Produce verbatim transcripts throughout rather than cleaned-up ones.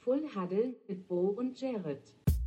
Full Huddle mit Bo und Jared.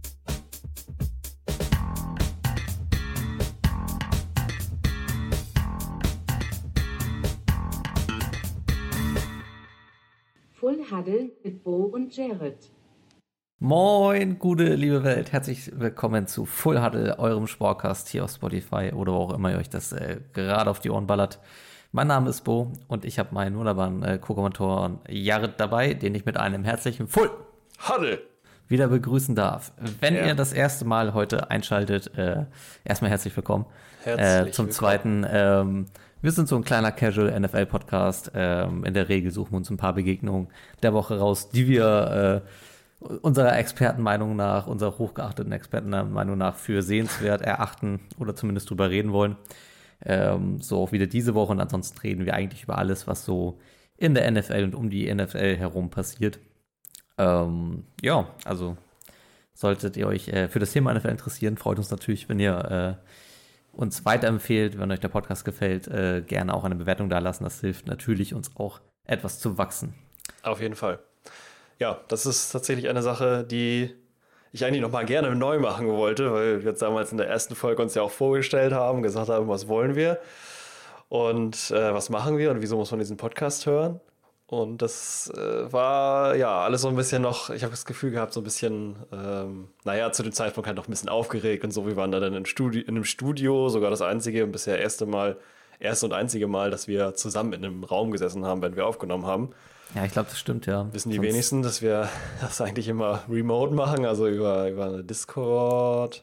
Full Huddle mit Bo und Jared. Moin, gute liebe Welt. Herzlich willkommen zu Full Huddle, eurem Sportcast hier auf Spotify oder wo auch immer ihr euch das äh, gerade auf die Ohren ballert. Mein Name ist Bo und ich habe meinen wunderbaren äh, Co-Kommentatoren Jared dabei, den ich mit einem herzlichen Full Huddle wieder begrüßen darf. Wenn ja. ihr das erste Mal heute einschaltet, äh, erstmal herzlich willkommen. Herzlich äh, zum willkommen. Zweiten, ähm, wir sind so ein kleiner Casual-N F L-Podcast. Ähm, in der Regel suchen wir uns ein paar Begegnungen der Woche raus, die wir äh, unserer Expertenmeinung nach, unserer hochgeachteten Expertenmeinung nach für sehenswert erachten oder zumindest drüber reden wollen. Ähm, so auch wieder diese Woche und ansonsten reden wir eigentlich über alles, was so in der N F L und um die N F L herum passiert. Ähm, ja, also solltet ihr euch äh, für das Thema N F L interessieren, freut uns natürlich, wenn ihr äh, uns weiterempfehlt, wenn euch der Podcast gefällt, äh, gerne auch eine Bewertung da lassen. Das hilft natürlich uns auch etwas zu wachsen. Auf jeden Fall. Ja, das ist tatsächlich eine Sache, die ich eigentlich noch mal gerne neu machen wollte, weil wir jetzt damals in der ersten Folge uns ja auch vorgestellt haben, gesagt haben, was wollen wir und äh, was machen wir und wieso muss man diesen Podcast hören. Und das äh, war ja alles so ein bisschen noch, ich habe das Gefühl gehabt, so ein bisschen, ähm, naja, zu dem Zeitpunkt halt noch ein bisschen aufgeregt und so. Wir waren da dann in, Studi- in einem Studio, sogar das einzige und bisher erste Mal, erste und einzige Mal, dass wir zusammen in einem Raum gesessen haben, wenn wir aufgenommen haben. Ja, ich glaube, das stimmt, ja. Wissen die Sonst wenigsten, dass wir das eigentlich immer remote machen, also über, über eine Discord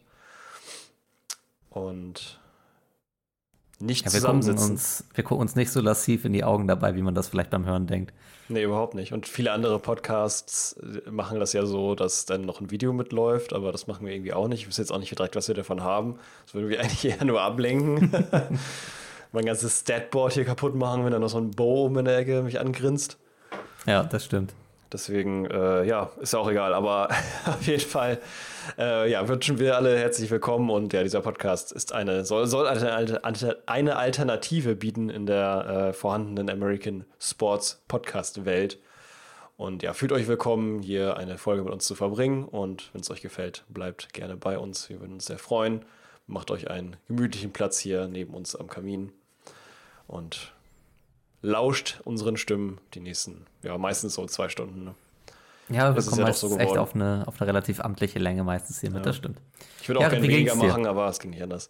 und nicht Ja, wir gucken, zusammensitzen. uns, wir gucken uns nicht so lassiv in die Augen dabei, wie man das vielleicht beim Hören denkt. Nee, überhaupt nicht. Und viele andere Podcasts machen das ja so, dass dann noch ein Video mitläuft, aber das machen wir irgendwie auch nicht. Ich weiß jetzt auch nicht direkt, was wir davon haben. Das würden wir eigentlich eher nur ablenken. Mein ganzes Statboard hier kaputt machen, wenn dann noch so ein Bo in der Ecke mich angrinst. Ja, das stimmt. Deswegen, äh, ja, ist ja auch egal, aber auf jeden Fall, äh, ja, wünschen wir alle herzlich willkommen und ja, dieser Podcast ist eine, soll, soll eine, eine Alternative bieten in der äh, vorhandenen American Sports Podcast Welt und ja, fühlt euch willkommen, hier eine Folge mit uns zu verbringen und wenn es euch gefällt, bleibt gerne bei uns, wir würden uns sehr freuen, macht euch einen gemütlichen Platz hier neben uns am Kamin und lauscht unseren Stimmen die nächsten, ja, meistens so zwei Stunden. Ne? Ja, wir Das ist kommen ja doch meistens so echt geworden. auf eine, auf eine relativ amtliche Länge meistens hier mit, Ja. das stimmt. Ich würde auch Ja, gerne wie weniger ging's dir? machen, aber es ging nicht anders.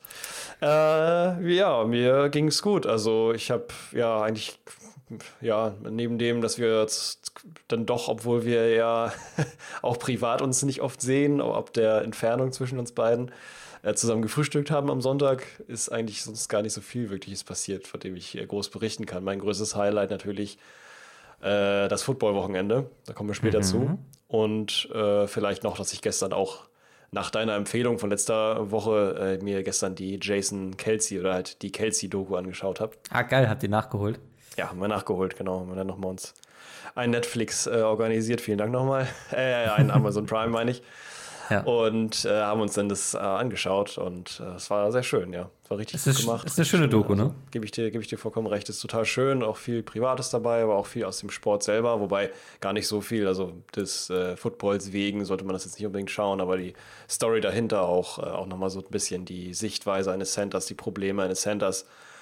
Äh, ja, mir ging es gut. Also ich habe ja eigentlich, ja, neben dem, dass wir jetzt dann doch, obwohl wir ja auch privat uns nicht oft sehen, ob der Entfernung zwischen uns beiden, äh, zusammen gefrühstückt haben am Sonntag, ist eigentlich sonst gar nicht so viel Wirkliches passiert, von dem ich äh, groß berichten kann. Mein größtes Highlight natürlich äh, das Football-Wochenende. Da kommen wir später Mhm. zu. Und äh, vielleicht noch, dass ich gestern auch nach deiner Empfehlung von letzter Woche äh, mir gestern die Jason Kelce oder halt die Kelce-Doku angeschaut habe. Ah, geil, habt ihr nachgeholt? Ja, haben wir nachgeholt, genau. Haben wir dann nochmal uns ein Netflix äh, organisiert. Vielen Dank nochmal. Äh, ein Amazon Prime, meine ich. Ja. Und äh, haben uns dann das äh, angeschaut und äh, es war sehr schön, ja. Es war richtig Es gut ist- gemacht. es ist eine schöne Doku, ne? Gebe ich dir, gebe ich dir vollkommen recht. Ist total schön, auch viel Privates dabei, aber auch viel aus dem Sport selber, wobei gar nicht so viel. Also des äh, Footballs wegen sollte man das jetzt nicht unbedingt schauen, aber die Story dahinter auch, äh, auch nochmal so ein bisschen die Sichtweise eines Centers, die Probleme eines Centers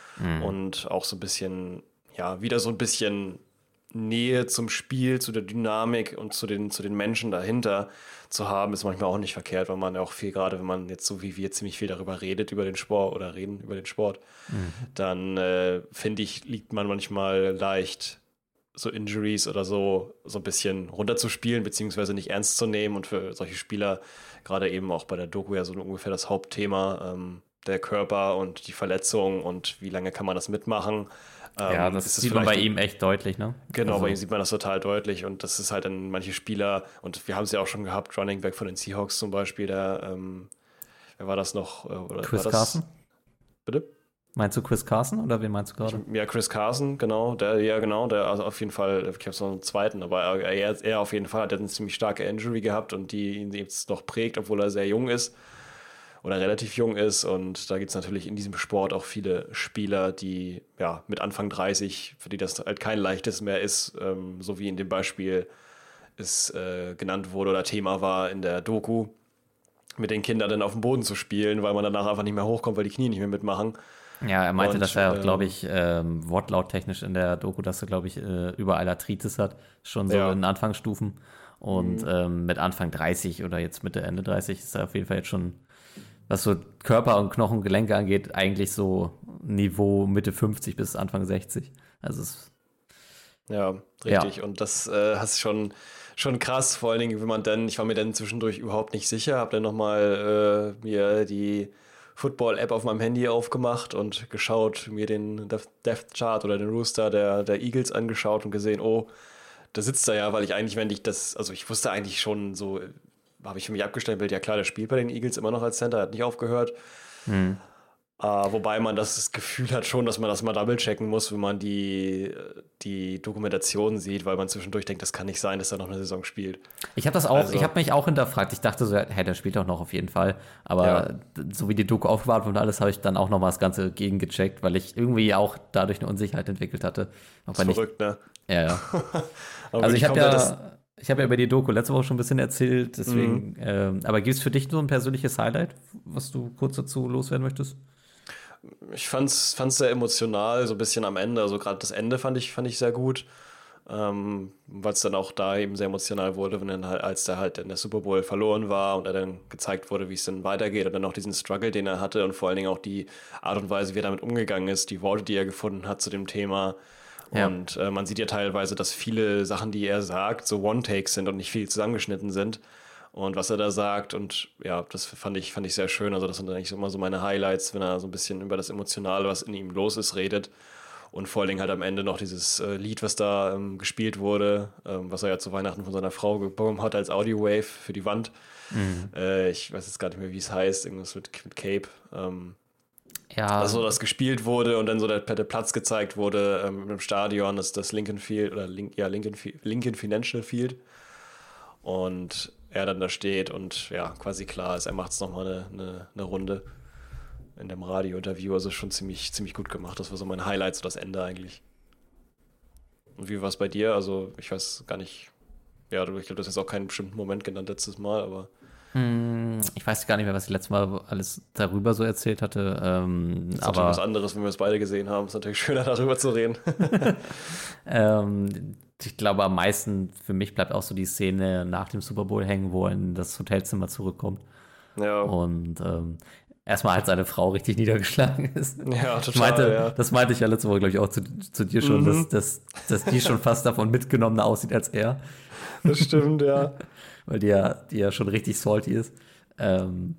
und auch so ein bisschen, ja, wieder so ein bisschen Nähe zum Spiel, zu der Dynamik und zu den, zu den Menschen dahinter zu haben, ist manchmal auch nicht verkehrt, weil man ja auch viel, gerade wenn man jetzt so wie wir ziemlich viel darüber redet, über den Sport oder reden über den Sport, dann äh, finde ich, liegt man manchmal leicht, so Injuries oder so, so ein bisschen runterzuspielen, beziehungsweise nicht ernst zu nehmen und für solche Spieler, gerade eben auch bei der Doku ja so ungefähr das Hauptthema, ähm, der Körper und die Verletzung und wie lange kann man das mitmachen. Ja, Ähm, das ist es sieht man bei vielleicht- ihm echt deutlich, ne? Genau, Also, bei ihm sieht man das total deutlich und das ist halt dann manche Spieler, und wir haben es ja auch schon gehabt, Running Back von den Seahawks zum Beispiel, der, ähm, wer war das noch? Äh, Oder Chris war das, Carson? Bitte? Meinst du Chris Carson oder wen meinst du gerade? Ja, Chris Carson, genau, der, ja genau, der also auf jeden Fall, ich habe noch einen zweiten, aber er, er auf jeden Fall hat eine ziemlich starke Injury gehabt und die ihn jetzt noch prägt, obwohl er sehr jung ist oder relativ jung ist, und da gibt es natürlich in diesem Sport auch viele Spieler, die ja mit Anfang dreißig, für die das halt kein leichtes mehr ist, ähm, so wie in dem Beispiel es äh, genannt wurde oder Thema war in der Doku, mit den Kindern dann auf dem Boden zu spielen, weil man danach einfach nicht mehr hochkommt, weil die Knie nicht mehr mitmachen. Ja, er meinte, Und, dass er, ähm, glaube ich, ähm, wortlauttechnisch in der Doku, dass er, glaube ich, äh, überall Arthritis hat, schon so Ja. in Anfangsstufen. Und ähm, mit Anfang dreißig oder jetzt Mitte, Ende dreißig ist er auf jeden Fall jetzt schon, was so Körper und Knochen, Gelenke angeht, eigentlich so Niveau Mitte fünfzig bis Anfang sechzig. Also es Ja, richtig. Und das äh, hast schon, schon krass, vor allen Dingen, wenn man dann, ich war mir dann zwischendurch überhaupt nicht sicher, habe dann nochmal äh, mir die Football-App auf meinem Handy aufgemacht und geschaut, mir den Depth- Depth Chart oder den Rooster der, der Eagles angeschaut und gesehen, oh, da sitzt er ja, weil ich eigentlich, wenn ich das, also ich wusste eigentlich schon so, habe ich für mich abgestempelt, ja klar, der spielt bei den Eagles immer noch als Center, hat nicht aufgehört. hm. Äh, wobei man das Gefühl hat schon, dass man das mal double checken muss, wenn man die, die Dokumentation sieht, weil man zwischendurch denkt, das kann nicht sein, dass er noch eine Saison spielt. Ich habe das auch, Also- ich habe mich auch hinterfragt. Ich dachte so, hey, der spielt doch noch auf jeden Fall. Aber Ja. d- so wie die Doku aufgebaut und alles, habe ich dann auch noch mal das Ganze gegengecheckt, weil ich irgendwie auch dadurch eine Unsicherheit entwickelt hatte. Auch Das wenn ist ich, verrückt, ne? ja, ja. Aber Also ich wirklich habe komplett das- ja, ich habe ja über die Doku letzte Woche schon ein bisschen erzählt, deswegen, ähm, aber gibt es für dich so ein persönliches Highlight, was du kurz dazu loswerden möchtest? Ich fand's, fand's sehr emotional, so ein bisschen am Ende. Also gerade das Ende fand ich, fand ich sehr gut. Ähm, weil es dann auch da eben sehr emotional wurde, wenn dann halt, als der halt in der Super Bowl verloren war und er dann gezeigt wurde, wie es dann weitergeht und dann auch diesen Struggle, den er hatte und vor allen Dingen auch die Art und Weise, wie er damit umgegangen ist, die Worte, die er gefunden hat zu dem Thema. Ja. Und äh, man sieht ja teilweise, dass viele Sachen, die er sagt, so One-Takes sind und nicht viel zusammengeschnitten sind. Und was er da sagt und ja, das fand ich, fand ich sehr schön. Also das sind eigentlich immer so meine Highlights, wenn er so ein bisschen über das Emotionale, was in ihm los ist, redet. Und vor allen Dingen halt am Ende noch dieses äh, Lied, was da ähm, gespielt wurde, ähm, was er ja zu Weihnachten von seiner Frau bekommen hat als Audio-Wave für die Wand. Äh, ich weiß jetzt gar nicht mehr, wie es heißt, irgendwas mit, mit Cape. Ähm, Ja, also das gespielt wurde und dann so der, der Platz gezeigt wurde ähm, im Stadion, das, das Lincoln Field oder Link, ja, Lincoln, Fi- Lincoln Financial Field. Und er dann da steht und ja, quasi klar ist, er macht es nochmal eine, eine, eine Runde in dem Radio-Interview. Also schon ziemlich, ziemlich gut gemacht. Das war so mein Highlight, so das Ende eigentlich. Und wie war es bei dir? Also ich weiß gar nicht, ja, du- ich glaube, du hast jetzt auch keinen bestimmten Moment genannt letztes Mal, aber hm, ich weiß gar nicht mehr, was ich letztes Mal alles darüber so erzählt hatte, ähm, das ist natürlich was aber anderes, wenn wir es beide gesehen haben. Ist natürlich schöner, darüber zu reden. ähm, ich glaube, am meisten für mich bleibt auch so die Szene nach dem Super Bowl hängen, wo er in das Hotelzimmer zurückkommt Ja, und ähm, erstmal halt seine Frau richtig niedergeschlagen ist. ja, total. Ich meinte, ja. das meinte ich ja letzte Woche, glaube ich, auch zu, zu dir schon, Mhm. dass, dass, dass die schon fast davon mitgenommener aussieht als er, Das stimmt, ja. weil die ja, die ja schon richtig salty ist. Ähm,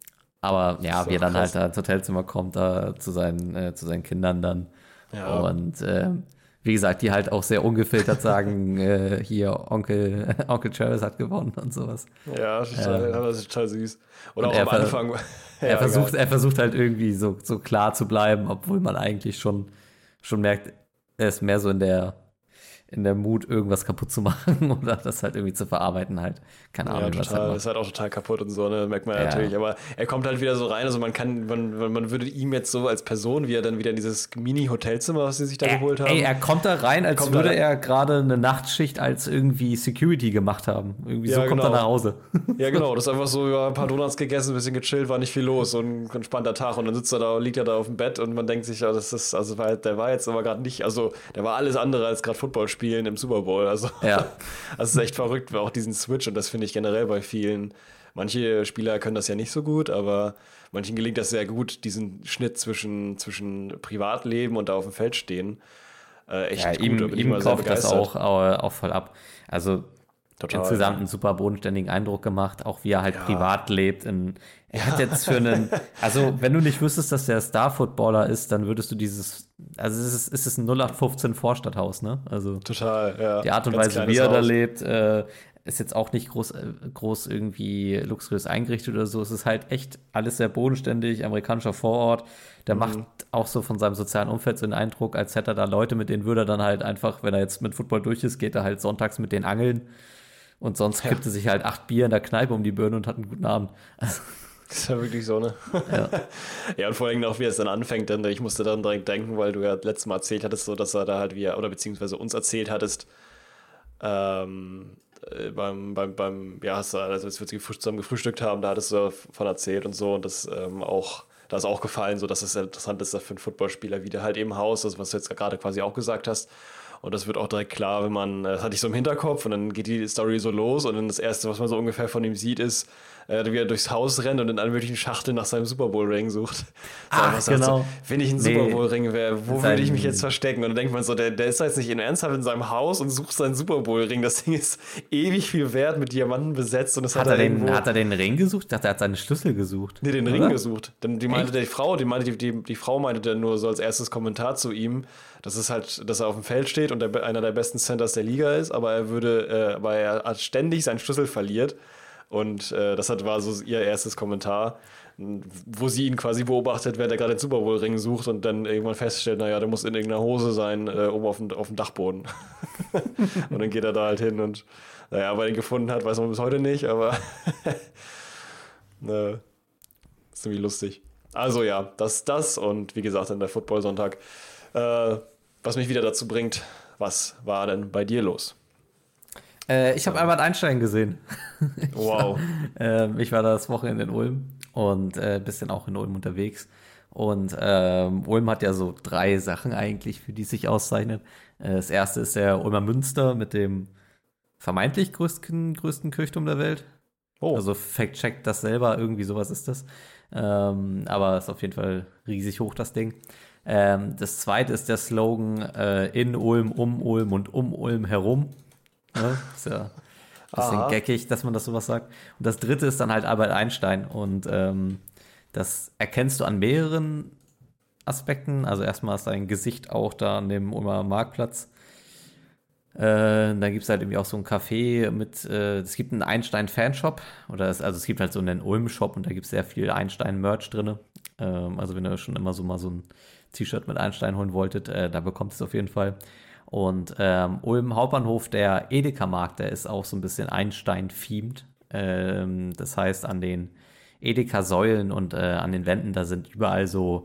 aber ja, So wie er dann krass. halt da ins Hotelzimmer kommt, da zu seinen, äh, zu seinen Kindern dann. Ja. Und ähm, wie gesagt, die halt auch sehr ungefiltert sagen, äh, hier, Onkel, Onkel Travis hat gewonnen und sowas. Ja, total, Ähm, ja, das ist total süß. Oder und auch er am ver- Anfang. er, Ja, versucht, geil. er versucht halt irgendwie so, so klar zu bleiben, obwohl man eigentlich schon, schon merkt, er ist mehr so in der, in der Mut, irgendwas kaputt zu machen oder das halt irgendwie zu verarbeiten halt. Keine Ja, Ahnung, was total. halt Ist halt auch total kaputt und so, ne? Merkt man Ja. natürlich. Aber er kommt halt wieder so rein. Also man kann, man, man man würde ihm jetzt so als Person, wie er dann wieder in dieses Mini-Hotelzimmer, was sie sich da geholt haben. Ey, er kommt da rein, als Kommt da würde rein. er gerade eine Nachtschicht als irgendwie Security gemacht haben. Irgendwie Ja, so kommt genau. er nach Hause. Ja, genau. Das ist einfach so, ja, ein paar Donuts gegessen, ein bisschen gechillt, war nicht viel los. So ein entspannter Tag. Und dann sitzt er da, liegt er da auf dem Bett und man denkt sich, ja, das ist, also weil der war jetzt aber gerade nicht, also der war alles andere als gerade Football spielen im Super Bowl. Also Ja. das ist echt verrückt, auch diesen Switch. Und das finde ich generell bei vielen. Manche Spieler können das ja nicht so gut, aber manchen gelingt das sehr gut, diesen Schnitt zwischen, zwischen Privatleben und da auf dem Feld stehen. Äh, echt Ja, gut, ihm, da bin ich ihm mal sehr kauft das begeistert. auch, auch, auch voll ab. Also Total, insgesamt ja. einen super bodenständigen Eindruck gemacht, auch wie er halt Ja. privat lebt. In, er hat jetzt für einen, also wenn du nicht wüsstest, dass der Star-Footballer ist, dann würdest du dieses, also es ist, es ist ein null acht fünfzehn Vorstadthaus, ne? Also Total, ja. die Art und Ganz Weise, kleines wie er da Haus. lebt, äh, ist jetzt auch nicht groß, äh, groß irgendwie luxuriös eingerichtet oder so. Es ist halt echt alles sehr bodenständig, amerikanischer Vorort. Der macht auch so von seinem sozialen Umfeld so den Eindruck, als hätte er da Leute, mit denen würde er dann halt einfach, wenn er jetzt mit Football durch ist, geht er halt sonntags mit denen angeln. Und sonst Ja. kippt er sich halt acht Bier in der Kneipe um die Birne und hat einen guten Abend. Also, Das ist ja wirklich so, ne? ja. Ja, und vor allem auch, wie es dann anfängt, denn ich musste dann direkt denken, weil du ja letztes Mal erzählt hattest, so dass er da halt wie er, oder beziehungsweise uns erzählt hattest, ähm, äh, beim, beim, beim, ja, hast du, also als wir zusammen gefrühstückt haben, da hattest du davon erzählt und so und das ähm, auch, da ist auch gefallen, so dass es interessant ist für einen Footballspieler, wie der halt im Haus, also was du jetzt gerade quasi auch gesagt hast. Und das wird auch direkt klar, wenn man, das hatte ich so im Hinterkopf und dann geht die Story so los und dann das Erste, was man so ungefähr von ihm sieht, ist, äh, wie er durchs Haus rennt und in allen möglichen Schachteln nach seinem Super Bowl-Ring sucht. Ah, so, genau. So, wenn ich ein Nee. Super Bowl-Ring wäre, wo Sein- würde ich mich jetzt verstecken? Und dann denkt man so, der, der ist jetzt nicht in ernsthaft in seinem Haus und sucht seinen Super Bowl-Ring. Das Ding ist ewig viel wert, mit Diamanten besetzt und das Hat hat, er, den, irgendwo... hat er den Ring gesucht? Ich dachte, er hat seine Schlüssel gesucht. Nee, den Oder? Ring gesucht. Denn die meinte Echt? die Frau, die meinte die, die, die Frau meinte dann nur so als erstes Kommentar zu ihm, dass es halt, dass er auf dem Feld steht und der, einer der besten Centers der Liga ist, aber er würde, äh, aber er hat ständig seinen Schlüssel verliert. Und äh, das hat, war so ihr erstes Kommentar, wo sie ihn quasi beobachtet, während er gerade den Super Bowl Ring sucht und dann irgendwann feststellt, naja, der muss in irgendeiner Hose sein, äh, oben auf dem, auf dem Dachboden. Und dann geht er da halt hin und naja, ob er ihn gefunden hat, weiß man bis heute nicht, aber ne, ist irgendwie lustig. Also ja, das, das und wie gesagt, dann der Football-Sonntag. Äh, was mich wieder dazu bringt, was war denn bei dir los? Äh, ich habe Albert Einstein gesehen. Wow. Ähm, ich war das Wochenende in Ulm und ein äh, bisschen auch in Ulm unterwegs. Und ähm, Ulm hat ja so drei Sachen eigentlich, für die es sich auszeichnet. Äh, das erste ist der Ulmer Münster mit dem vermeintlich größten, größten Kirchturm der Welt. Oh. Also fact-checkt das selber, irgendwie sowas ist das. Ähm, aber ist auf jeden Fall riesig hoch, das Ding. Ähm, das zweite ist der Slogan äh, in Ulm, um Ulm und um Ulm herum. Ne? Ist ja ein bisschen Aha. geckig, dass man das sowas sagt. Und das dritte ist dann halt Albert Einstein. Und ähm, das erkennst du an mehreren Aspekten. Also erstmal ist sein Gesicht auch da an dem Ulmer Marktplatz. Äh, da gibt es halt irgendwie auch so ein Café mit, äh, es gibt einen Einstein-Fanshop. Oder es, also es gibt halt so einen Ulm-Shop und da gibt es sehr viel Einstein-Merch drin. Ähm, also wenn ihr schon immer so mal so ein T-Shirt mit Einstein holen wolltet, äh, da bekommt es auf jeden Fall. Und ähm, Ulm Hauptbahnhof, der Edeka-Markt, der ist auch so ein bisschen Einstein-themed. Ähm, das heißt, an den Edeka-Säulen und äh, an den Wänden, da sind überall so,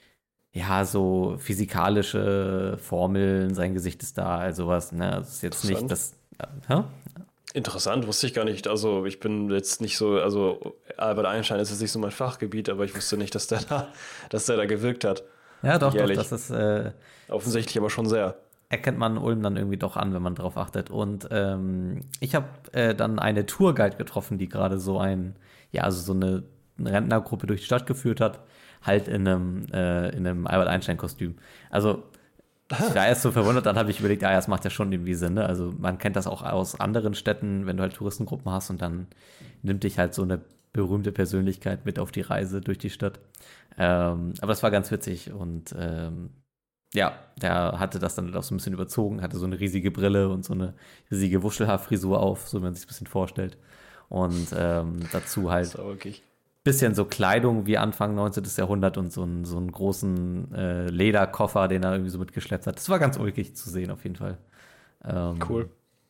ja, so physikalische Formeln, sein Gesicht ist da, also was, ne? Das ist jetzt nicht das. Äh, hä? Interessant, wusste ich gar nicht. Also ich bin jetzt nicht so, also Albert Einstein ist jetzt nicht so mein Fachgebiet, aber ich wusste nicht, dass der da, dass der da gewirkt hat. Ja, doch, doch, Jährlich. das ist. Äh, Offensichtlich aber schon sehr. erkennt man Ulm dann irgendwie doch an, wenn man drauf achtet. Und ähm, ich habe äh, dann eine Tourguide getroffen, die gerade so ein, ja, also so eine, eine Rentnergruppe durch die Stadt geführt hat, halt in einem, äh, in einem Albert Einstein-Kostüm. Also ich war erst so verwundert, dann habe ich überlegt, ah ja, das macht ja schon irgendwie Sinn, ne? Also man kennt das auch aus anderen Städten, wenn du halt Touristengruppen hast und dann nimmt dich halt so eine berühmte Persönlichkeit mit auf die Reise durch die Stadt. Ähm, aber das war ganz witzig und ähm, ja, der hatte das dann auch so ein bisschen überzogen, hatte so eine riesige Brille und so eine riesige Wuschelhaarfrisur auf, so wie man sich ein bisschen vorstellt. Und ähm, dazu halt Das war wirklich. bisschen so Kleidung wie Anfang neunzehnten. Jahrhundert und so einen, so einen großen äh, Lederkoffer, den er irgendwie so mitgeschleppt hat. Das war ganz ulkig zu sehen auf jeden Fall. Ähm, Cool.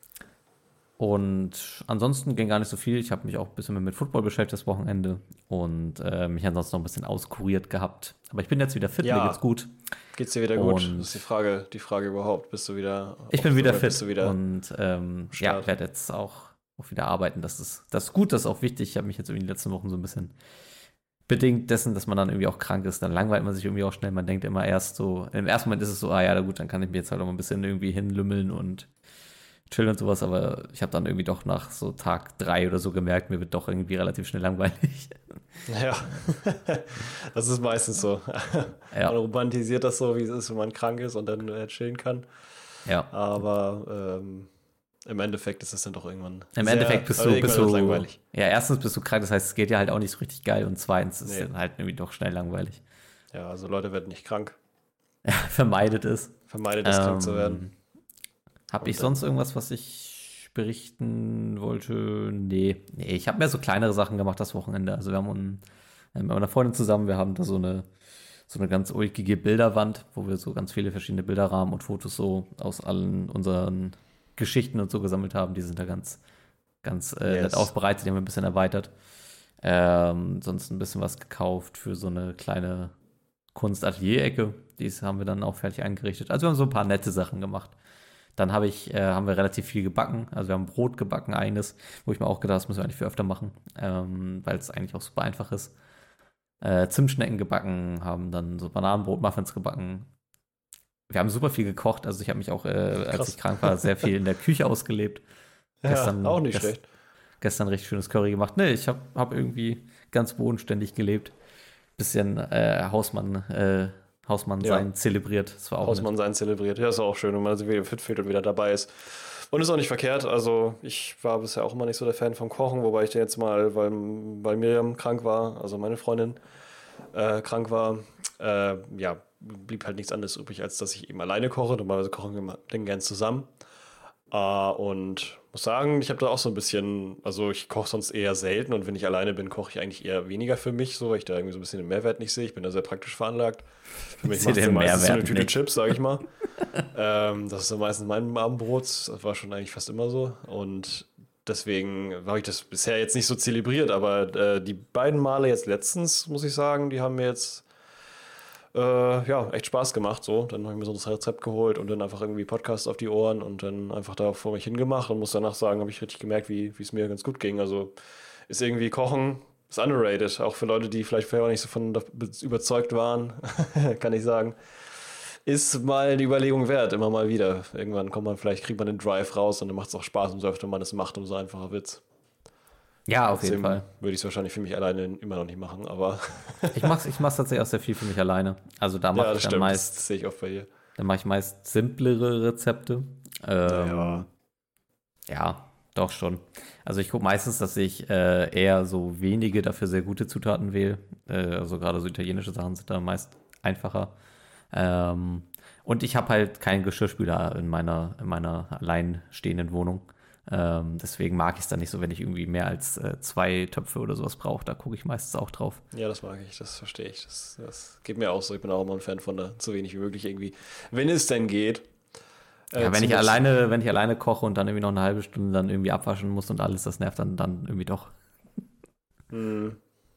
Und ansonsten ging gar nicht so viel. Ich habe mich auch ein bisschen mit Football beschäftigt das Wochenende und äh, mich ansonsten noch ein bisschen auskuriert gehabt. Aber ich bin jetzt wieder fit, Ja. mir geht's gut. Geht's dir wieder gut? Und- Das ist die Frage, die Frage überhaupt. Bist du wieder Ich bin wieder fit bist du wieder und ähm, ja, Start. werde jetzt auch, auch wieder arbeiten. Das ist, das ist gut, das ist auch wichtig. Ich habe mich jetzt irgendwie in den letzten Wochen so ein bisschen bedingt dessen, dass man dann irgendwie auch krank ist, dann langweilt man sich irgendwie auch schnell. Man denkt immer erst so, im ersten Moment ist es so, ah ja, na gut, dann kann ich mir jetzt halt auch mal ein bisschen irgendwie hinlümmeln und chillen und sowas, aber ich habe dann irgendwie doch nach so Tag drei oder so gemerkt, mir wird doch irgendwie relativ schnell langweilig. Ja, das ist meistens so. Ja. Man romantisiert das so, wie es ist, wenn man krank ist und dann äh, chillen kann. Ja. Aber ähm, im Endeffekt ist es dann doch irgendwann Im sehr, Endeffekt bist also du, irgendwann bist wird's du langweilig. ja, erstens bist du krank, das heißt, es geht ja halt auch nicht so richtig geil und zweitens ist es Nee. dann halt irgendwie doch schnell langweilig. Ja, also Leute werden nicht krank. Vermeidet es. Vermeidet es, krank zu werden. Habe Und ich dann- sonst irgendwas, was ich berichten wollte? Nee. Nee, ich habe mehr so kleinere Sachen gemacht das Wochenende. Also wir haben un- äh, mit meiner Freundin zusammen, wir haben da so eine so eine ganz ulkige Bilderwand, wo wir so ganz viele verschiedene Bilderrahmen und Fotos so aus allen unseren Geschichten und so gesammelt haben. Die sind da ganz, ganz äh, Yes. nett aufbereitet, die haben wir ein bisschen erweitert. Ähm, sonst ein bisschen was gekauft für so eine kleine Kunstatelier-Ecke. Die haben wir dann auch fertig eingerichtet. Also wir haben so ein paar nette Sachen gemacht Dann habe ich, äh, haben wir relativ viel gebacken. Also wir haben Brot gebacken eines, wo ich mir auch gedacht habe, das müssen wir eigentlich viel öfter machen, ähm, weil es eigentlich auch super einfach ist. Äh, Zimtschnecken gebacken, haben dann so Bananenbrot-Muffins gebacken. Wir haben super viel gekocht. Also ich habe mich auch, äh, als Krass. ich krank war, sehr viel in der Küche ausgelebt. Ja, Gestern, auch nicht gest- schlecht. Gestern richtig schönes Curry gemacht. Nee, ich habe hab irgendwie ganz bodenständig gelebt. Bisschen äh, Hausmann, äh, Hausmann Ja. sein zelebriert. Das war auch Hausmann nett. sein zelebriert. Ja, ist auch schön, wenn man sich wieder fit fühlt und wieder dabei ist. Und ist auch nicht verkehrt. Also ich war bisher auch immer nicht so der Fan vom Kochen, wobei ich den jetzt mal, weil, weil Miriam krank war, also meine Freundin äh, krank war, äh, ja, blieb halt nichts anderes übrig, als dass ich eben alleine koche. Normalerweise kochen wir immer den gern zusammen. Äh, und muss sagen, ich habe da auch so ein bisschen, also ich koche sonst eher selten und wenn ich alleine bin, koche ich eigentlich eher weniger für mich, so, weil ich da irgendwie so ein bisschen den Mehrwert nicht sehe. Ich bin da sehr praktisch veranlagt. Für mich Ich sehe macht es den meistens so eine Mehrwert Tüte nicht. Chips, sage ich mal. ähm, das ist so meistens mein Abendbrot. Das war schon eigentlich fast immer so. Und deswegen habe ich das bisher jetzt nicht so zelebriert, aber äh, die beiden Male jetzt letztens, muss ich sagen, die haben mir jetzt äh, ja, echt Spaß gemacht. So. Dann habe ich mir so das Rezept geholt und dann einfach irgendwie Podcast auf die Ohren und dann einfach da vor mich hingemacht und muss danach sagen, habe ich richtig gemerkt, wie wie es mir ganz gut ging. Also ist irgendwie Kochen, ist underrated, auch für Leute, die vielleicht vorher auch nicht so von überzeugt waren, kann ich sagen. Ist mal die Überlegung wert, immer mal wieder. Irgendwann kommt man, vielleicht kriegt man den Drive raus und dann macht es auch Spaß, umso öfter man es macht, umso einfacher wird's. Ja, auf jeden Trotzdem Fall. würde ich es wahrscheinlich für mich alleine immer noch nicht machen, aber Ich mach's, ich mach's tatsächlich auch sehr viel für mich alleine. Also da mache ja, ich das dann stimmt, meist, das sehe ich oft bei dir. dann mache ich meist simplere Rezepte. Ähm, Naja. Ja, doch schon. Also ich gucke meistens, dass ich äh, eher so wenige, dafür sehr gute Zutaten wähle. Äh, also gerade so italienische Sachen sind da meist einfacher. Ähm, und ich habe halt keinen Geschirrspüler in meiner, in meiner alleinstehenden Wohnung. Ähm, deswegen mag ich es dann nicht so, wenn ich irgendwie mehr als äh, zwei Töpfe oder sowas brauche. Da gucke ich meistens auch drauf. Ja, das mag ich, das verstehe ich. Das, das geht mir auch so. Ich bin auch immer ein Fan von da so wenig wie möglich irgendwie, wenn es denn geht. äh, Ja, wenn zu ich nutzen. alleine, wenn ich alleine koche und dann irgendwie noch eine halbe Stunde dann irgendwie abwaschen muss und alles, das nervt dann, dann irgendwie doch. Hm.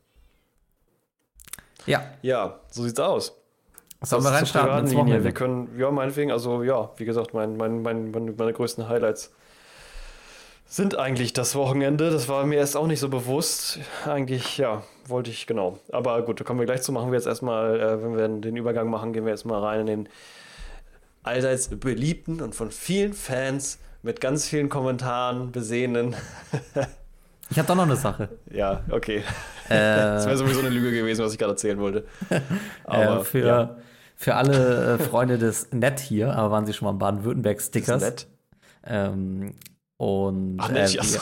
Ja, Ja, so sieht's aus. sollen wir Das zur reinstarten privaten ins Linie. Wochenende? Wir können, ja, meinetwegen, also ja, wie gesagt, mein, mein, mein, meine, meine größten Highlights sind eigentlich das Wochenende. Das war mir erst auch nicht so bewusst. Eigentlich, ja, wollte ich, genau. Aber gut, da kommen wir gleich zu. Machen wir jetzt erstmal, äh, wenn wir den Übergang machen, gehen wir jetzt mal rein in den allseits beliebten und von vielen Fans mit ganz vielen Kommentaren besehenen. Ich habe da noch eine Sache. Ja, okay. Das Äh, wäre sowieso eine Lüge gewesen, was ich gerade erzählen wollte. Aber äh, für, ja, für alle äh, Freunde des Nett hier, aber waren sie schon mal im ist Baden-Württemberg-Stickers. nett. Ähm, und Ach, äh, nett, wir- achso.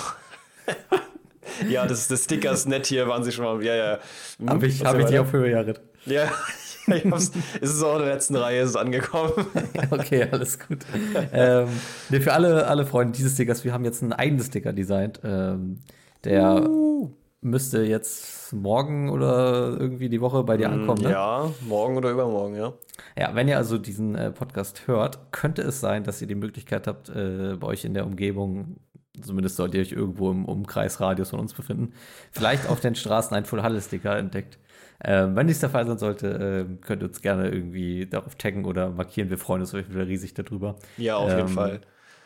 Ja, das, das Stickers nett hier waren sie schon mal. Ja, ja. Hm, hab ich, was hab ich die weiter? auf Höhe gerettet. Ja, ich hab's, es ist auch in der letzten Reihe, ist es angekommen. Okay, alles gut. ähm, nee, für alle, alle Freunde dieses Stickers, wir haben jetzt einen eigenen Sticker designt. Ähm, der müsste jetzt morgen oder irgendwie die Woche bei dir ankommen, ne? Ja, morgen oder übermorgen, ja. Ja, wenn ihr also diesen äh, Podcast hört, könnte es sein, dass ihr die Möglichkeit habt, äh, bei euch in der Umgebung, zumindest solltet ihr euch irgendwo im Umkreisradius von uns befinden, vielleicht auf den Straßen einen Full-Huddle-Sticker entdeckt. Ähm, wenn dies der Fall sein sollte, äh, könnt ihr uns gerne irgendwie darauf taggen oder markieren. Wir freuen uns auf jeden Fall riesig darüber. Ja, auf jeden Ähm, Fall.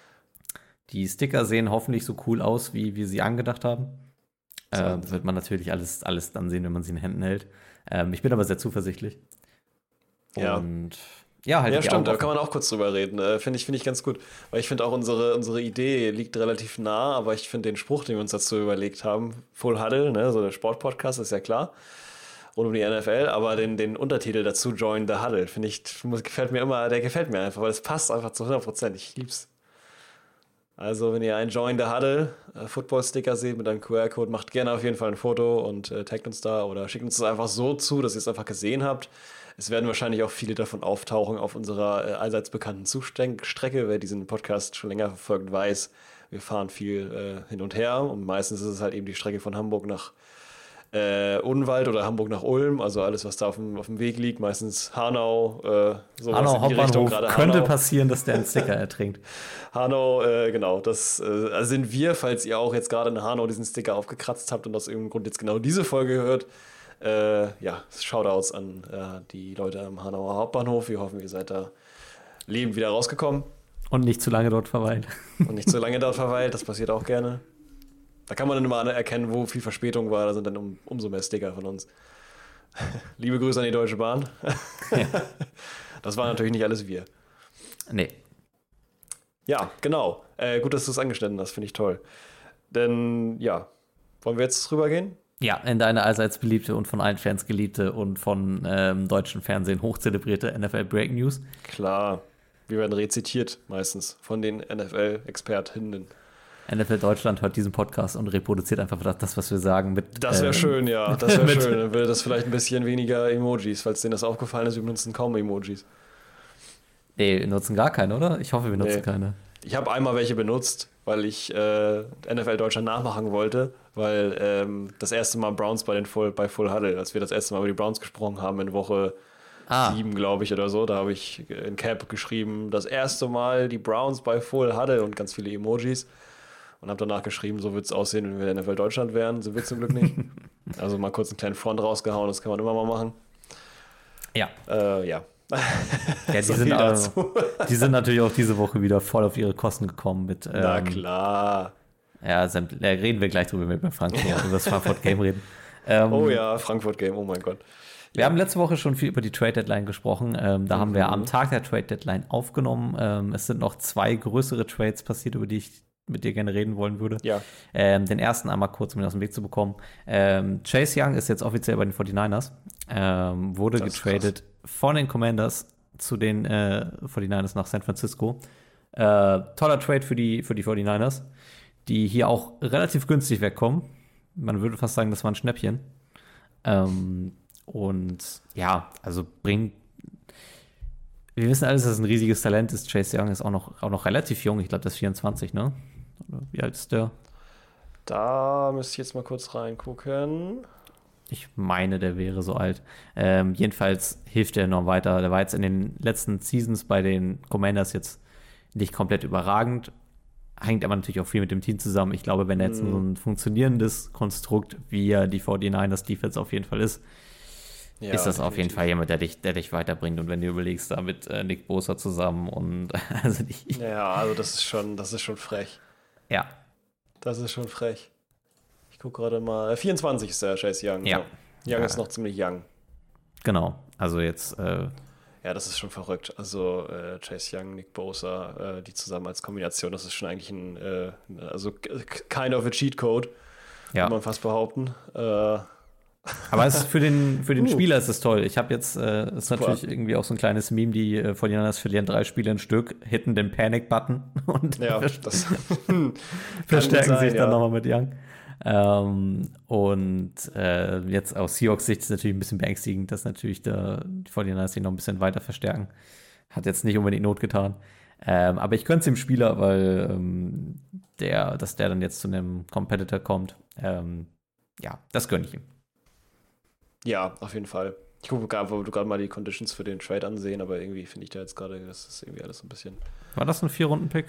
Die Sticker sehen hoffentlich so cool aus, wie wir sie angedacht haben. So. Ähm, das wird man natürlich alles, alles dann sehen, wenn man sie in den Händen hält. Ähm, ich bin aber sehr zuversichtlich. Ja. Und ja, halt Ja, die stimmt, Augen da offen. kann man auch kurz drüber reden. Äh, finde ich, finde ich ganz gut. Weil ich finde auch unsere, unsere Idee liegt relativ nah, aber ich finde den Spruch, den wir uns dazu überlegt haben, Full Huddle, ne, so der Sportpodcast, ist ja klar. Rund um die N F L, aber den, den Untertitel dazu, Join the Huddle, finde ich, gefällt mir immer, der gefällt mir einfach, weil es passt einfach zu hundert Prozent. Ich lieb's. Also, wenn ihr einen Join the Huddle äh, Football-Sticker seht mit einem Q R-Code, macht gerne auf jeden Fall ein Foto und äh, taggt uns da oder schickt uns das einfach so zu, dass ihr es einfach gesehen habt. Es werden wahrscheinlich auch viele davon auftauchen auf unserer äh, allseits bekannten Zustrecke. Wer diesen Podcast schon länger verfolgt, weiß, wir fahren viel äh, hin und her und meistens ist es halt eben die Strecke von Hamburg nach äh, Odenwald oder Hamburg nach Ulm, also alles, was da auf dem, auf dem Weg liegt, meistens Hanau, äh, sowas Hanau in die Richtung, Hauptbahnhof gerade könnte Hanau. passieren, dass der einen Sticker ertrinkt. Hanau, äh, genau, das äh, also sind wir, falls ihr auch jetzt gerade in Hanau diesen Sticker aufgekratzt habt und aus irgendeinem Grund jetzt genau diese Folge hört. Äh, ja, Shoutouts an äh, die Leute am Hanauer Hauptbahnhof. Wir hoffen, ihr seid da lebend wieder rausgekommen. Und nicht zu lange dort verweilt. Und nicht zu lange dort verweilt, das passiert auch gerne. Da kann man dann immer erkennen, wo viel Verspätung war, da sind dann um, umso mehr Sticker von uns. Liebe Grüße an die Deutsche Bahn. Ja. Das war natürlich nicht alles wir. Nee. Ja, genau. Äh, gut, dass du es angeschnitten hast, finde ich toll. Denn, ja, wollen wir jetzt drüber gehen? Ja, in deine allseits beliebte und von allen Fans geliebte und von ähm, deutschen Fernsehen hochzelebrierte N F L Breaking News. Klar, wir werden rezitiert meistens von den N F L-ExpertInnen. N F L Deutschland hört diesen Podcast und reproduziert einfach das, was wir sagen. Mit, das wäre ähm, schön, ja. Das wäre schön. Dann wäre das vielleicht ein bisschen weniger Emojis. Falls denen das aufgefallen ist, wir benutzen kaum Emojis. Nee, wir nutzen gar keine, oder? Ich hoffe, wir nutzen nee. keine. Ich habe einmal welche benutzt, weil ich äh, N F L Deutschland nachmachen wollte, weil ähm, das erste Mal Browns bei den Full, bei Full Huddle, als wir das erste Mal über die Browns gesprochen haben in Woche ah. sieben, glaube ich, oder so, da habe ich in Cap geschrieben, das erste Mal die Browns bei Full Huddle und ganz viele Emojis und habe danach geschrieben, so wird es aussehen, wenn wir in N F L Deutschland wären, so wird es zum Glück nicht. Also mal kurz einen kleinen Front rausgehauen, das kann man immer mal machen. Ja. Äh, ja. Ja, die, so sind also, die sind natürlich auch diese Woche wieder voll auf ihre Kosten gekommen mit. Ähm, Na klar. Ja, da reden wir gleich drüber, wenn wir über Frankfurt, ja. über das Frankfurt-Game reden. Ähm, oh ja, Frankfurt-Game, oh mein Gott. Wir ja. haben letzte Woche schon viel über die Trade-Deadline gesprochen. Ähm, da mhm. haben wir am Tag der Trade-Deadline aufgenommen. Ähm, es sind noch zwei größere Trades passiert, über die ich mit dir gerne reden wollen würde. Ja. Ähm, den ersten einmal kurz, um ihn aus dem Weg zu bekommen. Ähm, Chase Young ist jetzt offiziell bei den forty-niners. Ähm, wurde das getradet von den Commanders zu den äh, forty-niners nach San Francisco. Äh, toller Trade für die, für die forty-niners, die hier auch relativ günstig wegkommen. Man würde fast sagen, das war ein Schnäppchen. Ähm, und ja, also bringt. Wir wissen alles, dass es ein riesiges Talent ist. Chase Young ist auch noch, auch noch relativ jung. Ich glaube, das ist vierundzwanzig, ne? Oder wie alt ist der? Da müsste ich jetzt mal kurz reingucken. Ich meine, der wäre so alt. Ähm, jedenfalls hilft er enorm weiter. Der war jetzt in den letzten Seasons bei den Commanders jetzt nicht komplett überragend. Hängt aber natürlich auch viel mit dem Team zusammen. Ich glaube, wenn er jetzt mm. so ein funktionierendes Konstrukt, wie er die forty-niners Defense auf jeden Fall ist, ja, ist das definitiv. Auf jeden Fall jemand, der dich, der dich weiterbringt. Und wenn du überlegst, da mit äh, Nick Bosa zusammen und also die, ja, also das ist schon, das ist schon frech. Ja. Das ist schon frech. Ich gucke gerade mal. vierundzwanzig ist der Chase Young. Ja. Young ja. ist noch ziemlich young. Genau. Also jetzt. Äh, ja, das ist schon verrückt. Also äh, Chase Young, Nick Bosa, äh, die zusammen als Kombination, das ist schon eigentlich ein, äh, also kind of a Cheat Code, ja. kann man fast behaupten. Äh, Aber es ist für den, für den uh. Spieler ist es toll. Ich habe jetzt, äh, ist Super. natürlich irgendwie auch so ein kleines Meme, die äh, forty-niners verlieren drei Spiele ein Stück, hitten den Panic-Button und ja, das verstärken sein, sich ja. dann nochmal mit Young. Ähm, und äh, jetzt aus Seahawks Sicht ist es natürlich ein bisschen beängstigend, dass natürlich da die forty-niners sich noch ein bisschen weiter verstärken. Hat jetzt nicht unbedingt Not getan. Ähm, aber ich könnte es dem Spieler, weil ähm, der, dass der dann jetzt zu einem Competitor kommt, ähm, ja, das gönne ich ihm. Ja, auf jeden Fall. Ich gucke gerade, wo du gerade mal die Conditions für den Trade ansehen, aber irgendwie finde ich da jetzt gerade, das ist irgendwie alles ein bisschen. War das ein Vier-Runden-Pick?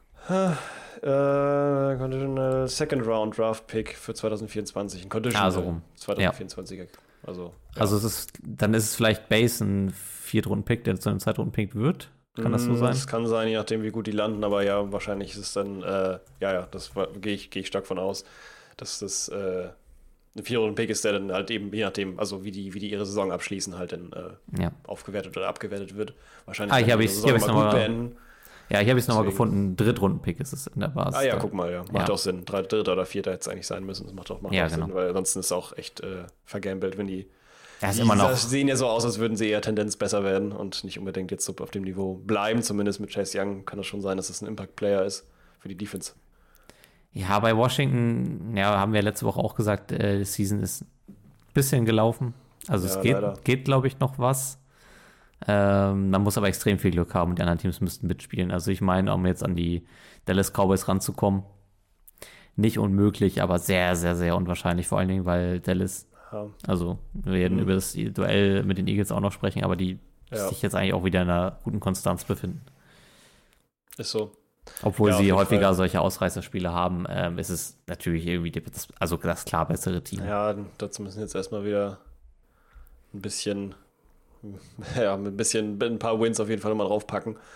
Äh, Conditional Second Round Draft Pick für zwanzig vierundzwanzig. Ein Conditional also rum. zwanzig vierundzwanziger. Ja. Also, ja. also es ist, dann ist es vielleicht Base ein Viertrunden-Pick, der zu einem Zweitrunden-Pick wird. Kann das so sein? Das kann sein, je nachdem, wie gut die landen, aber ja, wahrscheinlich ist es dann, äh, ja, ja, das gehe ich, geh ich stark von aus, dass das äh, ein Vier-Runden-Pick ist, der dann halt eben, je nachdem, also wie die, wie die ihre Saison abschließen, halt dann äh, ja. aufgewertet oder abgewertet wird. Wahrscheinlich ah, hier habe ich es nochmal beenden. Ja, hier habe ich es nochmal gefunden. Ein Drittrunden-Pick ist es in der Basis. Ah ja, guck mal, ja. Macht ja. auch Sinn. Dritter oder Vierter hätte es eigentlich sein müssen. Das macht auch, macht ja, auch genau. Sinn, weil ansonsten ist es auch echt äh, vergambelt, wenn die, ja, ist die immer noch. sehen ja so aus, als würden sie eher Tendenz besser werden und nicht unbedingt jetzt so auf dem Niveau bleiben. Zumindest mit Chase Young kann es schon sein, dass es ein Impact-Player ist für die Defense. Ja, bei Washington, ja, haben wir letzte Woche auch gesagt, äh, die Season ist ein bisschen gelaufen. Also ja, es geht, geht glaube ich, noch was. Ähm, man muss aber extrem viel Glück haben und die anderen Teams müssten mitspielen. Also ich meine, um jetzt an die Dallas Cowboys ranzukommen, nicht unmöglich, aber sehr, sehr, sehr unwahrscheinlich. Vor allen Dingen, weil Dallas, ja. also wir werden mhm. über das Duell mit den Eagles auch noch sprechen, aber die ja. sich jetzt eigentlich auch wieder in einer guten Konstanz befinden. Ist so. Obwohl ja, sie häufiger Fall. solche Ausreißerspiele haben, ähm, ist es natürlich irgendwie das, also das klar bessere Team. Ja, dazu müssen jetzt erstmal wieder ein bisschen, ja, mit ein bisschen, ein paar Wins auf jeden Fall mal draufpacken.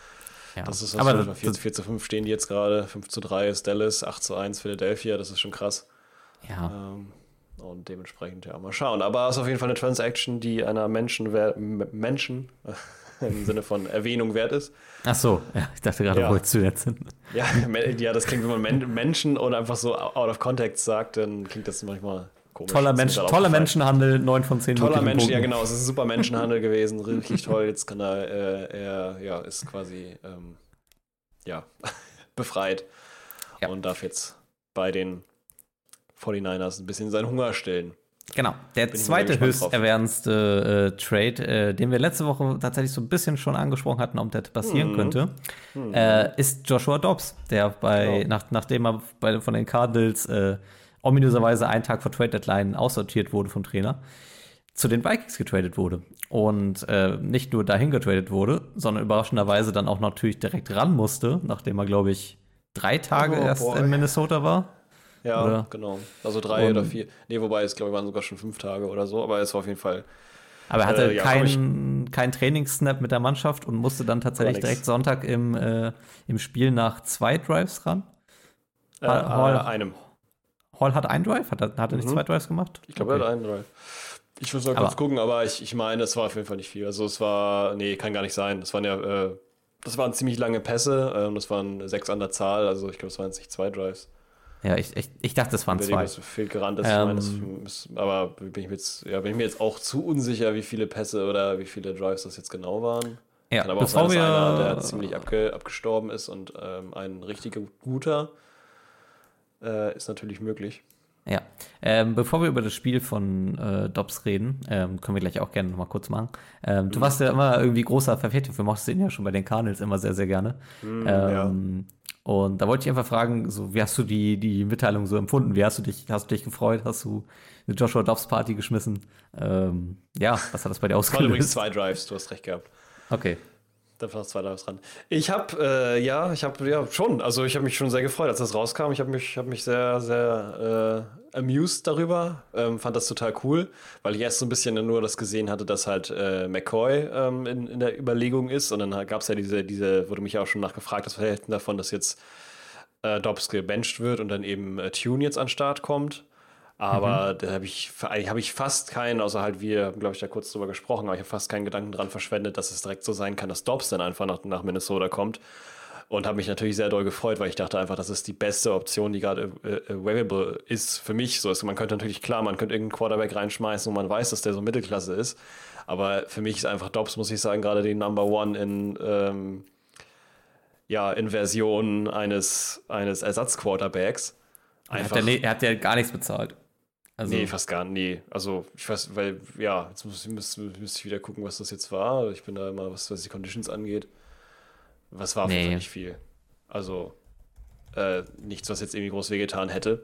Ja. Das ist was aber für vier, vier zu fünf stehen die jetzt gerade, fünf zu drei ist Dallas, acht zu eins Philadelphia, das ist schon krass. Ja. Ähm, und dementsprechend, ja, mal schauen. Aber es ist auf jeden Fall eine Transaction, die einer Menschen, Menschen im Sinne von Erwähnung wert ist. Ach so, ja, ich dachte gerade, Ja. wo jetzt zu jetzt hin. Ja, ja, das klingt, wenn man Men- Menschen oder einfach so out of context sagt, dann klingt das manchmal komisch. Toller, Das ist mir Mensch, gerade toller aufgefallen. Menschenhandel, neun von zehn Toller möglichen Mensch, ja Punkten. genau, es ist ein super Menschenhandel gewesen, richtig toll. Jetzt kann er, äh, er ja, ist quasi, ähm, ja, befreit Ja. und darf jetzt bei den forty-niners ein bisschen seinen Hunger stillen. Genau, der Bin ich mal zweite sehr gespannt drauf. höchsterwähnendste äh, Trade, äh, den wir letzte Woche tatsächlich so ein bisschen schon angesprochen hatten, ob der passieren Mhm. könnte, äh, ist Joshua Dobbs, der bei, Genau. nach, nachdem er bei, von den Cardinals äh, ominöserweise einen Tag vor Trade Deadline aussortiert wurde vom Trainer, zu den Vikings getradet wurde. Und äh, nicht nur dahin getradet wurde, sondern überraschenderweise dann auch natürlich direkt ran musste, nachdem er, glaube ich, drei Tage Oh, erst boy. in Minnesota war. Ja, Oder? genau. Also drei Und- oder vier. Nee, wobei es, glaube ich, waren sogar schon fünf Tage oder so, aber es war auf jeden Fall. Aber er hatte Äh, ja, komm, keinen kein Trainingssnap mit der Mannschaft und musste dann tatsächlich nix. direkt Sonntag im, äh, im Spiel nach zwei Drives ran. Äh, Hall- äh, einem. Hall hat einen Drive, hat er, hat er nicht Mhm. zwei Drives gemacht? Ich glaube, er hat einen Drive. Ich muss mal Aber- kurz gucken, aber ich, ich meine, es war auf jeden Fall nicht viel. Also es war, nee, kann gar nicht sein. Das waren ja, äh, das waren ziemlich lange Pässe äh, und das waren sechs an der Zahl. Also ich glaube, es waren jetzt nicht zwei Drives. Ja, ich, ich, ich dachte, es waren Bei dem, zwei. was viel gerannt ist. Ähm, ich meine, das ist, aber bin ich, mir jetzt, ja, bin ich mir jetzt auch zu unsicher, wie viele Pässe oder wie viele Drives das jetzt genau waren. Ja, Kann aber auch bevor sein, dass einer, der wir, ziemlich abge, abgestorben ist und ähm, ein richtiger guter äh, ist natürlich möglich. ja. Ähm, bevor wir über das Spiel von äh, Dobbs reden, ähm, können wir gleich auch gerne noch mal kurz machen. Ähm, du Mhm. warst ja immer irgendwie großer Verfechter, wir mochten ihn ja schon bei den Cardinals immer sehr, sehr gerne. Mhm, ähm, Und da wollte ich einfach fragen, so, wie hast du die, die Mitteilung so empfunden? Wie hast du dich, hast du dich gefreut? Hast du eine Joshua Dobbs Party geschmissen? Ähm, ja, was hat das bei dir Es waren übrigens ausgelöst? zwei Drives, du hast recht gehabt. Okay. Da war noch zwei Drives dran. Ich habe, äh, ja, ich habe, ja, schon, also ich habe mich schon sehr gefreut, als das rauskam. Ich habe mich, hab mich sehr, sehr äh, amused darüber, ähm, fand das total cool, weil ich erst so ein bisschen nur das gesehen hatte, dass halt äh, McCoy ähm, in, in der Überlegung ist und dann gab es ja diese, diese, wurde mich ja auch schon nachgefragt, das Verhältnis davon, dass jetzt äh, Dobbs gebencht wird und dann eben äh, Tune jetzt an den Start kommt. Aber da habe ich, hab ich fast keinen, außer halt wir haben, glaube ich, da kurz drüber gesprochen, aber ich habe fast keinen Gedanken dran verschwendet, dass es direkt so sein kann, dass Dobbs dann einfach nach, nach Minnesota kommt. Und habe mich natürlich sehr doll gefreut, weil ich dachte einfach, das ist die beste Option, die gerade äh, available ist für mich. So ist, man könnte natürlich, klar, man könnte irgendeinen Quarterback reinschmeißen und man weiß, dass der so Mittelklasse ist. Aber für mich ist einfach Dobbs, muss ich sagen, gerade die Number One in, ähm, ja, in Version eines, eines Ersatzquarterbacks. Er hat, ja, ne- er hat ja gar nichts bezahlt. Also, Nee, fast gar nicht. Nee. Also, ich weiß, weil, ja, jetzt muss, müsste müsste ich wieder gucken, was das jetzt war. Ich bin da immer, was, was die Conditions angeht. Was war auf jeden Nee. Fall nicht viel. Also, äh, nichts, was jetzt irgendwie groß wehgetan hätte.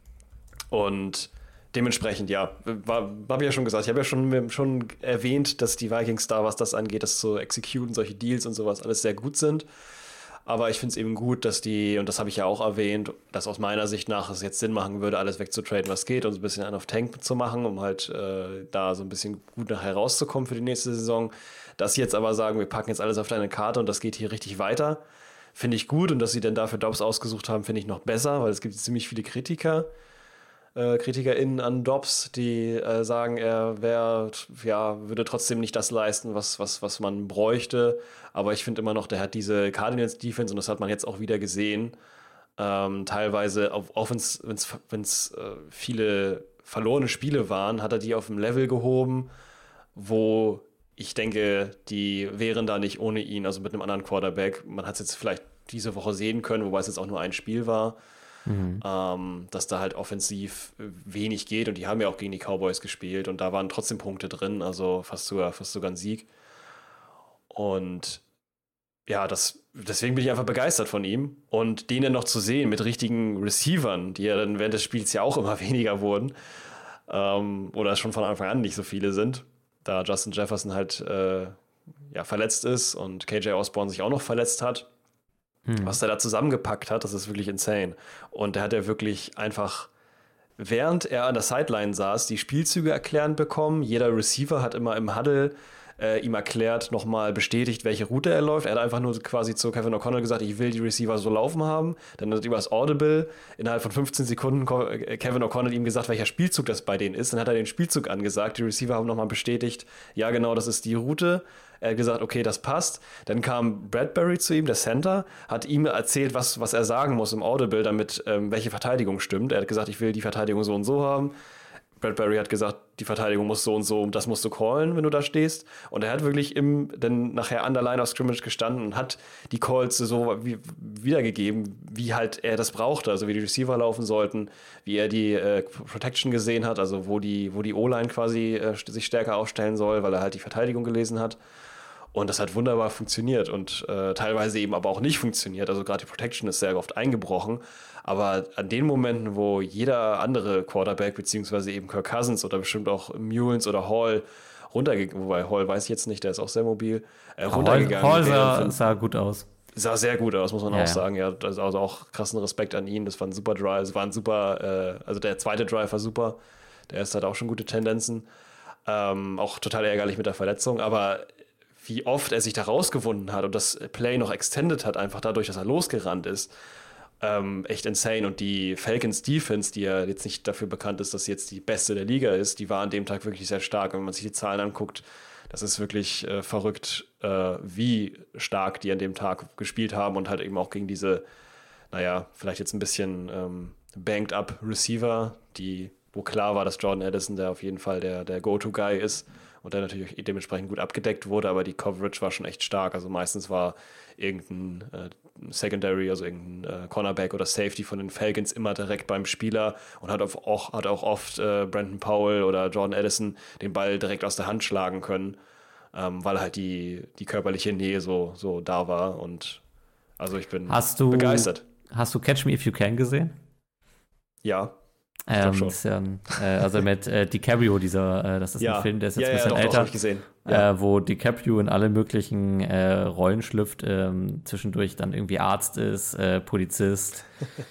Und dementsprechend, ja, habe ich ja schon gesagt, ich habe ja schon, schon erwähnt, dass die Vikings da, was das angeht, das zu executen, solche Deals und sowas, alles sehr gut sind. Aber ich finde es eben gut, dass die, und das habe ich ja auch erwähnt, dass aus meiner Sicht nach es jetzt Sinn machen würde, alles wegzutraden, was geht, und so ein bisschen einen auf Tank zu machen, um halt äh, da so ein bisschen gut nachher rauszukommen für die nächste Saison. Dass sie jetzt aber sagen, wir packen jetzt alles auf deine Karte und das geht hier richtig weiter, finde ich gut. Und dass sie dann dafür Dobbs ausgesucht haben, finde ich noch besser, weil es gibt ziemlich viele Kritiker, äh, KritikerInnen an Dobbs, die äh, sagen, er wär, ja, würde trotzdem nicht das leisten, was, was, was man bräuchte. Aber ich finde immer noch, der hat diese Cardinals-Defense, und das hat man jetzt auch wieder gesehen, ähm, teilweise, auch, auch wenn es äh, viele verlorene Spiele waren, hat er die auf ein Level gehoben, wo ich denke, die wären da nicht ohne ihn, also mit einem anderen Quarterback. Man hat es jetzt vielleicht diese Woche sehen können, wobei es jetzt auch nur ein Spiel war. Mhm. Ähm, dass da halt offensiv wenig geht, und die haben ja auch gegen die Cowboys gespielt und da waren trotzdem Punkte drin, also fast sogar, fast sogar ein Sieg. Und ja, das, deswegen bin ich einfach begeistert von ihm, und den dann noch zu sehen mit richtigen Receivern, die ja dann während des Spiels ja auch immer weniger wurden, ähm, oder schon von Anfang an nicht so viele sind, da Justin Jefferson halt äh, ja, verletzt ist und K J Osborne sich auch noch verletzt hat. Hm. Was der da zusammengepackt hat, das ist wirklich insane. Und der hat ja wirklich einfach, während er an der Sideline saß, die Spielzüge erklärt bekommen. Jeder Receiver hat immer im Huddle äh, ihm erklärt, nochmal bestätigt, welche Route er läuft. Er hat einfach nur quasi zu Kevin O'Connell gesagt, ich will die Receiver so laufen haben. Dann hat über das Audible innerhalb von fünfzehn Sekunden Kevin O'Connell ihm gesagt, welcher Spielzug das bei denen ist. Dann hat er den Spielzug angesagt. Die Receiver haben nochmal bestätigt, ja genau, das ist die Route. Er hat gesagt, okay, das passt. Dann kam Bradbury zu ihm, der Center, hat ihm erzählt, was, was er sagen muss im Audible, damit ähm, welche Verteidigung stimmt. Er hat gesagt, ich will die Verteidigung so und so haben. Bradbury hat gesagt, die Verteidigung muss so und so, das musst du callen, wenn du da stehst. Und er hat wirklich im, dann nachher an der Line of Scrimmage gestanden und hat die Calls so wie, wiedergegeben, wie halt er das brauchte, also wie die Receiver laufen sollten, wie er die äh, Protection gesehen hat, also wo die, wo die O-Line quasi äh, sich stärker aufstellen soll, weil er halt die Verteidigung gelesen hat. Und das hat wunderbar funktioniert und äh, teilweise eben aber auch nicht funktioniert. Also gerade die Protection ist sehr oft eingebrochen. Aber an den Momenten, wo jeder andere Quarterback, beziehungsweise eben Kirk Cousins oder bestimmt auch Mullins oder Hall runtergegangen, wobei Hall weiß ich jetzt nicht, der ist auch sehr mobil, äh, runtergegangen. Hall sah, sah gut aus. Sah sehr gut aus, muss man ja, auch sagen. Ja, also auch krassen Respekt an ihn. Das war ein super Drive. Es war ein super, äh, also der zweite Drive war super. Der erste hat auch schon gute Tendenzen. Ähm, auch total ärgerlich mit der Verletzung, aber wie oft er sich da rausgewunden hat und das Play noch extended hat, einfach dadurch, dass er losgerannt ist. Ähm, echt insane. Und die Falcons Defense, die ja jetzt nicht dafür bekannt ist, dass sie jetzt die beste der Liga ist, die war an dem Tag wirklich sehr stark. Und wenn man sich die Zahlen anguckt, das ist wirklich äh, verrückt, äh, wie stark die an dem Tag gespielt haben und halt eben auch gegen diese, naja, vielleicht jetzt ein bisschen ähm, banked up Receiver, die, wo klar war, dass Jordan Addison der auf jeden Fall der, der Go-To-Guy ist. Und der natürlich dementsprechend gut abgedeckt wurde, aber die Coverage war schon echt stark. Also meistens war irgendein äh, Secondary, also irgendein äh, Cornerback oder Safety von den Falcons immer direkt beim Spieler und hat auf, auch, hat auch oft äh, Brandon Powell oder Jordan Addison den Ball direkt aus der Hand schlagen können, ähm, weil halt die, die körperliche Nähe so, so da war. Und also ich bin hast du, begeistert. Hast du Catch Me If You Can gesehen? Ja. Ähm, ist ja, äh, also mit äh, DiCaprio, dieser, äh, das ist ja. ein Film, der ist jetzt ja, ein bisschen ja, doch, älter, doch, hab ich gesehen. Ja. Äh, wo DiCaprio in alle möglichen äh, Rollen schlüpft, ähm, zwischendurch dann irgendwie Arzt ist, äh, Polizist,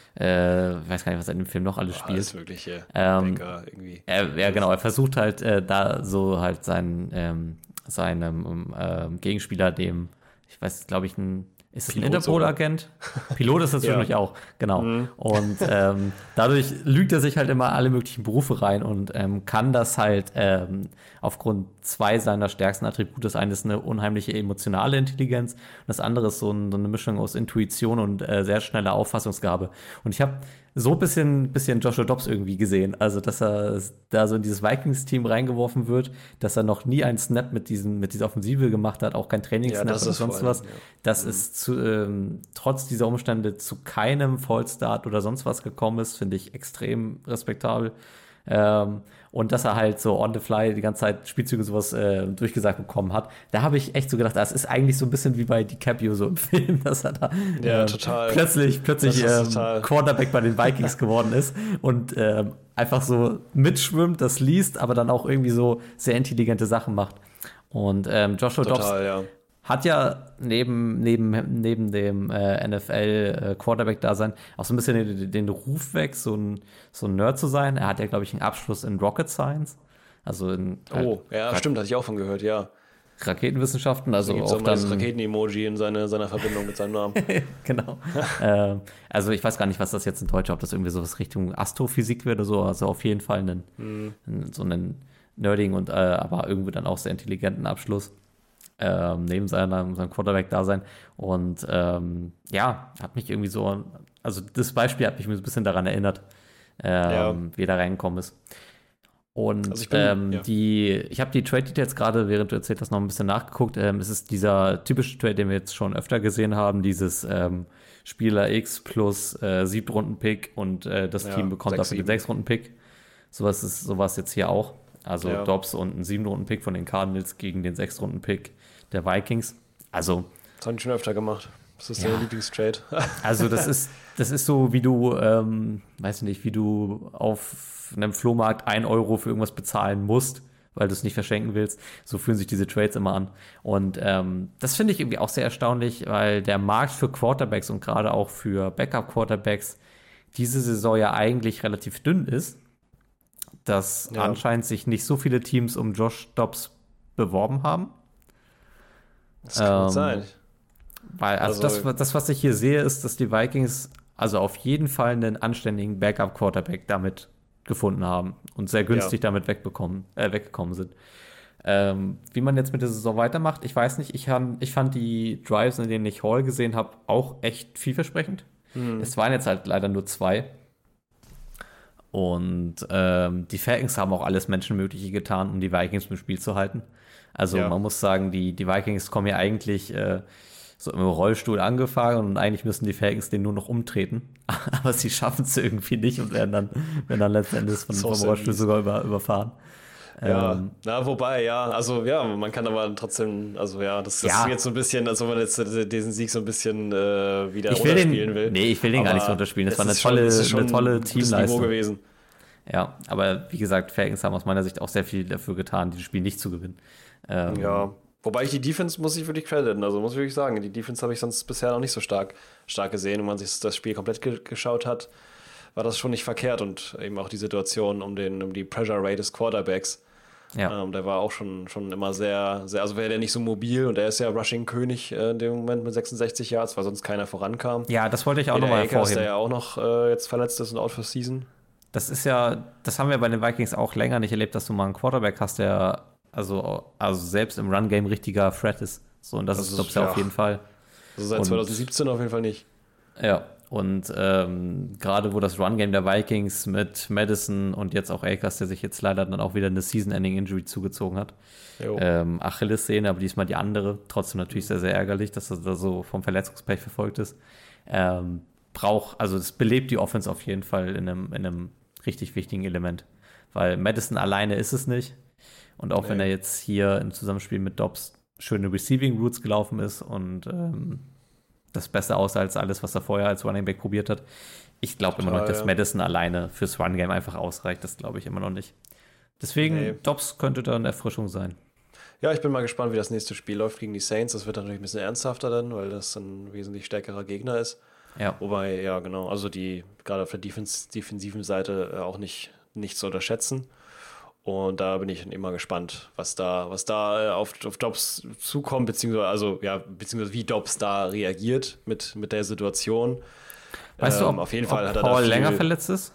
äh, ich weiß gar nicht, was er in dem Film noch alles Boah, spielt. Alles Mögliche, ähm, Banker irgendwie. Er, ja, genau, er versucht halt äh, da so halt seinen, ähm, seinem ähm, Gegenspieler, dem, ich weiß, glaube ich, ein Ist es ein Interpol-Agent? Pilot ist das natürlich ja. auch, genau. Mhm. Und ähm, dadurch lügt er sich halt immer alle möglichen Berufe rein und ähm, kann das halt ähm, aufgrund zwei seiner stärksten Attribute. Das eine ist eine unheimliche emotionale Intelligenz und das andere ist so, ein, so eine Mischung aus Intuition und äh, sehr schneller Auffassungsgabe. Und ich habe so ein bisschen, bisschen Joshua Dobbs irgendwie gesehen. Also, dass er da so in dieses Vikings-Team reingeworfen wird, dass er noch nie einen Snap mit, diesen, mit dieser Offensive gemacht hat, auch kein Trainingssnap ja, oder sonst was. Ja. Das mhm. ist zu, ähm, trotz dieser Umstände zu keinem Fallstart oder sonst was gekommen ist, finde ich extrem respektabel. Ähm, und dass er halt so on the fly die ganze Zeit Spielzüge sowas äh, durchgesagt bekommen hat, da habe ich echt so gedacht, das ist eigentlich so ein bisschen wie bei DiCaprio so im Film, dass er da ja, ähm, total. plötzlich, plötzlich ähm, total. Quarterback bei den Vikings geworden ist und ähm, einfach so mitschwimmt, das liest, aber dann auch irgendwie so sehr intelligente Sachen macht. Und ähm, Joshua Dobbs ja. hat ja neben, neben, neben dem äh, N F L-Quarterback-Dasein auch so ein bisschen den, den Ruf weg, so ein, so ein Nerd zu sein. Er hat ja, glaube ich, einen Abschluss in Rocket Science. Also in Oh, ja, Ra- stimmt, hatte ich auch von gehört, ja. Raketenwissenschaften, also da auch auch dann das Raketen-Emoji in seine, seiner Verbindung mit seinem Namen. Genau. äh, also ich weiß gar nicht, was das jetzt in Deutsch, ob das irgendwie sowas Richtung Astrophysik wird oder so. Also auf jeden Fall einen, hm. einen, so einen nerdigen und äh, aber irgendwie dann auch sehr intelligenten Abschluss. Ähm, neben seiner, seinem Quarterback-Dasein. Und ähm, ja, hat mich irgendwie so, also das Beispiel hat mich ein bisschen daran erinnert, ähm, ja. wie er da reingekommen ist. Und also ich, bin, ähm, ja. die, ich habe die Trade-Details gerade, während du erzählt hast, noch ein bisschen nachgeguckt. Ähm, es ist dieser typische Trade, den wir jetzt schon öfter gesehen haben, dieses ähm, Spieler X plus äh, Siebtrunden-Pick und äh, das ja, Team bekommt dafür den Sechstrunden-Pick. Sowas ist sowas jetzt hier auch. Also ja. Dobbs und ein Sieben-Runden-Pick von den Cardinals gegen den Sechs-Runden-Pick der Vikings. Also das haben die schon öfter gemacht. Das ist ja. der Lieblingstrade. Also das ist, das ist so, wie du, ähm, weiß nicht, wie du auf einem Flohmarkt ein Euro für irgendwas bezahlen musst, weil du es nicht verschenken willst. So fühlen sich diese Trades immer an. Und ähm, das finde ich irgendwie auch sehr erstaunlich, weil der Markt für Quarterbacks und gerade auch für Backup-Quarterbacks diese Saison ja eigentlich relativ dünn ist, dass ja. anscheinend sich nicht so viele Teams um Josh Dobbs beworben haben. Das kann ähm, sein. Weil, also, Also- das, das, was ich hier sehe, ist, dass die Vikings also auf jeden Fall einen anständigen Backup-Quarterback damit gefunden haben und sehr günstig Ja. damit wegbekommen, äh, weggekommen sind. Ähm, wie man jetzt mit der Saison weitermacht, ich weiß nicht. Ich, han, ich fand die Drives, in denen ich Hall gesehen habe, auch echt vielversprechend. Es waren jetzt halt leider nur zwei. Und ähm, die Falcons haben auch alles Menschenmögliche getan, um die Vikings im Spiel zu halten. Also Ja. man muss sagen, die, die Vikings kommen ja eigentlich äh, so im Rollstuhl angefahren und eigentlich müssen die Falcons den nur noch umtreten. Aber sie schaffen es irgendwie nicht und werden dann, werden dann letzten Endes von, So vom sehr Rollstuhl mies. sogar über, überfahren. Ja, Ähm, na, wobei, ja, also ja, man kann aber trotzdem, also ja, das, das Ja. ist jetzt so ein bisschen, als ob man jetzt äh, diesen Sieg so ein bisschen äh, wieder Ich will den- runterspielen will. nee, ich will den gar nicht so Aber runterspielen. Das es war eine ist schon- tolle- es ist schon eine tolle ein gutes Teamleistung. Niveau gewesen. ja, aber wie gesagt, Falcons haben aus meiner Sicht auch sehr viel dafür getan, dieses Spiel nicht zu gewinnen. Ähm, Ja, wobei ich die Defense muss ich wirklich crediten, also muss ich wirklich sagen, die Defense habe ich sonst bisher noch nicht so stark, stark gesehen. Und wenn man sich das Spiel komplett ge geschaut hat, war das schon nicht verkehrt und eben auch die Situation um, den, um die Pressure Rate des Quarterbacks. ja. Ähm, der war auch schon, schon immer sehr, sehr, also wäre der nicht so mobil und er ist ja Rushing-König äh, in dem Moment mit sechsundsechzig Yards, weil sonst keiner vorankam. ja, das wollte ich auch Jeder nochmal Akers, hervorheben. der ja auch noch äh, jetzt verletzt ist und out for season. Das ist ja, das haben wir bei den Vikings auch länger nicht erlebt, dass du mal einen Quarterback hast, der also, also selbst im Run-Game richtiger Threat ist. So, und das, Das ist, ist- glaube ich, ja ja. auf jeden Fall. Also seit Und- zwanzig siebzehn auf jeden Fall nicht. Ja, und ähm, gerade wo das Run-Game der Vikings mit Madison und jetzt auch Akers, der sich jetzt leider dann auch wieder eine Season-Ending-Injury zugezogen hat, Jo. ähm, Achillessehne, aber diesmal die andere, trotzdem natürlich sehr, sehr ärgerlich, dass das da so vom Verletzungspech verfolgt ist. Ähm, braucht, also es belebt die Offense auf jeden Fall in einem, in einem richtig wichtigen Element, weil Madison alleine ist es nicht und auch Nee. wenn er jetzt hier im Zusammenspiel mit Dobbs schöne Receiving Routes gelaufen ist und ähm, das besser aus als alles, was er vorher als Running Back probiert hat. Ich glaube immer noch, Total, dass ja. Madison alleine fürs Run Game einfach ausreicht. Das glaube ich immer noch nicht. Deswegen, Nee. Dobbs könnte da eine Erfrischung sein. Ja, ich bin mal gespannt, wie das nächste Spiel läuft gegen die Saints. Das wird natürlich ein bisschen ernsthafter dann, weil das ein wesentlich stärkerer Gegner ist. Ja, Wobei, ja, genau, also die gerade auf der Defens defensiven Seite äh, auch nicht, nicht zu unterschätzen. Und da bin ich immer gespannt, was da, was da äh, auf, auf Dobbs zukommt, beziehungsweise, also, ja, beziehungsweise wie Dobbs da reagiert mit, mit der Situation. weißt du, Ähm, ob, auf jeden Fall ob hat er Paul da viel, länger verletzt ist?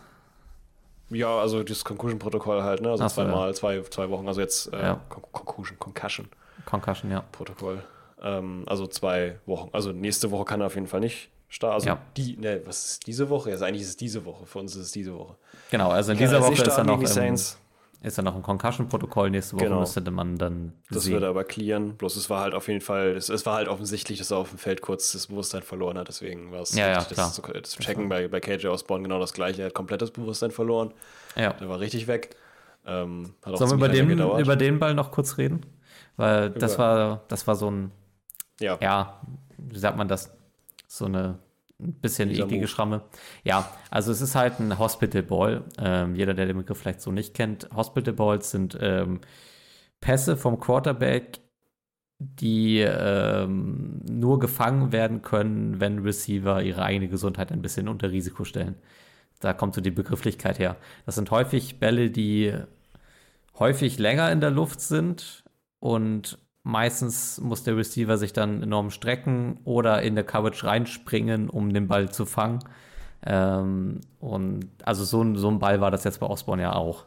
Ja, also das Concussion-Protokoll halt, ne? Also Ach so, zweimal, zwei, zwei Wochen, also jetzt äh, Ja. Con Concussion, Concussion. Concussion, ja. Protokoll. Ähm, also zwei Wochen. Also nächste Woche kann er auf jeden Fall nicht starten. Also Ja. die, ne, was ist diese Woche? Ja, also eigentlich ist es diese Woche. Für uns ist es diese Woche. Genau, also in Kann dieser er Woche nicht ist er starten noch gegen die im, Saints. ist er noch im Concussion-Protokoll. Nächste Woche Genau. müsste man dann Das sehen. würde aber clearen. Bloß es war halt auf jeden Fall, es, es war halt offensichtlich, dass er auf dem Feld kurz das Bewusstsein verloren hat. Deswegen war es Ja, ja, das, klar. zu, das Checken bei, bei K J Osborne genau das gleiche. Er hat komplettes Bewusstsein verloren. Ja. Der war richtig weg. Ähm, hat auch Sollen wir ziemlich über lange den, gedauert. über den Ball noch kurz reden? Weil das Über- war, das war so ein, ja. ja, wie sagt man das? So eine ein bisschen Dieser eklige Move. Schramme. Ja, also es ist halt ein Hospital Ball. Ähm, jeder, der den Begriff vielleicht so nicht kennt, Hospital Balls sind ähm, Pässe vom Quarterback, die ähm, nur gefangen werden können, wenn Receiver ihre eigene Gesundheit ein bisschen unter Risiko stellen. Da kommt so die Begrifflichkeit her. Das sind häufig Bälle, die häufig länger in der Luft sind und meistens muss der Receiver sich dann enorm strecken oder in der Coverage reinspringen, um den Ball zu fangen. Ähm, und also so ein, so ein Ball war das jetzt bei Osborne ja auch.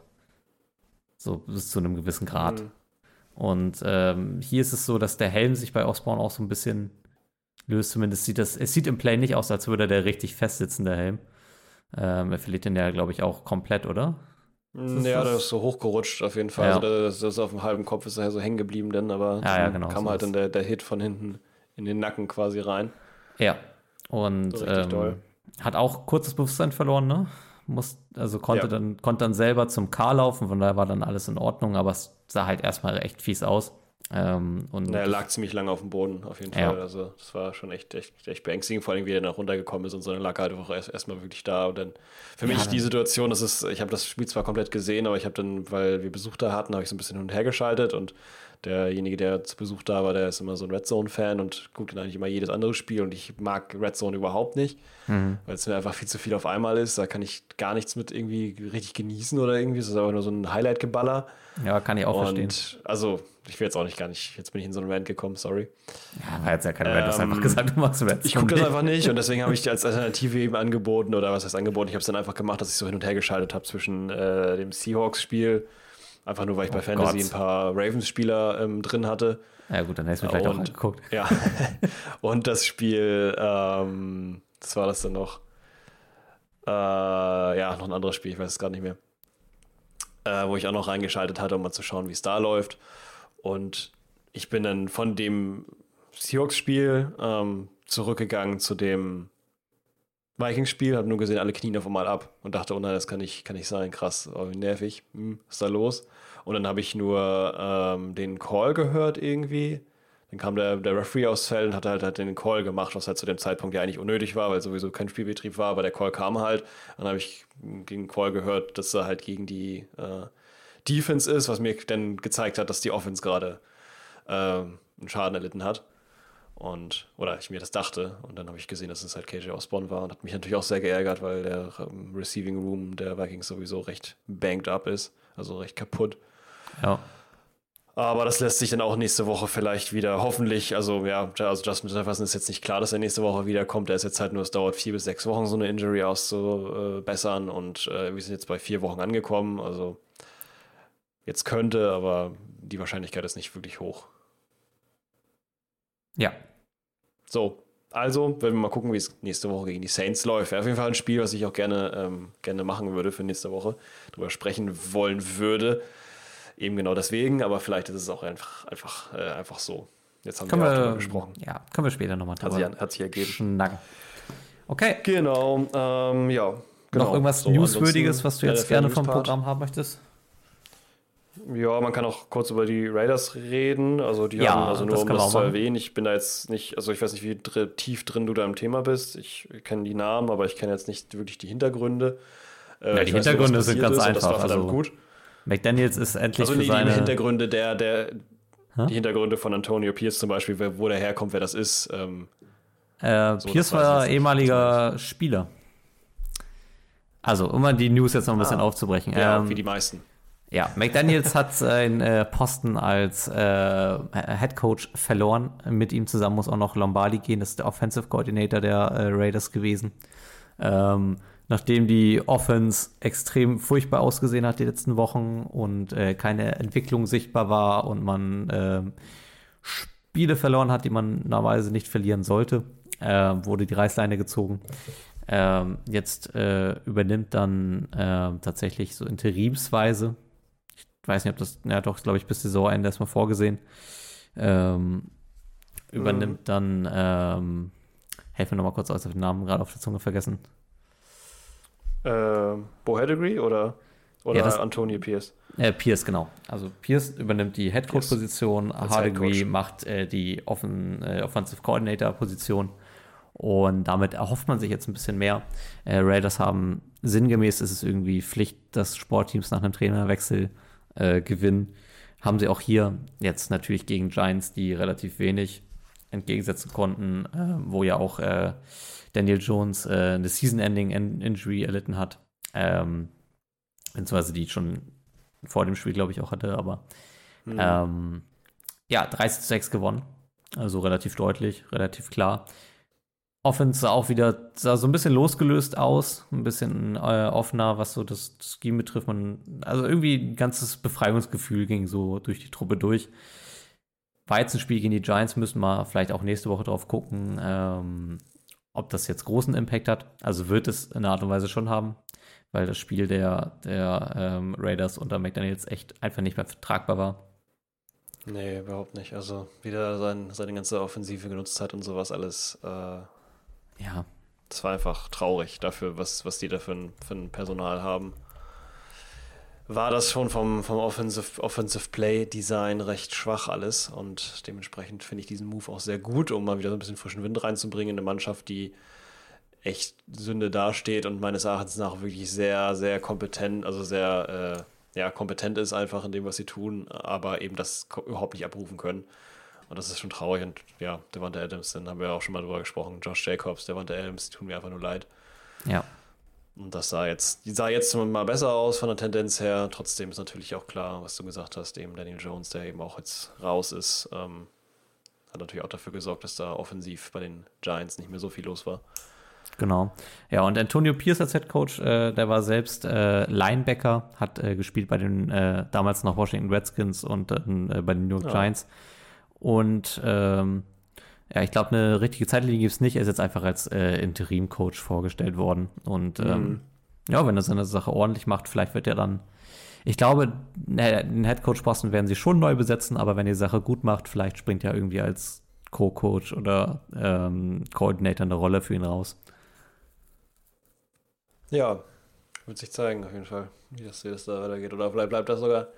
So bis zu einem gewissen Grad. Mhm. Und ähm, hier ist es so, dass der Helm sich bei Osborne auch so ein bisschen löst. Zumindest sieht das, es sieht im Play nicht aus, als würde der richtig festsitzen, der Helm. Ähm, er verliert den ja, glaube ich, auch komplett, oder? Mm, Ja, das- das ist so hochgerutscht auf jeden Fall. Ja. Also das, das ist auf dem halben Kopf ist er so hängen geblieben dann, aber Ja, ja, dann genau, kam so halt ist- dann der, der Hit von hinten in den Nacken quasi rein. Ja. Und So richtig doll. ähm, hat auch kurzes Bewusstsein verloren, ne? Muss, also konnte, Ja. dann, konnte dann selber zum K laufen, von daher war dann alles in Ordnung, aber es sah halt erstmal echt fies aus. Ähm, und Na, er lag ziemlich lange auf dem Boden, auf jeden Ja. Fall. Also das war schon echt, echt, echt beängstigend, vor allem wie er dann runtergekommen ist und so, dann lag er halt auch erst erstmal wirklich da. Und dann für Ja, mich dann- die Situation, das ist, ich habe das Spiel zwar komplett gesehen, aber ich habe dann, weil wir Besuch da hatten, habe ich so ein bisschen hin und her geschaltet und derjenige, der zu Besuch da war, der ist immer so ein Red Zone-Fan und guckt dann eigentlich immer jedes andere Spiel und ich mag Red Zone überhaupt nicht, Mhm. weil es mir einfach viel zu viel auf einmal ist. Da kann ich gar nichts mit irgendwie richtig genießen oder irgendwie. Es ist einfach nur so ein Highlight-Geballer. Ja, kann ich auch Und verstehen. also ich will jetzt auch nicht gar nicht, jetzt bin ich in so einen Rant gekommen, sorry. Ja, war jetzt ja kein Rant, du hast Ähm, einfach gesagt, du machst Rants. Ich gucke das einfach nicht und deswegen habe ich die als Alternative eben angeboten, oder was heißt angeboten, ich habe es dann einfach gemacht, dass ich so hin und her geschaltet habe zwischen äh, dem Seahawks-Spiel, einfach nur, weil ich bei Oh Fantasy Gott. ein paar Ravens-Spieler ähm, drin hatte. Ja gut, dann hättest du mir vielleicht auch Und- angeguckt. Ja, und das Spiel, ähm, was war das denn noch? Äh, ja, noch ein anderes Spiel, ich weiß es gerade nicht mehr. Äh, wo ich auch noch reingeschaltet hatte, um mal zu schauen, wie es da läuft. Und ich bin dann von dem Seahawks-Spiel ähm, zurückgegangen zu dem Vikings-Spiel, habe nur gesehen, alle knien auf einmal ab und dachte, oh nein, das kann nicht, kann nicht sein, krass, oh, wie nervig, hm, was ist da los? Und dann habe ich nur ähm, den Call gehört irgendwie. Dann kam der, der Referee aufs Feld und hat halt, halt den Call gemacht, was halt zu dem Zeitpunkt ja eigentlich unnötig war, weil sowieso kein Spielbetrieb war, aber der Call kam halt. Dann habe ich den Call gehört, dass er halt gegen die äh, Defense ist, was mir dann gezeigt hat, dass die Offense gerade äh, einen Schaden erlitten hat. Und, oder ich mir das dachte. Und dann habe ich gesehen, dass es halt K J Osborne war und hat mich natürlich auch sehr geärgert, weil der ähm, Receiving Room der Vikings sowieso recht banked up ist, also recht kaputt. Ja. Aber das lässt sich dann auch nächste Woche vielleicht wieder, hoffentlich, also ja, also Justin Jefferson ist jetzt nicht klar, dass er nächste Woche wiederkommt. Der ist jetzt halt nur, es dauert vier bis sechs Wochen, so eine Injury auszubessern. Und äh, wir sind jetzt bei vier Wochen angekommen. Also jetzt könnte, aber die Wahrscheinlichkeit ist nicht wirklich hoch. Ja. So, also werden wir mal gucken, wie es nächste Woche gegen die Saints läuft. Wäre auf jeden Fall ein Spiel, was ich auch gerne, ähm, gerne machen würde für nächste Woche, darüber sprechen wollen würde. Eben genau deswegen, aber vielleicht ist es auch einfach, einfach, äh, einfach so. Jetzt haben Können wir auch wir, drüber gesprochen. ja, können wir später nochmal Hat sich, hat sich ergeben. schnacken. Okay. Genau, ähm, ja. Genau. Noch irgendwas So, Newswürdiges, ansonsten was du jetzt N F L gerne vom Newspart. Programm haben möchtest? Ja, man kann auch kurz über die Raiders reden. Also die Ja, haben, also nur das um können wir das auch zu machen. erwähnen, ich bin da jetzt nicht, also ich weiß nicht, wie dr- tief drin du da im Thema bist. Ich kenne die Namen, aber ich kenne jetzt nicht wirklich die Hintergründe. Äh, Ja, ich die weiß nur, was Hintergründe sind passiert ganz ist und das war einfach, verdammt also- gut. McDaniels ist endlich Also für nee, die seine... Hintergründe der, der Hä? die Hintergründe von Antonio Pierce zum Beispiel, wer, wo der herkommt, wer das ist. Ähm, Äh, So, Pierce das weiß ich war jetzt nicht. ehemaliger Spieler. Also, um mal die News jetzt noch ein bisschen Ah. aufzubrechen. ja, ähm, wie die meisten. Ja, McDaniels hat seinen äh, Posten als äh, Head Coach verloren. Mit ihm zusammen muss auch noch Lombardi gehen. Das ist der Offensive Coordinator der äh, Raiders gewesen. Ähm, nachdem die Offense extrem furchtbar ausgesehen hat die letzten Wochen und äh, keine Entwicklung sichtbar war und man äh, Spiele verloren hat, die man normalerweise nicht verlieren sollte, äh, wurde die Reißleine gezogen. Ähm, jetzt äh, übernimmt dann äh, tatsächlich so interimsweise, ich weiß nicht, ob das, ja doch, glaube ich, bis Saisonende erstmal vorgesehen, ähm, übernimmt dann, ähm, helf mir nochmal kurz aus, ich habe den Namen gerade auf der Zunge vergessen. Ähm, Bo Hedigree oder, oder Ja, das- Antonio Pierce? Äh, Pierce, genau. Also Pierce übernimmt die Head Coach Position, als Hardegree Head Coach. macht äh, die Offen, äh, Offensive Coordinator Position und damit erhofft man sich jetzt ein bisschen mehr. Äh, Raiders haben sinngemäß ist es irgendwie Pflicht, dass Sportteams nach einem Trainerwechsel äh, gewinnen. Haben sie auch hier jetzt natürlich gegen Giants, die relativ wenig entgegensetzen konnten, äh, wo ja auch äh, Daniel Jones äh, eine Season-Ending-Injury erlitten hat. Ähm, beziehungsweise die schon vor dem Spiel, glaube ich, auch hatte, aber Mhm. ähm, ja, dreißig zu sechs gewonnen. Also relativ deutlich, relativ klar. Offense sah auch wieder, sah so ein bisschen losgelöst aus, ein bisschen äh, offener, was so das, das Scheme betrifft. Man, also irgendwie ein ganzes Befreiungsgefühl ging so durch die Truppe durch. War jetzt ein Spiel gegen die Giants, müssen wir vielleicht auch nächste Woche drauf gucken, ähm, ob das jetzt großen Impact hat. Also wird es in einer Art und Weise schon haben, weil das Spiel der, der ähm, Raiders unter McDaniels echt einfach nicht mehr vertragbar war. Nee, überhaupt nicht. Also wieder sein, seine ganze Offensive genutzt hat und sowas alles. Äh, Ja, das war einfach traurig dafür, was, was die da für ein, für ein Personal haben. War das schon vom, vom Offensive, Offensive Play Design recht schwach alles und dementsprechend finde ich diesen Move auch sehr gut, um mal wieder so ein bisschen frischen Wind reinzubringen in eine Mannschaft, die echt Sünde dasteht und meines Erachtens nach wirklich sehr, sehr kompetent, also sehr äh, ja, kompetent ist einfach in dem, was sie tun, aber eben das ko- überhaupt nicht abrufen können. Und das ist schon traurig. Und ja, Devonta Adams, dann haben wir auch schon mal drüber gesprochen. Josh Jacobs, Devonta Adams, die tun mir einfach nur leid. ja. Und das sah jetzt, die sah jetzt mal besser aus von der Tendenz her. Trotzdem ist natürlich auch klar, was du gesagt hast, eben Daniel Jones, der eben auch jetzt raus ist, ähm, hat natürlich auch dafür gesorgt, dass da offensiv bei den Giants nicht mehr so viel los war. Genau. Ja, und Antonio Pierce als Head Coach, äh, der war selbst äh, Linebacker, hat äh, gespielt bei den äh, damals noch Washington Redskins und äh, bei den New York Ja. Giants. Und ähm, ja, ich glaube, eine richtige Zeitlinie gibt es nicht. Er ist jetzt einfach als äh, Interim-Coach vorgestellt worden. Und ähm, Mhm. ja, wenn er seine Sache ordentlich macht, vielleicht wird er dann. Ich glaube, den Head-Coach-Posten werden sie schon neu besetzen, aber wenn er die Sache gut macht, vielleicht springt ja irgendwie als Co-Coach oder ähm, Coordinator eine Rolle für ihn raus. Ja, wird sich zeigen auf jeden Fall, wie das, wie das da weitergeht. Oder vielleicht bleibt das sogar.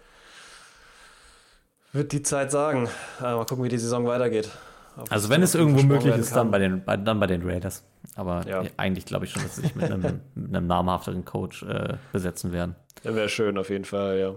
Wird die Zeit sagen. Äh, mal gucken, wie die Saison weitergeht. Ob Also es wenn noch es viel irgendwo versprochen möglich werden ist, dann kann. bei den, bei, dann bei den Raiders. Aber Ja. eigentlich glaube ich schon, dass sie sich mit einem, mit einem namhafteren Coach äh, besetzen werden. Ja, wäre schön auf jeden Fall, ja.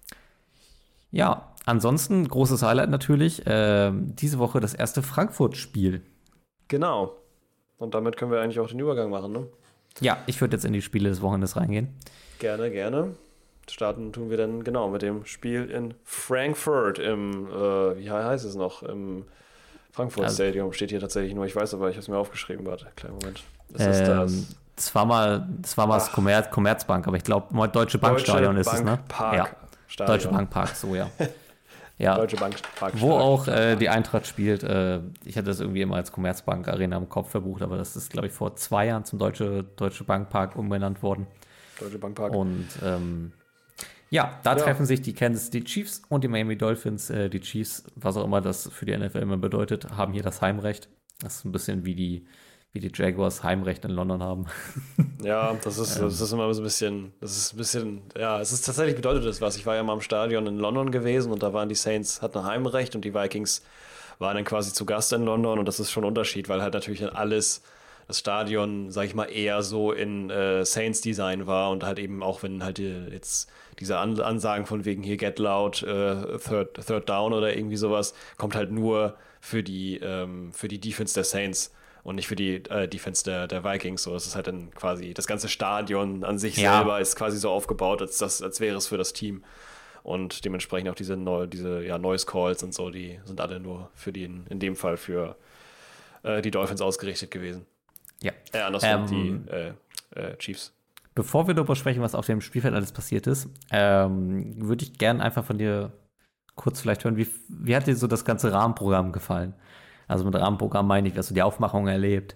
Ja, ansonsten großes Highlight natürlich. ähm, diese Woche das erste Frankfurt-Spiel. Genau. Und damit können wir eigentlich auch den Übergang machen, ne? Ja, ich würde jetzt in die Spiele des Wochenendes reingehen. Gerne, gerne. Starten tun wir dann genau mit dem Spiel in Frankfurt im, äh, wie heißt es noch, im Frankfurt Also- Stadium. Steht hier tatsächlich nur, ich weiß aber, ich habe es mir aufgeschrieben. Warte, kleinen Moment. Das ist das Ähm, das war mal, das war mal das Ach. Commerz, Commerzbank, aber ich glaube, Deutsche Bankstadion ist es, ne? Park Ja, Stadion. Deutsche Bank Park, so ja. Ja, Deutsche Bank Park wo auch äh, die Eintracht spielt. Äh, ich hatte das irgendwie immer als Commerzbank Arena im Kopf verbucht, aber das ist, glaube ich, vor zwei Jahren zum Deutsche, Deutsche Bank Park umbenannt worden. Deutsche Bank Park. Und ähm, ja, da Ja. treffen sich die Kansas City Chiefs und die Miami Dolphins. Äh, die Chiefs, was auch immer das für die N F L immer bedeutet, haben hier das Heimrecht. Das ist ein bisschen wie die, wie die Jaguars Heimrecht in London haben. Ja, das ist, das ist immer so ein bisschen, das ist ein bisschen, ja, es ist tatsächlich bedeutet das was. Ich war ja mal im Stadion in London gewesen und da waren die Saints, hatten ein Heimrecht und die Vikings waren dann quasi zu Gast in London und das ist schon ein Unterschied, weil halt natürlich dann alles, das Stadion, sag ich mal, eher so in äh, Saints-Design war und halt eben auch, wenn halt die, jetzt diese An Ansagen von wegen hier Get Loud, äh, third, third Down oder irgendwie sowas, kommt halt nur für die, ähm, für die Defense der Saints. Und nicht für die äh, Defense der, der Vikings. So, das ist halt dann quasi, das ganze Stadion an sich Ja. selber ist quasi so aufgebaut, als, das, als wäre es für das Team. Und dementsprechend auch diese, Neu diese ja, Noise Calls und so, die sind alle nur für die, in dem Fall für äh, die Dolphins ausgerichtet gewesen. Ja. Äh, andersrum, Ähm, die äh, äh, Chiefs. Bevor wir darüber sprechen, was auf dem Spielfeld alles passiert ist, ähm, würde ich gerne einfach von dir kurz vielleicht hören, wie, wie hat dir so das ganze Rahmenprogramm gefallen? Also mit Rahmenprogramm meine ich, dass du die Aufmachung erlebt,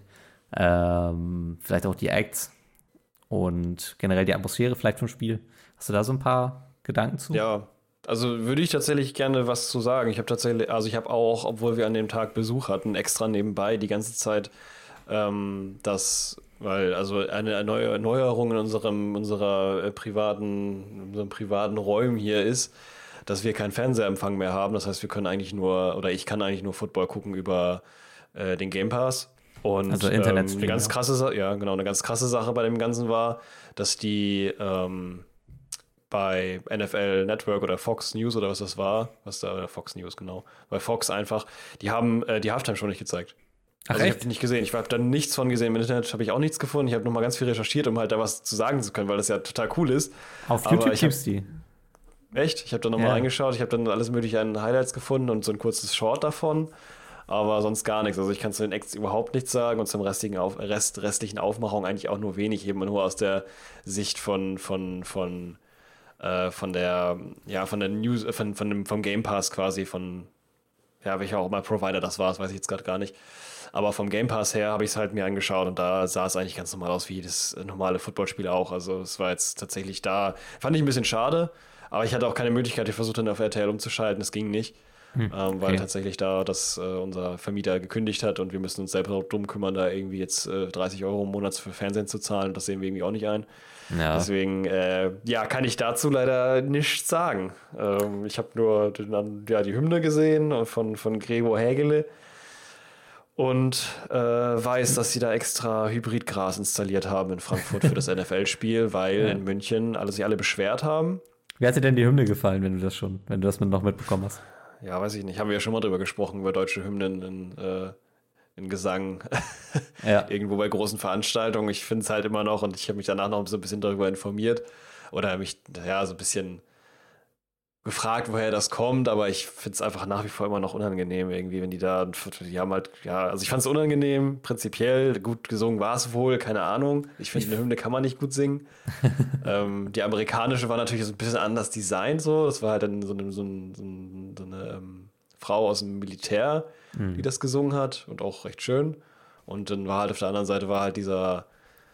ähm, vielleicht auch die Acts und generell die Atmosphäre vielleicht vom Spiel. Hast du da so ein paar Gedanken zu? Ja, also würde ich tatsächlich gerne was zu sagen. Ich habe tatsächlich, also ich habe auch, obwohl wir an dem Tag Besuch hatten, extra nebenbei die ganze Zeit ähm, das, weil also eine neue Erneuerung in unserem unserer äh, privaten, in unserem privaten Räumen hier ist, dass wir keinen Fernsehempfang mehr haben. Das heißt, wir können eigentlich nur, oder ich kann eigentlich nur Football gucken über äh, den Game Pass. Und Also ähm, Internetstream, eine ganz ja. krasse Sache, ja genau, eine ganz krasse Sache bei dem Ganzen war, dass die ähm, bei N F L Network oder Fox News oder was das war, was da, oder Fox News, genau, bei Fox einfach, die haben äh, die Halftime schon nicht gezeigt. Ach, Also ich echt? habe die nicht gesehen. Ich habe da nichts von gesehen. Im Internet habe ich auch nichts gefunden. Ich habe nochmal ganz viel recherchiert, um halt da was zu sagen zu können, weil das ja total cool ist. Auf Aber YouTube ich hab- gibt's die. Echt? Ich habe da nochmal Ja. reingeschaut. Ich habe dann alles mögliche an Highlights gefunden und so ein kurzes Short davon. Aber sonst gar nichts. Also ich kann zu den Acts überhaupt nichts sagen und zum restlichen Auf Rest, restlichen Aufmachung eigentlich auch nur wenig, eben nur aus der Sicht von, von, von, äh, von der, ja, von der News, äh, von, von dem, vom Game Pass quasi, von, ja, welcher auch immer Provider das war, das weiß ich jetzt gerade gar nicht. Aber vom Game Pass her habe ich es halt mir angeschaut und da sah es eigentlich ganz normal aus wie das normale Footballspiel auch. Also es war jetzt tatsächlich da, fand ich ein bisschen schade, aber ich hatte auch keine Möglichkeit, ich versuchte dann auf R T L umzuschalten, das ging nicht. Hm, ähm, weil okay. tatsächlich da das äh, unser Vermieter gekündigt hat und wir müssen uns selber drum kümmern, da irgendwie jetzt äh, dreißig Euro im Monat für Fernsehen zu zahlen. Das sehen wir irgendwie auch nicht ein. Ja. Deswegen, äh, ja, kann ich dazu leider nichts sagen. Ähm, ich habe nur den, ja, die Hymne gesehen von, von Gregor Hägele und äh, weiß, dass sie da extra Hybridgras installiert haben in Frankfurt für das N F L-Spiel, weil Ja. in München alle sich alle beschwert haben. Wie hat dir denn die Hymne gefallen, wenn du das schon, wenn du das mit noch mitbekommen hast? Ja, weiß ich nicht. Haben wir ja schon mal drüber gesprochen, über deutsche Hymnen in, äh, in Gesang Ja. irgendwo bei großen Veranstaltungen. Ich finde es halt immer noch, und ich habe mich danach noch so ein bisschen darüber informiert oder mich, ja, so ein bisschen gefragt, woher das kommt, aber ich finde es einfach nach wie vor immer noch unangenehm irgendwie, wenn die da, die haben halt, ja, also ich fand es unangenehm, prinzipiell, gut gesungen war es wohl, keine Ahnung. Ich finde, eine Hymne kann man nicht gut singen. ähm, die amerikanische war natürlich so ein bisschen anders designt, so, das war halt dann so eine, so ein, so ein, so eine ähm, Frau aus dem Militär, Mhm. die das gesungen hat und auch recht schön. Und dann war halt auf der anderen Seite war halt dieser,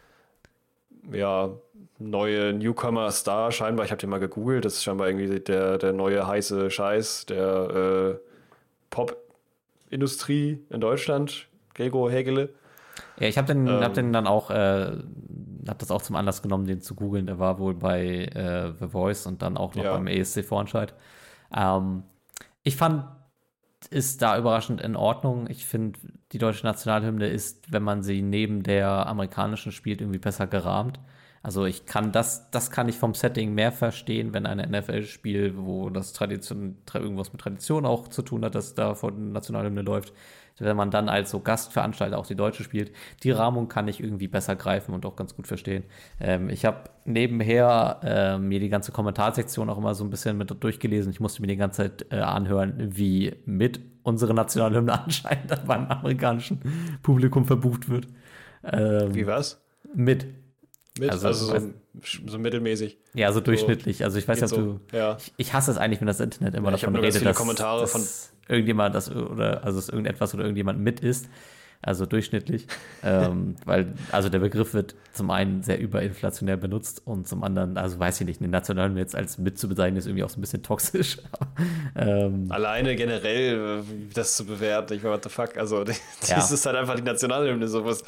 ja, neue Newcomer-Star scheinbar, ich habe den mal gegoogelt, das ist scheinbar irgendwie der, der neue heiße Scheiß der äh, Pop-Industrie in Deutschland, Gregor Hägele. Ja, ich habe den, Ähm. hab den dann auch, äh, habe das auch zum Anlass genommen, den zu googeln. Der war wohl bei äh, The Voice und dann auch noch Ja. beim E S C-Vorentscheid. Ähm, ich fand, ist da überraschend in Ordnung. Ich finde, die deutsche Nationalhymne ist, wenn man sie neben der amerikanischen spielt, irgendwie besser gerahmt. Also ich kann das, das kann ich vom Setting mehr verstehen, wenn ein N F L-Spiel, wo das Tradition, tra- irgendwas mit Tradition auch zu tun hat, dass da vor der Nationalhymne läuft, wenn man dann als so Gastveranstalter auch die Deutsche spielt, die Rahmung kann ich irgendwie besser greifen und auch ganz gut verstehen. Ähm, ich habe nebenher äh, mir die ganze Kommentarsektion auch immer so ein bisschen mit durchgelesen. Ich musste mir die ganze Zeit äh, anhören, wie mit unsere Nationalhymne anscheinend beim amerikanischen Publikum verbucht wird. Ähm, Wie was? Mit. Mit? Also, Also, weiß- so, so mittelmäßig. Ja, so durchschnittlich. Also ich weiß nicht, Geht ob so. du. Ja. Ich, ich hasse es eigentlich, wenn das Internet immer Ja, ich davon hab nur ganz redet, viele dass, Kommentare dass von- irgendjemand das oder also dass irgendetwas oder irgendjemand mit ist. Also durchschnittlich. ähm, weil, also der Begriff wird zum einen sehr überinflationär benutzt und zum anderen, also weiß ich nicht, eine Nationalhymne jetzt als mit zu bezeichnen, ist irgendwie auch so ein bisschen toxisch. ähm, Alleine generell äh, das zu bewerten, ich meine, what the fuck, also das Ja. ist halt einfach die Nationalhymne, sowas.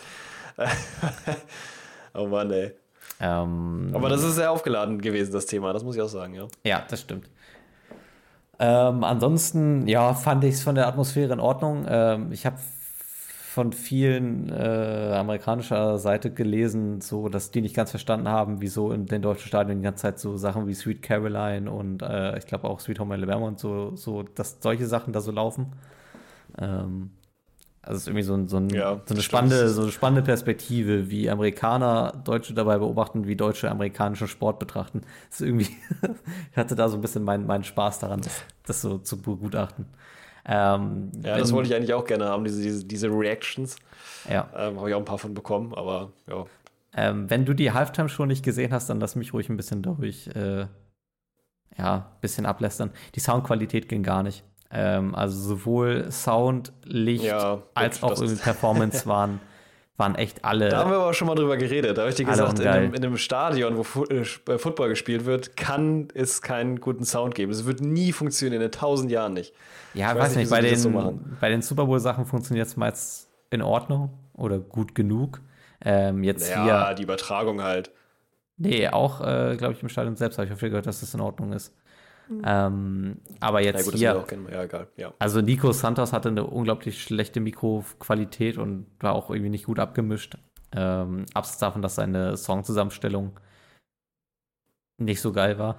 Oh Mann, ey. ähm, Aber das ist sehr aufgeladen gewesen, das Thema, das muss ich auch sagen, ja. Ja, das stimmt. Ähm, ansonsten, ja, fand ich es von der Atmosphäre in Ordnung. Ähm, ich habe von vielen äh, amerikanischer Seite gelesen, so, dass die nicht ganz verstanden haben, wieso in den deutschen Stadien die ganze Zeit so Sachen wie Sweet Caroline und äh, ich glaube auch Sweet Home Alabama und so, so, dass solche Sachen da so laufen. Ähm, also es ist irgendwie so, ein, so, ein, Ja, so, eine stimmt. spannende, so eine spannende Perspektive, wie Amerikaner Deutsche dabei beobachten, wie Deutsche amerikanischen Sport betrachten. Das ist irgendwie, ich hatte da so ein bisschen meinen meinen Spaß daran, das, das so zu begutachten. Ähm, Ja, das wollte ich eigentlich auch gerne haben, diese, diese, diese Reactions. Ja. Ähm, Habe ich auch ein paar von bekommen, aber ja. Ähm, wenn du die Halftime-Show nicht gesehen hast, dann lass mich ruhig ein bisschen dadurch, äh, ja, ein bisschen ablästern. Die Soundqualität ging gar nicht. Ähm, also sowohl Sound, Licht Ja, gut, als auch das- irgendwie Performance waren, waren echt alle. Da haben wir aber schon mal drüber geredet. Da habe ich dir Alle gesagt, in ungeil. einem, in einem Stadion, wo Fu äh, Sp- äh, Football gespielt wird, kann es keinen guten Sound geben. Es wird nie funktionieren, in tausend Jahren nicht. Ja, Ich weiß, weiß nicht, nicht, bei wieso die das den, so machen. bei den Super Bowl-Sachen funktioniert es meist in Ordnung oder gut genug. Ähm, jetzt Ja, hier, die Übertragung halt. nee, auch, äh, glaube ich, im Stadion selbst habe ich auch viel gehört, dass das in Ordnung ist. Ähm, aber Ja, jetzt gut, das hier, wird auch gerne. Ja, egal. Ja. also Nico Santos hatte eine unglaublich schlechte Mikroqualität und war auch irgendwie nicht gut abgemischt. Ähm, abseits davon, dass seine Songzusammenstellung nicht so geil war.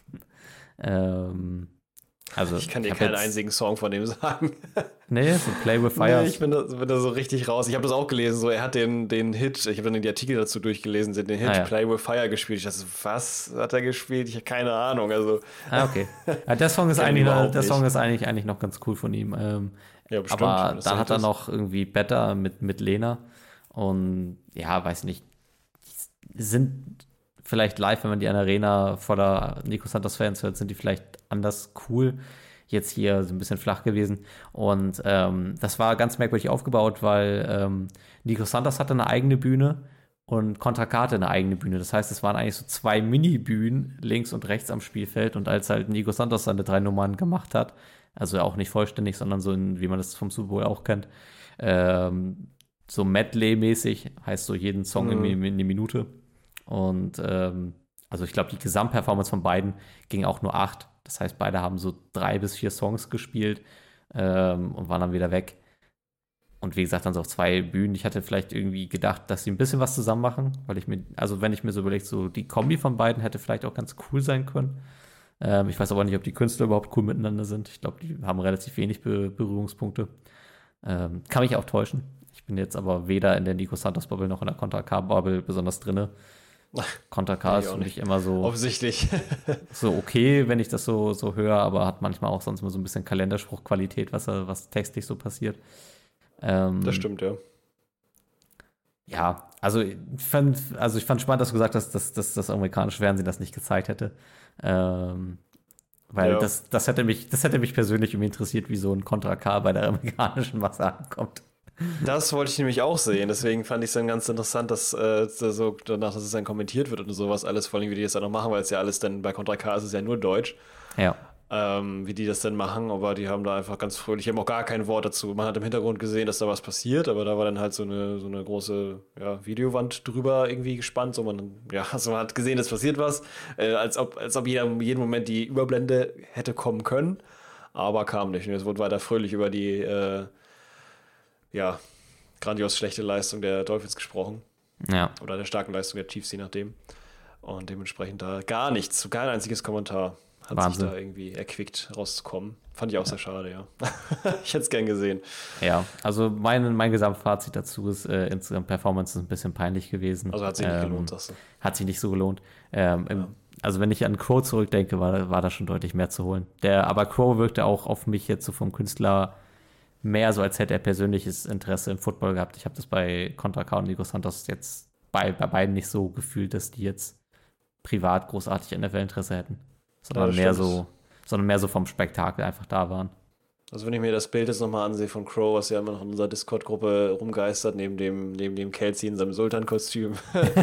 ähm, also Ich kann dir hab keinen jetzt- einzigen Song von dem sagen. Nee, so Play with Fire. Nee, ich bin da, bin da so richtig raus. Ich habe das auch gelesen, so er hat den, den Hit, ich habe dann die Artikel dazu durchgelesen, den Hit Ah, ja. Play with Fire gespielt. Ich dachte, so, was hat er gespielt? Ich habe keine Ahnung. Also, Ah, okay. Ja, der Song ist Kenn ich eigentlich, noch, überhaupt der Song nicht. ist eigentlich, eigentlich noch ganz cool von ihm. Ähm, ja, bestimmt. aber wenn das dann so hat er ist. noch irgendwie Better mit, mit Lena. Und ja, weiß nicht. Die sind vielleicht live, wenn man die in der Arena voller Nico Santos-Fans hört, sind die vielleicht anders cool. Jetzt hier so ein bisschen flach gewesen. Und ähm, das war ganz merkwürdig aufgebaut, weil ähm, Nico Santos hatte eine eigene Bühne und Contra K hatte eine eigene Bühne. Das heißt, es waren eigentlich so zwei Mini-Bühnen links und rechts am Spielfeld. Und als halt Nico Santos seine drei Nummern gemacht hat, also auch nicht vollständig, sondern so, in, wie man das vom Super Bowl auch kennt, ähm, so Medley-mäßig, heißt so jeden Song Mhm. in, in eine Minute. Und ähm, also ich glaube, die Gesamtperformance von beiden ging auch nur acht. Das heißt, beide haben so drei bis vier Songs gespielt ähm, und waren dann wieder weg. Und wie gesagt, dann so auf zwei Bühnen. Ich hatte vielleicht irgendwie gedacht, dass sie ein bisschen was zusammen machen, weil ich mir, also wenn ich mir so überlege, so die Kombi von beiden hätte vielleicht auch ganz cool sein können. Ähm, ich weiß aber nicht, ob die Künstler überhaupt cool miteinander sind. Ich glaube, die haben relativ wenig Be- Berührungspunkte. Ähm, kann mich auch täuschen. Ich bin jetzt aber weder in der Nico Santos-Bubble noch in der Contra K-Bubble besonders drinne. Contra K ist für mich immer so, offensichtlich so okay, wenn ich das so, so höre, aber hat manchmal auch sonst mal so ein bisschen Kalenderspruchqualität, was, was textlich so passiert. Ähm, das stimmt, ja. Ja, also ich fand, also ich fand spannend, dass du gesagt hast, dass, dass das amerikanische Fernsehen das nicht gezeigt hätte. Ähm, weil ja. das, das, hätte mich, das hätte mich persönlich irgendwie interessiert, wie so ein Contra K bei der amerikanischen Masse ankommt. Das wollte ich nämlich auch sehen, deswegen fand ich es dann ganz interessant, dass äh, so danach, dass es dann kommentiert wird und sowas alles, vor allem wie die das dann noch machen, weil es ja alles dann bei Contra K ist es ja nur Deutsch. Ja. Ähm, wie die das denn machen, aber die haben da einfach ganz fröhlich, die haben auch gar kein Wort dazu. Man hat im Hintergrund gesehen, dass da was passiert, aber da war dann halt so eine, so eine große ja, Videowand drüber irgendwie gespannt, so man, ja, also man hat gesehen, es passiert was, äh, als ob, als ob jeder jeden Moment die Überblende hätte kommen können, aber kam nicht. Und es wurde weiter fröhlich über die äh, ja, grandios schlechte Leistung der Dolphins gesprochen. Ja. Oder der starken Leistung der Chiefs, je nachdem. Und dementsprechend da gar nichts, kein einziges Kommentar. Hat Wahnsinn. sich da irgendwie erquickt rauszukommen. Fand ich auch sehr schade, ja. Ich hätte es gern gesehen. Ja, also mein, mein Gesamtfazit dazu ist, äh, insgesamt Performance ist ein bisschen peinlich gewesen. Also hat sich ähm, nicht gelohnt, sagst du. Hat sich nicht so gelohnt. Ähm, im, Ja. Also wenn ich an Crow zurückdenke, war, war da schon deutlich mehr zu holen. Der, aber Crow wirkte auch auf mich jetzt so vom Künstler mehr so, als hätte er persönliches Interesse im Football gehabt. Ich habe das bei Contra K und Nico Santos jetzt bei, bei beiden nicht so gefühlt, dass die jetzt privat großartig N F L-Interesse hätten. Sondern Ja, mehr stimmt. so, sondern mehr so vom Spektakel einfach da waren. Also wenn ich mir das Bild jetzt nochmal ansehe von Crow, was ja immer noch in unserer Discord-Gruppe rumgeistert, neben dem, neben dem Kelsey in seinem Sultan-Kostüm.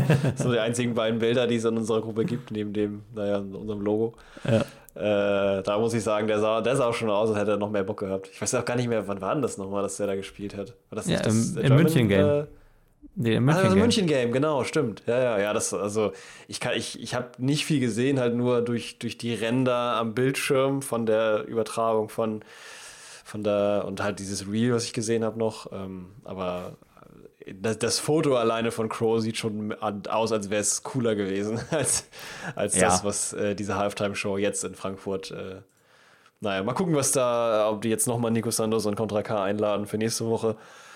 So die einzigen beiden Bilder, die es in unserer Gruppe gibt, neben dem, naja, in unserem Logo. Ja. Äh, da muss ich sagen, der sah, der sah auch schon aus, als hätte er noch mehr Bock gehabt. Ich weiß auch gar nicht mehr, wann war denn das nochmal, dass der da gespielt hat? War das nicht Ja, das im- der im German, München-Game. Äh, Nee, im Ah, das München. München-Game, genau, stimmt. Ja, ja, ja, das, also ich kann, ich, ich habe nicht viel gesehen, halt nur durch, durch die Ränder am Bildschirm von der Übertragung von, von der, und halt dieses Reel, was ich gesehen habe noch. Ähm, aber das, das Foto alleine von Crow sieht schon an- aus, als wäre es cooler gewesen, als, als Ja. das, was äh, diese Halftime-Show jetzt in Frankfurt. Äh, naja, mal gucken, was da, ob die jetzt nochmal Nico Santos und Contra K einladen für nächste Woche.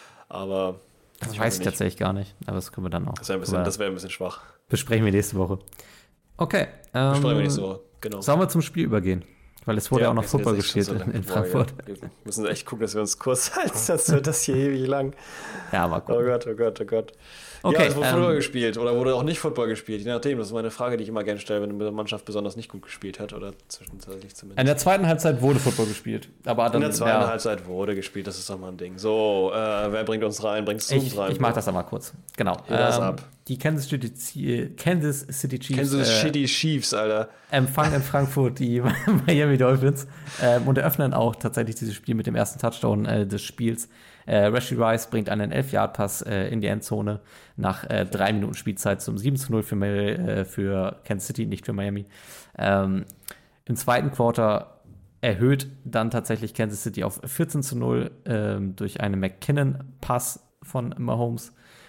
Aber Das ich weiß hoffe ich nicht. tatsächlich gar nicht. Aber das können wir dann auch. Das wäre ein, bisschen- drüber- das wär ein bisschen schwach. besprechen wir nächste Woche. Okay. Ähm, Besprechen wir nächste Woche, genau. Sollen wir zum Spiel übergehen? Weil es wurde ja, auch noch wir sind Football jetzt echt gespielt schon so in, in lang vorbei, Frankfurt. ja. Wir müssen echt gucken, dass wir uns kurz halten, sonst wird das hier ewig lang. Ja, mal Oh gucken. Gott, oh Gott, oh Gott. Okay, ja, es wurde ähm, Football gespielt oder wurde auch nicht Football gespielt, je nachdem. Das ist meine Frage, die ich immer gerne stelle, wenn eine Mannschaft besonders nicht gut gespielt hat oder zwischenzeitlich zumindest. In der zweiten Halbzeit wurde Football gespielt. Aber dann, In der zweiten ja, Halbzeit wurde gespielt, das ist doch mal ein Ding. So, äh, wer bringt uns rein? Bringst du uns Ich, rein? ich mache das einmal kurz. Genau. Hol das ab. Die Kansas City, Zie- Kansas City Chiefs Kennst du das äh, Shitty Chiefs, Alter? empfangen in Frankfurt die Miami Dolphins ähm, und eröffnen auch tatsächlich dieses Spiel mit dem ersten Touchdown äh, des Spiels. Äh, Rashee Rice bringt einen elf-Yard-Pass äh, in die Endzone nach äh, drei Minuten Spielzeit zum sieben zu null für, Mi- äh, für Kansas City, nicht für Miami. Ähm, Im zweiten Quarter erhöht dann tatsächlich Kansas City auf vierzehn zu null ähm, durch einen McKinnon-Pass von Mahomes.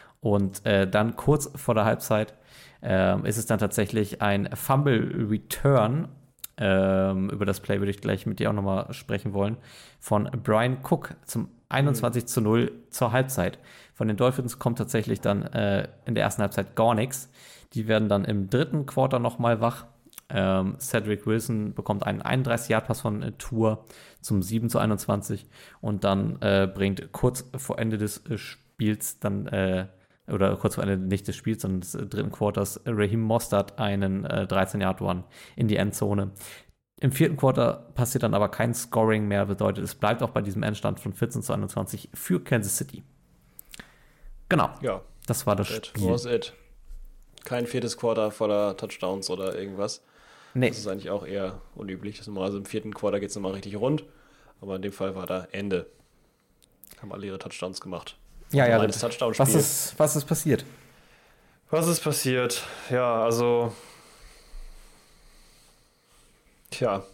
Und äh, dann kurz vor der Halbzeit ähm, ist es dann tatsächlich ein Fumble-Return. Ähm, über das Play würde ich gleich mit dir auch nochmal sprechen wollen. Von Brian Cook zum einundzwanzig zu null zur Halbzeit. Von den Dolphins kommt tatsächlich dann äh, in der ersten Halbzeit gar nichts. Die werden dann im dritten Quarter nochmal wach. Ähm, Cedric Wilson bekommt einen einunddreißig-Yard-Pass von äh, Tour zum sieben zu einundzwanzig. Und dann äh, bringt kurz vor Ende des äh, Spiels dann äh, oder kurz vor Ende nicht des Spiels, sondern des äh, dritten Quarters, äh, Raheem Mostert einen äh, dreizehn-Yard-Run in die Endzone. Im vierten Quarter passiert dann aber kein Scoring mehr, bedeutet, es bleibt auch bei diesem Endstand von vierzehn zu einundzwanzig für Kansas City. Genau, Ja, das war das it Spiel. was it. Kein viertes Quarter voller Touchdowns oder irgendwas. Nee, Das ist eigentlich auch eher unüblich. Das ist normalerweise im vierten Quarter geht es nochmal richtig rund. Aber in dem Fall war da Ende. Haben alle ihre Touchdowns gemacht. ja, ja. Reines Touchdown-Spiel. Was ist, was ist passiert? Was ist passiert? Ja, also. Tja.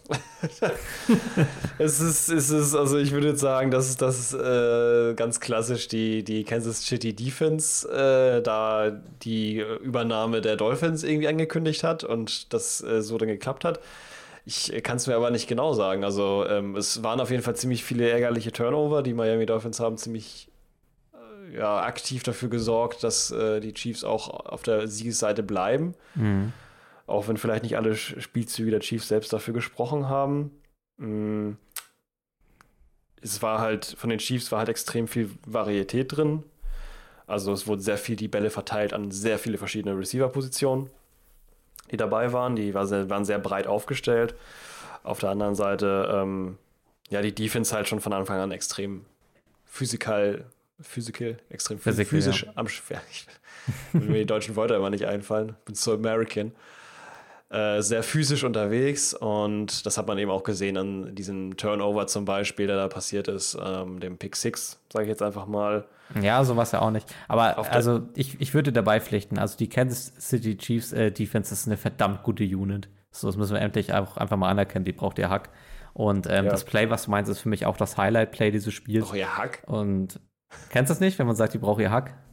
es ist, es ist, also ich würde jetzt sagen, dass das äh, ganz klassisch die, die Kansas City Defense äh, da die Übernahme der Dolphins irgendwie angekündigt hat und das äh, so dann geklappt hat. Ich kann es mir aber nicht genau sagen. Also ähm, es waren auf jeden Fall ziemlich viele ärgerliche Turnover. Die Miami Dolphins haben ziemlich ja, aktiv dafür gesorgt, dass äh, die Chiefs auch auf der Siegesseite bleiben. Mhm. Auch wenn vielleicht nicht alle Spielzüge der Chiefs selbst dafür gesprochen haben. Mhm. Es war halt, von den Chiefs war halt extrem viel Varietät drin. Also es wurden sehr viel die Bälle verteilt an sehr viele verschiedene Receiver-Positionen, die dabei waren. Die war sehr, waren sehr breit aufgestellt. Auf der anderen Seite, ähm, ja, die Defense halt schon von Anfang an extrem physikal, physical, extrem Physical, physisch ja. am Schwer. Mir die deutschen Wörter immer nicht einfallen. Bin so American. Äh, sehr physisch unterwegs und das hat man eben auch gesehen an diesem Turnover zum Beispiel, der da passiert ist, ähm, dem Pick Six, sage ich jetzt einfach mal. Ja, sowas ja auch nicht. Aber Auf der- also ich, ich würde dabei pflichten. Also die Kansas City Chiefs äh, Defense ist eine verdammt gute Unit. So, das müssen wir endlich auch einfach mal anerkennen. Die braucht ihr Hack. Und ähm, Ja. das Play, was du meinst, ist für mich auch das Highlight-Play dieses Spiels. Oh ja, Hack. Und kennst du das nicht, wenn man sagt, die braucht ihr Hack?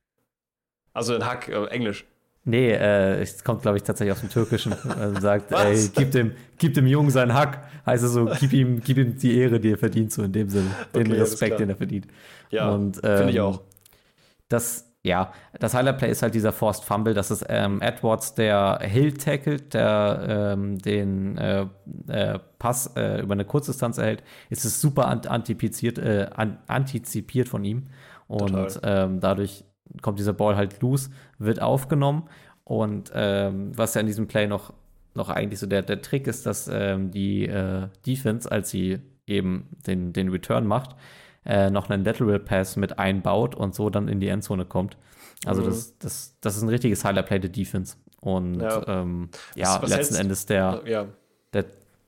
Also ein Hack, äh, Englisch. Nee, äh, es kommt, glaube ich, tatsächlich aus dem Türkischen. Man sagt, Was? ey, gib dem, gib dem Jungen seinen Hack. Heißt es so, gib ihm, gib ihm die Ehre, die er verdient, so in dem Sinne. Den Okay, alles Respekt, klar. den er verdient. Ja, Und, finde ich ähm, auch. Das, ja, das Highlight-Play ist halt dieser Forced Fumble. Das ist ähm, Edwards, der Hill tackelt, der ähm, den äh, äh, Pass äh, über eine Kurzdistanz erhält. Es ist super ant- antizipiert, äh, an- antizipiert von ihm. Und ähm, dadurch kommt dieser Ball halt loose, wird aufgenommen. Und ähm, was ja in diesem Play noch, noch eigentlich so der, der Trick ist, dass ähm, die äh, Defense, als sie eben den, den Return macht, äh, noch einen Lateral Pass mit einbaut und so dann in die Endzone kommt. Also Mhm. das, das, das ist ein richtiges Highlight-Play der Defense. Und Ja. ähm, ja, Was- was letzten hältst- Endes der, Ja, der,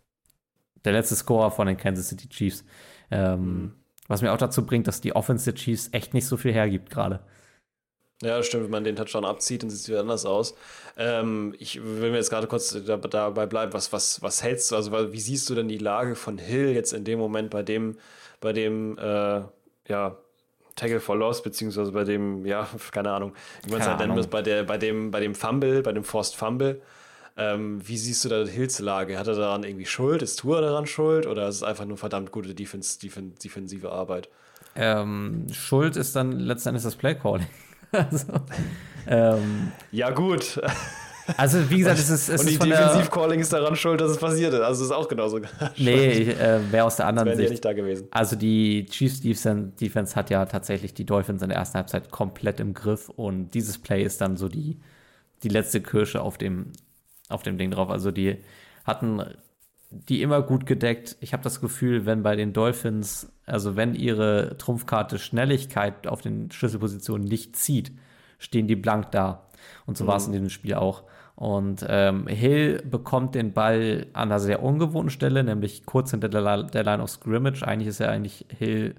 der letzte Scorer von den Kansas City Chiefs. Ähm, Mhm. Was mir auch dazu bringt, dass die Offense der Chiefs echt nicht so viel hergibt gerade. ja, das stimmt, wenn man den Touchdown abzieht, dann sieht es wieder anders aus. Ähm, ich will mir jetzt gerade kurz da, dabei bleiben, was, was, was hältst du, also wie siehst du denn die Lage von Hill jetzt in dem Moment bei dem, bei dem, äh, ja, Tackle for Loss, beziehungsweise bei dem, ja, keine Ahnung, wie man es Keine halt nennen Ahnung. muss, bei, der, bei, dem, bei dem Fumble, bei dem Forced Fumble. Ähm, wie siehst du da Hills Lage? Hat er daran irgendwie Schuld? Ist Tua daran schuld? Oder ist es einfach nur verdammt gute Defense, Defen- defensive Arbeit? Ähm, Schuld ist dann letzten Endes das Play-Calling. also, ähm, Ja, gut. also, wie gesagt, es ist, es Und ist die von der, Defensiv-Calling ist daran schuld, dass es passiert ist. Also ist auch genauso. nee, ich, äh, wäre aus der anderen wären die ja Sicht. nicht da gewesen. Also die Chiefs Defense, Defense hat ja tatsächlich die Dolphins in der ersten Halbzeit komplett im Griff und dieses Play ist dann so die, die letzte Kirsche auf dem, auf dem Ding drauf. Also die hatten die immer gut gedeckt. Ich habe das Gefühl, wenn bei den Dolphins, also wenn ihre Trumpfkarte Schnelligkeit auf den Schlüsselpositionen nicht zieht, stehen die blank da. Und so war es in diesem Spiel auch. Und ähm, Hill bekommt den Ball an einer sehr ungewohnten Stelle, nämlich kurz hinter der, der Line of Scrimmage. Eigentlich ist ja eigentlich Hill,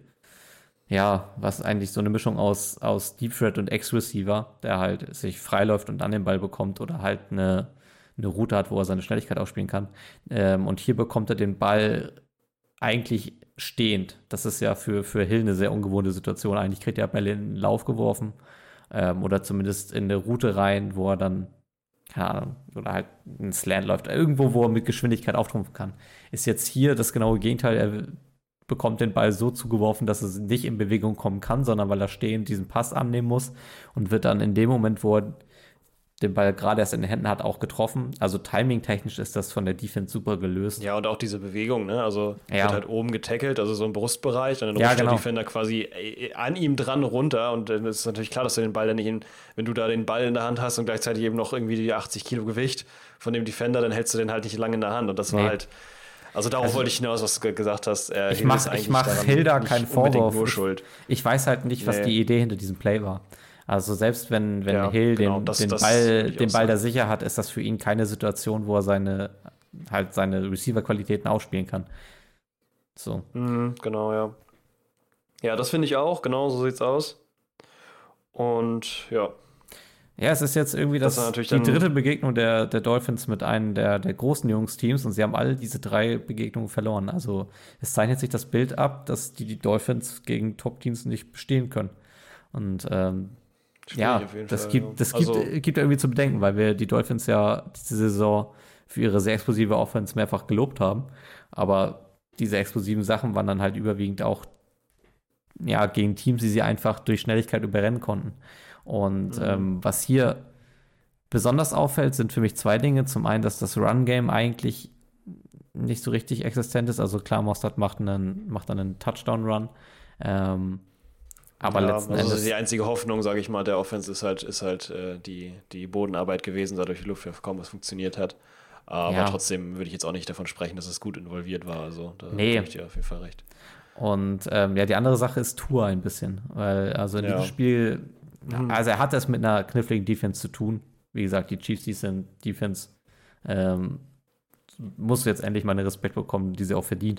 ja, was eigentlich so eine Mischung aus, aus Deep Threat und Ex-Receiver, der halt sich freiläuft und dann den Ball bekommt oder halt eine, eine Route hat, wo er seine Schnelligkeit ausspielen kann. Ähm, und hier bekommt er den Ball eigentlich stehend. Das ist ja für, für Hill eine sehr ungewohnte Situation. Eigentlich kriegt er Bälle in den Lauf geworfen ähm, oder zumindest in eine Route rein, wo er dann, keine Ahnung, oder halt ein Slant läuft. Irgendwo, wo er mit Geschwindigkeit auftrumpfen kann. Ist jetzt hier das genaue Gegenteil. Er bekommt den Ball so zugeworfen, dass er nicht in Bewegung kommen kann, sondern weil er stehend diesen Pass annehmen muss und wird dann in dem Moment, wo er den Ball gerade erst in den Händen hat, auch getroffen. Also timing-technisch ist das von der Defense super gelöst. Ja, und auch diese Bewegung, ne? Also Ja. wird halt oben getackelt, also so im Brustbereich, und dann Ja, rutscht der genau. Defender quasi äh, an ihm dran runter und dann ist natürlich klar, dass du den Ball dann nicht in, wenn du da den Ball in der Hand hast und gleichzeitig eben noch irgendwie die achtzig Kilo Gewicht von dem Defender, dann hältst du den halt nicht lange in der Hand und das war Nee. halt, also darauf Also, wollte ich hinaus, was du ge- gesagt hast. Äh, Ich Hill mach- ist ich eigentlich mach daran Hilda nicht keinen unbedingt Vorwurf. nur Ich- schuld. Ich weiß halt nicht, was Nee. die Idee hinter diesem Play war. Also selbst wenn, wenn Ja, Hill genau, den, das- den das Ball, würde ich den auch Ball da sagen. sicher hat, ist das für ihn keine Situation, wo er seine halt seine Receiver-Qualitäten ausspielen kann. So. Mhm, genau, ja. Ja, das finde ich auch, genau so sieht's aus. Und ja, Ja, es ist jetzt irgendwie Das das, war natürlich die dann- dritte Begegnung der, der Dolphins mit einem der, der großen Jungsteams und sie haben alle diese drei Begegnungen verloren. Also es zeichnet sich das Bild ab, dass die, die Dolphins gegen Top-Teams nicht bestehen können. Und ähm, schwierig ja, auf jeden das, Fall, gibt, ja. das Also- gibt, äh, gibt irgendwie zu bedenken, weil wir die Dolphins ja diese Saison für ihre sehr explosive Offense mehrfach gelobt haben. Aber diese explosiven Sachen waren dann halt überwiegend auch ja, gegen Teams, die sie einfach durch Schnelligkeit überrennen konnten. Und mhm. ähm, was hier besonders auffällt, sind für mich zwei Dinge. Zum einen, dass das Run-Game eigentlich nicht so richtig existent ist. Also klar, Mostert macht, einen, macht dann einen Touchdown-Run. Ähm, aber ja, letzten also Endes... die einzige Hoffnung, sage ich mal, der Offense ist halt, ist halt äh, die, die Bodenarbeit gewesen, dadurch die Luft kaum was funktioniert hat. Aber ja. trotzdem würde ich jetzt auch nicht davon sprechen, dass es gut involviert war. Also da nee. gebe ich dir auf jeden Fall recht. Und ähm, ja, die andere Sache ist Tour ein bisschen. Weil also in ja. diesem Spiel, mhm. also er hat es mit einer kniffligen Defense zu tun. Wie gesagt, die Chiefs, die sind Defense, ähm, muss jetzt endlich mal einen Respekt bekommen, die sie auch verdient.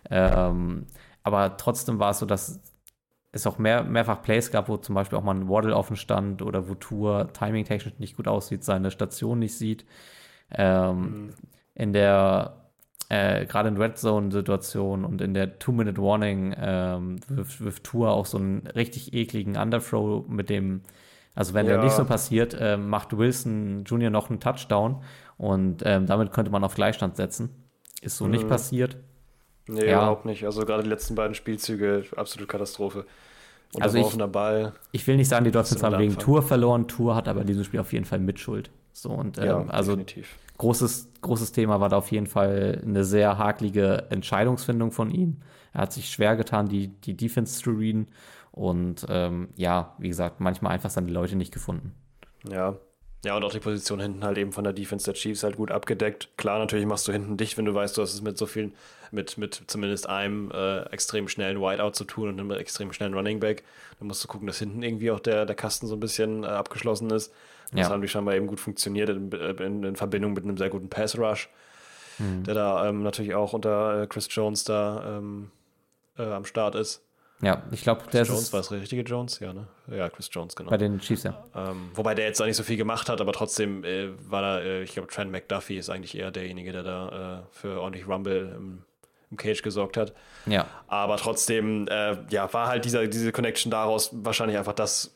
Ähm, aber trotzdem war es so, dass es auch mehr, mehrfach Plays gab, wo zum Beispiel auch mal ein Waddle offen stand oder wo Tour timing-technisch nicht gut aussieht, seine Station nicht sieht. Ähm, mhm. In der, äh, gerade in Red-Zone-Situationen und in der Two-Minute-Warning ähm, wirft, wirft Tour auch so einen richtig ekligen Underthrow mit dem, also wenn ja. der nicht so passiert, äh, macht Wilson Junior noch einen Touchdown und ähm, damit könnte man auf Gleichstand setzen. Ist so mhm. nicht passiert. Nee, ja. überhaupt nicht. Also gerade die letzten beiden Spielzüge, absolute Katastrophe. Unterworfener also ich, Ball. Ich will nicht sagen, die Dolphins haben wegen Tour verloren. Tour hat aber in diesem Spiel auf jeden Fall Mitschuld. So, und ähm, ja, also definitiv. Großes, großes Thema war da auf jeden Fall eine sehr hakelige Entscheidungsfindung von ihm. Er hat sich schwer getan, die, die Defense zu readen. Und ähm, ja, wie gesagt, manchmal einfach seine Leute nicht gefunden. Ja. Ja, und auch die Position hinten halt eben von der Defense der Chiefs halt gut abgedeckt. Klar, natürlich machst du hinten dicht, wenn du weißt, du hast es mit so vielen, mit, mit zumindest einem äh, extrem schnellen Wideout zu tun und einem extrem schnellen Running Back. Dann musst du gucken, dass hinten irgendwie auch der, der Kasten so ein bisschen äh, abgeschlossen ist. Und ja. Das haben die scheinbar eben gut funktioniert in, in, in Verbindung mit einem sehr guten Pass-Rush, mhm. der da ähm, natürlich auch unter äh, Chris Jones da ähm, äh, am Start ist. Ja, ich glaube, der Jones, ist war es der richtige Jones? Ja, ne? Ja, Chris Jones, genau. Bei den Chiefs, ja. Ähm, wobei der jetzt auch nicht so viel gemacht hat, aber trotzdem äh, war da, äh, ich glaube, Trent McDuffie ist eigentlich eher derjenige, der da äh, für ordentlich Rumble im, im Cage gesorgt hat. Ja. Aber trotzdem, äh, ja, war halt dieser, diese Connection daraus wahrscheinlich einfach das,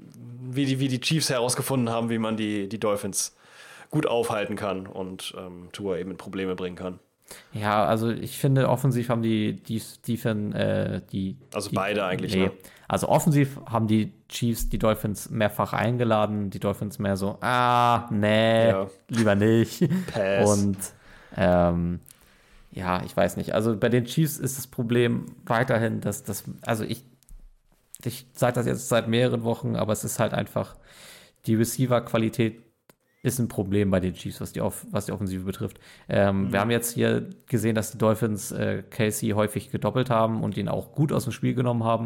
wie die, wie die Chiefs herausgefunden haben, wie man die, die Dolphins gut aufhalten kann und ähm, Tua eben in Probleme bringen kann. Ja, also ich finde, offensiv haben die, die, die, äh, die Also die, beide eigentlich, nee. ne? Also offensiv haben die Chiefs die Dolphins mehrfach eingeladen, die Dolphins mehr so, ah, nee, ja. lieber nicht. Pass. Und ähm, ja, ich weiß nicht. Also bei den Chiefs ist das Problem weiterhin, dass das, also ich, ich sage das jetzt seit mehreren Wochen, aber es ist halt einfach, die Receiver-Qualität ist ein Problem bei den Chiefs, was die, Off- was die Offensive betrifft. Ähm, mhm. Wir haben jetzt hier gesehen, dass die Dolphins äh, Casey häufig gedoppelt haben und ihn auch gut aus dem Spiel genommen haben.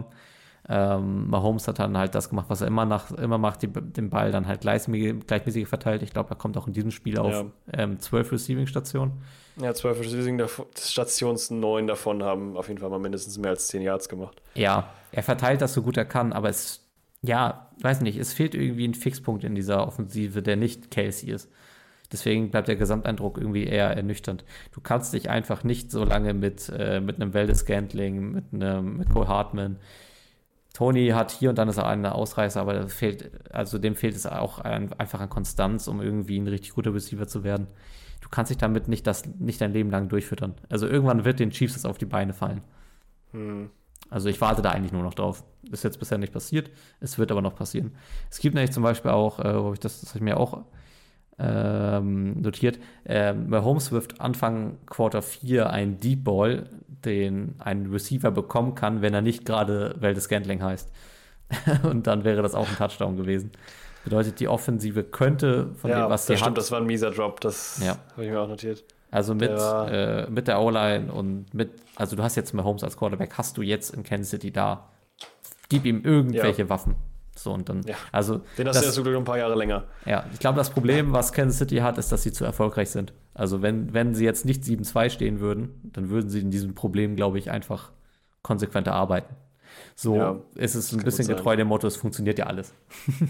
Ähm, Mahomes hat dann halt das gemacht, was er immer, nach, immer macht, die, den Ball dann halt gleichmäßig, gleichmäßig verteilt. Ich glaube, er kommt auch in diesem Spiel auf ähm, zwölf Receiving-Stationen. Ja, zwölf Receiving-Stations, neun davon haben auf jeden Fall mal mindestens mehr als zehn Yards gemacht. Ja, er verteilt das so gut er kann, aber es ja, weiß nicht, es fehlt irgendwie ein Fixpunkt in dieser Offensive, der nicht Casey ist. Deswegen bleibt der Gesamteindruck irgendwie eher ernüchternd. Du kannst dich einfach nicht so lange mit, äh, mit einem Valdez-Scantling, mit einem Cole Hartman. Tony hat hier und dann ist er eine Ausreißer, aber das fehlt, also dem fehlt es auch ein, einfach an Konstanz, um irgendwie ein richtig guter Receiver zu werden. Du kannst dich damit nicht, das, nicht dein Leben lang durchfüttern. Also irgendwann wird den Chiefs das auf die Beine fallen. Hm. Also ich warte da eigentlich nur noch drauf. Ist jetzt bisher nicht passiert, es wird aber noch passieren. Es gibt nämlich zum Beispiel auch, äh, wo ich das, das habe ich mir auch ähm, notiert, äh, Mahomes wirft Anfang Quarter vier einen Deep Ball, den ein Receiver bekommen kann, wenn er nicht gerade Valdez-Scantling heißt. Und dann wäre das auch ein Touchdown gewesen. Bedeutet, die Offensive könnte von ja, dem, was sie das stimmt, hat. Das war ein mieser Drop, das ja. habe ich mir auch notiert. Also mit, äh, mit der O-Line und mit, also du hast jetzt Mahomes als Quarterback, hast du jetzt in Kansas City da. Gib ihm irgendwelche ja. Waffen. So und dann, ja. also. Den hast du ja sogar ein paar Jahre länger. Ja, ich glaube, das Problem, was Kansas City hat, ist, dass sie zu erfolgreich sind. Also wenn, wenn sie jetzt nicht sieben zwei stehen würden, dann würden sie in diesem Problem, glaube ich, einfach konsequenter arbeiten. So ja, ist es ein bisschen getreu dem Motto, es funktioniert ja alles.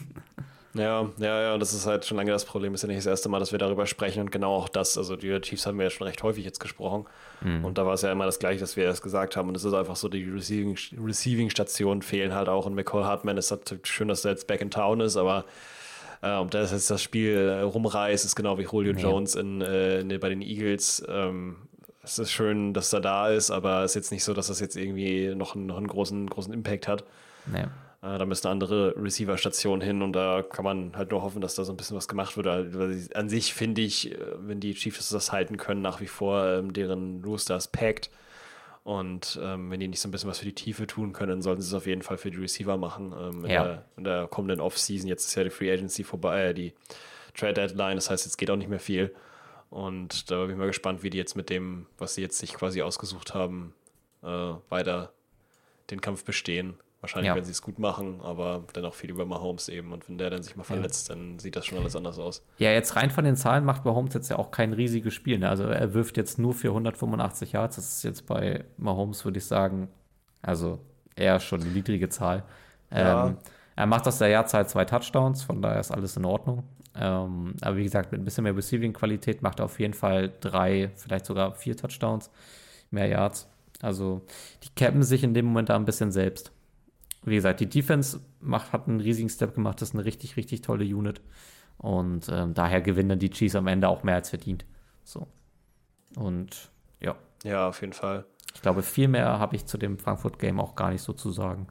Ja, ja, ja, und das ist halt schon lange das Problem. Ist ja nicht das erste Mal, dass wir darüber sprechen und genau auch das. Also die Chiefs haben wir ja schon recht häufig jetzt gesprochen mhm. und da war es ja immer das Gleiche, dass wir das gesagt haben und es ist einfach so, die Receiving, Receiving-Stationen fehlen halt auch und McCall Hartman ist halt schön, dass er jetzt back in town ist, aber äh, ob der jetzt das Spiel äh, rumreißt, ist genau wie Julio ja. Jones in, äh, in, bei den Eagles. Ähm, es ist schön, dass er da ist, aber es ist jetzt nicht so, dass das jetzt irgendwie noch einen, noch einen großen, großen Impact hat. Nee. Äh, da müssen andere Receiver-Stationen hin und da kann man halt nur hoffen, dass da so ein bisschen was gemacht wird. Also an sich finde ich, wenn die Chiefs das halten können, nach wie vor ähm, deren Roosters packt. Und ähm, wenn die nicht so ein bisschen was für die Tiefe tun können, dann sollten sie es auf jeden Fall für die Receiver machen. Ähm, in, Ja. der, in der kommenden Off-Season, jetzt ist ja die Free Agency vorbei, äh, die Trade-Deadline, das heißt, jetzt geht auch nicht mehr viel. Und da bin ich mal gespannt, wie die jetzt mit dem, was sie jetzt sich quasi ausgesucht haben, äh, weiter den Kampf bestehen. Wahrscheinlich Ja. werden sie es gut machen, aber dann auch viel über Mahomes eben. Und wenn der dann sich mal verletzt, dann sieht das schon alles anders aus. Ja, jetzt rein von den Zahlen macht Mahomes jetzt ja auch kein riesiges Spiel. Ne? Also er wirft jetzt nur für hundertfünfundachtzig Yards. Das ist jetzt bei Mahomes, würde ich sagen, also eher schon eine niedrige Zahl. Ja. Ähm, er macht aus der Jahrzahl zwei Touchdowns, von daher ist alles in Ordnung. Ähm, aber wie gesagt, mit ein bisschen mehr Receiving-Qualität macht er auf jeden Fall drei, vielleicht sogar vier Touchdowns, mehr Yards. Also die cappen sich in dem Moment da ein bisschen selbst. Wie gesagt, die Defense macht, hat einen riesigen Step gemacht. Das ist eine richtig, richtig tolle Unit. Und ähm, daher gewinnen die Chiefs am Ende auch mehr als verdient. So. Und ja, Ja, auf jeden Fall. ich glaube, viel mehr habe ich zu dem Frankfurt-Game auch gar nicht so zu sagen.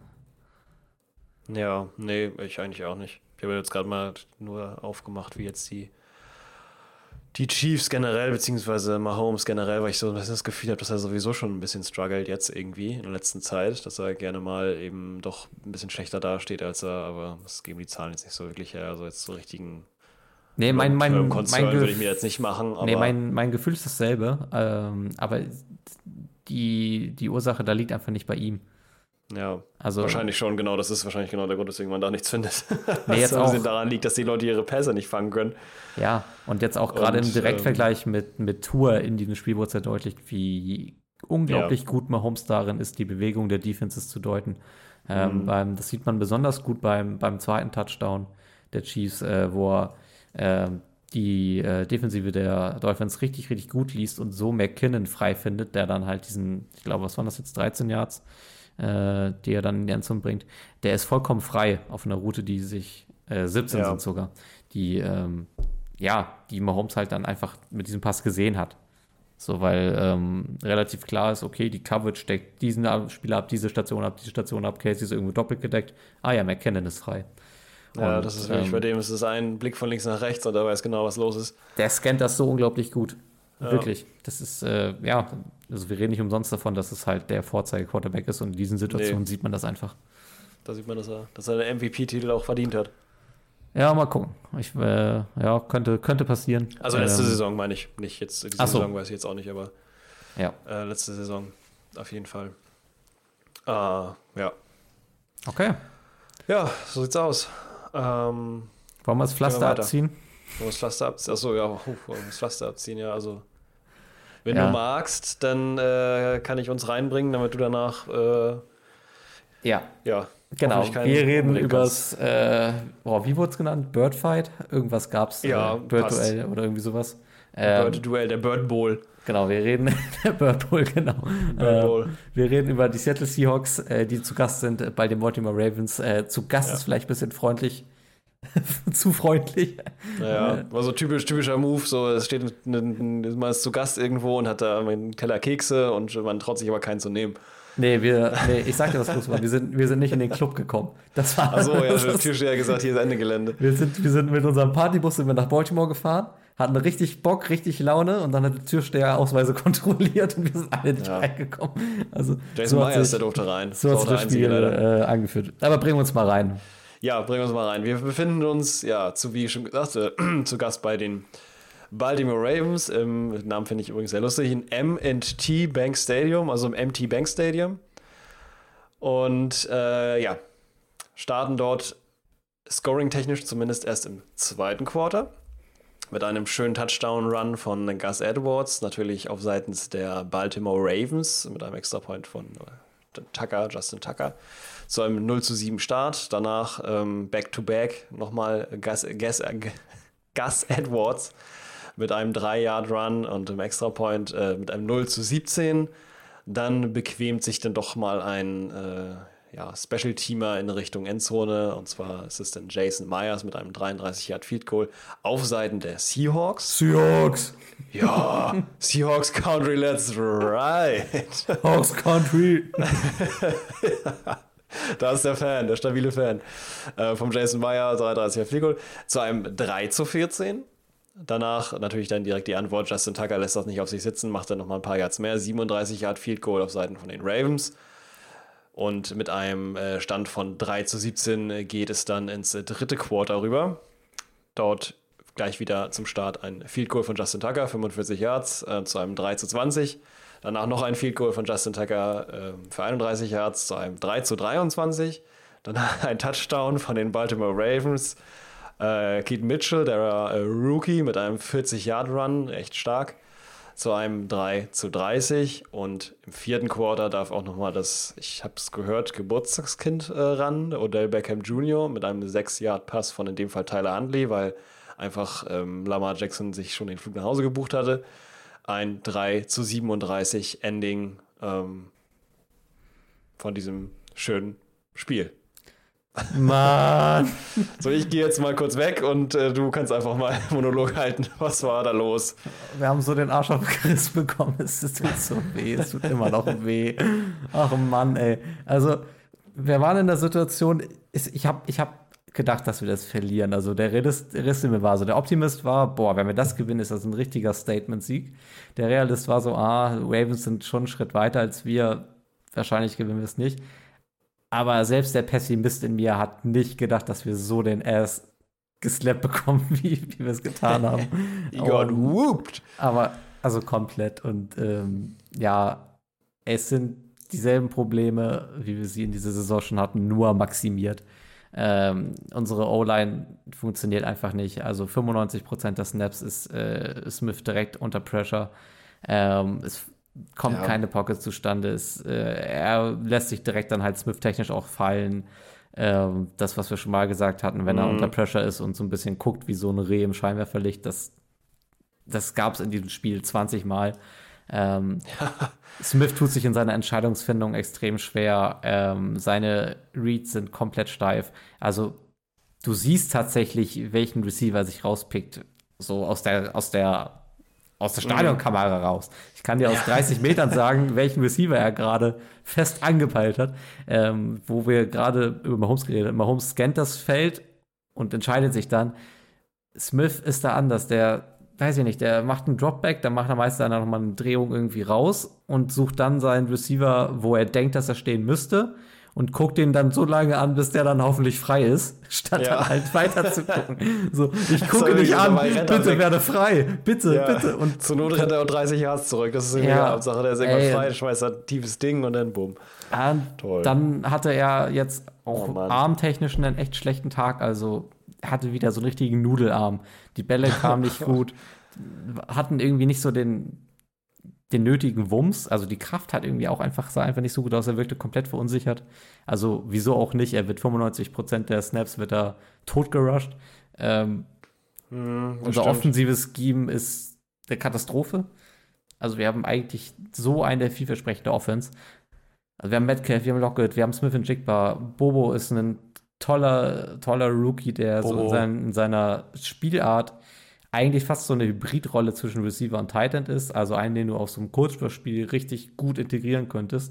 Ja, nee, ich eigentlich auch nicht. Ich habe jetzt gerade mal nur aufgemacht, wie jetzt die, die Chiefs generell, beziehungsweise Mahomes generell, weil ich so ein bisschen das Gefühl habe, dass er sowieso schon ein bisschen struggelt jetzt irgendwie in der letzten Zeit, dass er gerne mal eben doch ein bisschen schlechter dasteht als er, aber das geben die Zahlen jetzt nicht so wirklich her. Also jetzt so richtigen Nee, mein, mein, mein, Concern Gef- würde ich mir jetzt nicht machen, aber nee, mein, mein Gefühl ist dasselbe. Ähm, aber die, die Ursache da liegt einfach nicht bei ihm. ja, Also, wahrscheinlich schon, genau, das ist wahrscheinlich genau der Grund, weswegen man da nichts findet. Nee, jetzt Dass es auch. daran liegt, dass die Leute ihre Pässe nicht fangen können. Ja, und jetzt auch gerade im Und, Direktvergleich mit, mit Tour in diesem Spiel wurde es ja deutlich, wie unglaublich Ja. gut Mahomes darin ist, die Bewegung der Defenses zu deuten. Ähm, Mhm. beim, das sieht man besonders gut beim, beim zweiten Touchdown der Chiefs, äh, wo er ähm, die äh, Defensive der Dolphins richtig, richtig gut liest und so McKinnon frei findet, der dann halt diesen, ich glaube, was waren das jetzt, dreizehn Yards, äh, die er dann in die Endzone bringt. Der ist vollkommen frei auf einer Route, die sich, äh, siebzehn Ja. sind sogar, die, ähm, ja, die Mahomes halt dann einfach mit diesem Pass gesehen hat. So, weil ähm, relativ klar ist, okay, die Coverage deckt diesen ab- Spieler ab, diese Station ab, diese Station ab, Casey ist irgendwo doppelt gedeckt. Ah ja, McKinnon ist frei. Ja, Und, das ist wirklich, ähm, bei dem ist es ein Blick von links nach rechts und er weiß genau, was los ist. Der scannt das so unglaublich gut. Ja. Wirklich. Das ist, äh, ja, also wir reden nicht umsonst davon, dass es halt der Vorzeige-Quarterback ist und in diesen Situationen Nee. sieht man das einfach. Da sieht man, dass er, dass er den M V P-Titel auch verdient hat. Ja, mal gucken. Ich, äh, ja, könnte, könnte passieren. Also letzte Ähm, Saison meine ich. Nicht jetzt, diese Ach so. Saison weiß ich jetzt auch nicht, aber Ja, äh, letzte Saison auf jeden Fall. Äh, ja. okay. Ja, so sieht's aus. Ähm, Wollen wir das Pflaster weiter. abziehen? wollen wir das Pflaster abziehen? Achso, ja, huh, wollen wir das Pflaster abziehen, ja, also. Wenn Ja. du magst, dann äh, kann ich uns reinbringen, damit du danach, äh, Ja. ja. Genau, hoffentlich keinen wir reden umlegen übers, äh, boah, wie wurde es genannt? Birdfight? Irgendwas gab's. Ja, äh, Bird-Duell oder irgendwie sowas. kannst. Ähm, Bird-Duell, der Bird Bowl. genau, wir reden, der Bird Bowl, genau. Bird Äh, Bowl. wir reden über die Seattle Seahawks, äh, die zu Gast sind bei den Baltimore Ravens. Äh, zu Gast Ja. ist vielleicht ein bisschen freundlich. Zu freundlich. Naja, Äh. war so typisch, typischer Move, so es steht ein, ein, man ist zu Gast irgendwo und hat da einen Keller Kekse und man traut sich aber keinen zu nehmen. Nee, wir, nee, ich sag dir was los, wir sind, wir sind nicht in den Club gekommen. Das war Achso, ja, das der ist- Türsteher hat gesagt, hier ist Ende Gelände. Wir sind, wir sind mit unserem Partybus sind wir nach Baltimore gefahren, hatten richtig Bock, richtig Laune und dann hat der Türsteher Ausweise kontrolliert und wir sind alle nicht Ja. reingekommen. Also, Jason so hat Myers, sich- der durfte rein. so war hat auch sich der das Einzige, Spiel leider. äh, angeführt. Aber bringen wir uns mal rein. Ja, bringen wir uns mal rein. Wir befinden uns, ja, zu, wie ich schon gesagt habe, zu Gast bei den Baltimore Ravens. Im den Namen finde ich übrigens sehr lustig. Im M und T Bank Stadium, also im M T Bank Stadium. Und äh, ja, starten dort scoring-technisch zumindest erst im zweiten Quarter. Mit einem schönen Touchdown-Run von Gus Edwards, natürlich auf seitens der Baltimore Ravens, mit einem Extra-Point von äh, Tucker, Justin Tucker, zu einem null zu sieben Start. Danach ähm, Back-to-Back nochmal Gus, Gus, äh, Gus Edwards mit einem drei Yard Run und einem Extra-Point äh, mit einem null zu siebzehn. Dann bequemt sich dann doch mal ein, äh, ja, Special-Teamer in Richtung Endzone. Und zwar ist es dann Jason Myers mit einem dreiunddreißig Yard Field Goal auf Seiten der Seahawks. Seahawks. Ja, Seahawks Country, let's ride. Hawks Country. Da ist der Fan, der stabile Fan. Äh, vom Jason Myers, dreiunddreißig Yard Field Goal, zu einem drei zu vierzehn. Danach natürlich dann direkt die Antwort, Justin Tucker lässt das nicht auf sich sitzen, macht dann nochmal ein paar Yards mehr, siebenunddreißig Yard Field Goal auf Seiten von den Ravens. Und mit einem äh, Stand von drei zu siebzehn geht es dann ins äh, dritte Quarter rüber. Dort gleich wieder zum Start ein Field Goal von Justin Tucker, fünfundvierzig Yards, äh, zu einem drei zu zwanzig. Danach noch ein Field Goal von Justin Tucker äh, für einunddreißig Yards, zu einem drei zu dreiundzwanzig. Danach ein Touchdown von den Baltimore Ravens. Äh, Keaton Mitchell, der äh, Rookie mit einem vierzig Yard Run, echt stark, zu einem drei zu dreißig. Und im vierten Quarter darf auch nochmal das, ich habe es gehört, Geburtstagskind äh, ran, Odell Beckham Junior mit einem sechs Yard Pass von in dem Fall Tyler Huntley, weil einfach ähm, Lamar Jackson sich schon den Flug nach Hause gebucht hatte. Ein drei zu siebenunddreißig Ending ähm, von diesem schönen Spiel. Mann. So, ich gehe jetzt mal kurz weg und äh, du kannst einfach mal Monolog halten. Was war da los? Wir haben so den Arsch aufgerissen bekommen. Es tut so weh. Es tut immer noch weh. Ach Mann, ey. Also, wir waren in der Situation, ich habe ich hab gedacht, dass wir das verlieren. Also, der Realist, der Realist in mir war so, der Optimist war, boah, wenn wir das gewinnen, ist das ein richtiger Statement-Sieg. Der Realist war so, ah, Ravens sind schon einen Schritt weiter als wir. Wahrscheinlich gewinnen wir es nicht. Aber selbst der Pessimist in mir hat nicht gedacht, dass wir so den Ass geslappt bekommen, wie, wie wir es getan haben. He got whooped. Aber, also komplett. Und ähm, ja, es sind dieselben Probleme, wie wir sie in dieser Saison schon hatten, nur maximiert. Ähm, unsere O-Line funktioniert einfach nicht. Also fünfundneunzig Prozent der Snaps ist äh, Smith direkt unter Pressure. Ähm, es kommt ja. keine Pocket zustande. Es, äh, er lässt sich direkt dann halt Smith technisch auch fallen. Ähm, das, was wir schon mal gesagt hatten, wenn mhm. er unter Pressure ist und so ein bisschen guckt wie so ein Reh im Scheinwerferlicht, das, das gab es in diesem Spiel zwanzig Mal. Ähm, ja. Smith tut sich in seiner Entscheidungsfindung extrem schwer. Ähm, seine Reads sind komplett steif. Also du siehst tatsächlich, welchen Receiver sich rauspickt. So aus der, aus der aus der Stadionkamera raus. Ich kann dir aus dreißig Metern sagen, welchen Receiver er gerade fest angepeilt hat. Ähm, wo wir gerade über Mahomes geredet haben. Mahomes scannt das Feld und entscheidet sich dann. Smith ist da anders. Der, weiß ich nicht, der macht einen Dropback, dann macht er meistens dann nochmal eine Drehung irgendwie raus und sucht dann seinen Receiver, wo er denkt, dass er stehen müsste. Und guckt den dann so lange an, bis der dann hoffentlich frei ist, statt ja. dann halt weiter zu gucken. So, ich gucke dich an, bitte weg. Werde frei, bitte, ja. bitte. Und zur Not rennt er auch dreißig Yards zurück, das ist irgendwie ja. Hauptsache, der ist irgendwann frei, schmeißt ein tiefes Ding und dann bumm. Ja, toll. Dann hatte er jetzt auch oh, armtechnisch einen echt schlechten Tag, also er hatte wieder so einen richtigen Nudelarm. Die Bälle kamen nicht gut, hatten irgendwie nicht so den den nötigen Wumms, also die Kraft hat irgendwie auch einfach, sah einfach nicht so gut aus, er wirkte komplett verunsichert. Also wieso auch nicht, er wird fünfundneunzig Prozent der Snaps wird er totgerusht. Ähm, hm, unser stimmt. Offensives Scheme ist eine Katastrophe. Also wir haben eigentlich so eine vielversprechende Offense. Also wir haben Metcalf, wir haben Lockett, wir haben Smith und Jigba. Bobo ist ein toller, toller Rookie, der Bobo. so in, sein, in seiner Spielart eigentlich fast so eine Hybridrolle zwischen Receiver und Tight End ist, also einen, den du auf so einem Kurzspiel richtig gut integrieren könntest.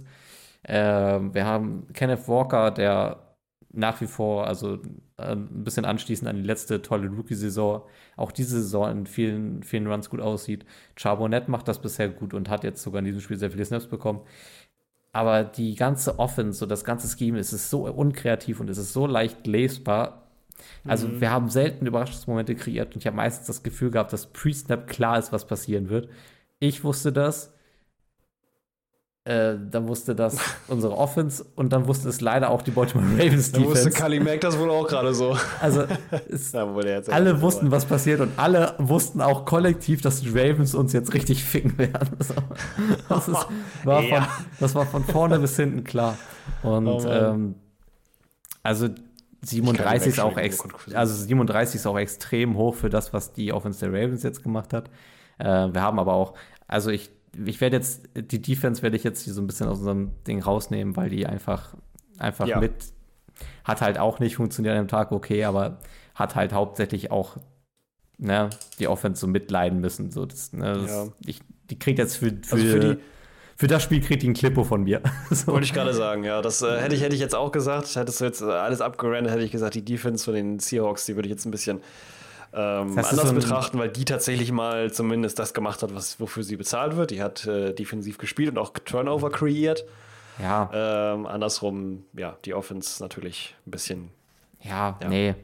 Ähm, wir haben Kenneth Walker, der nach wie vor, also äh, ein bisschen anschließend an die letzte tolle Rookie-Saison, auch diese Saison in vielen, vielen Runs gut aussieht. Charbonnet macht das bisher gut und hat jetzt sogar in diesem Spiel sehr viele Snaps bekommen. Aber die ganze Offense, so das ganze Scheme, es ist so unkreativ und es ist so leicht lesbar. Also mhm. wir haben selten Überraschungsmomente kreiert und ich habe meistens das Gefühl gehabt, dass Pre-Snap klar ist, was passieren wird. Ich wusste das, äh, dann wusste das unsere Offense und dann wusste es leider auch die Baltimore Ravens Defense. Dann wusste Kali Mack das wohl auch gerade so. Also es, ja, alle wussten, was passiert und alle wussten auch kollektiv, dass die Ravens uns jetzt richtig ficken werden. So. Das, ist, war ja. von, das war von vorne bis hinten klar. Und oh ähm, also siebenunddreißig ist auch ex- also siebenunddreißig ist auch extrem hoch für das, was die Offense der Ravens jetzt gemacht hat. Äh, wir haben aber auch, also ich, ich werde jetzt, die Defense werde ich jetzt hier so ein bisschen aus unserem Ding rausnehmen, weil die einfach einfach Ja. mit, hat halt auch nicht funktioniert an dem Tag, okay, aber hat halt hauptsächlich auch ne, die Offense so mitleiden müssen. So, das, ne, das, Ja. ich, die kriegt jetzt für, für, Also für die- für das Spiel kriegt die ein Klippo von mir. So. Wollte ich gerade sagen, ja. Das äh, hätte, ich, hätte ich jetzt auch gesagt. Hättest du jetzt äh, alles abgerannt, hätte ich gesagt, die Defense von den Seahawks, die würde ich jetzt ein bisschen ähm, Das heißt, anders so ein- betrachten, weil die tatsächlich mal zumindest das gemacht hat, was, wofür sie bezahlt wird. Die hat äh, defensiv gespielt und auch Turnover kreiert. Ja, Ähm, andersrum, ja, die Offense natürlich ein bisschen ja, ja. nee.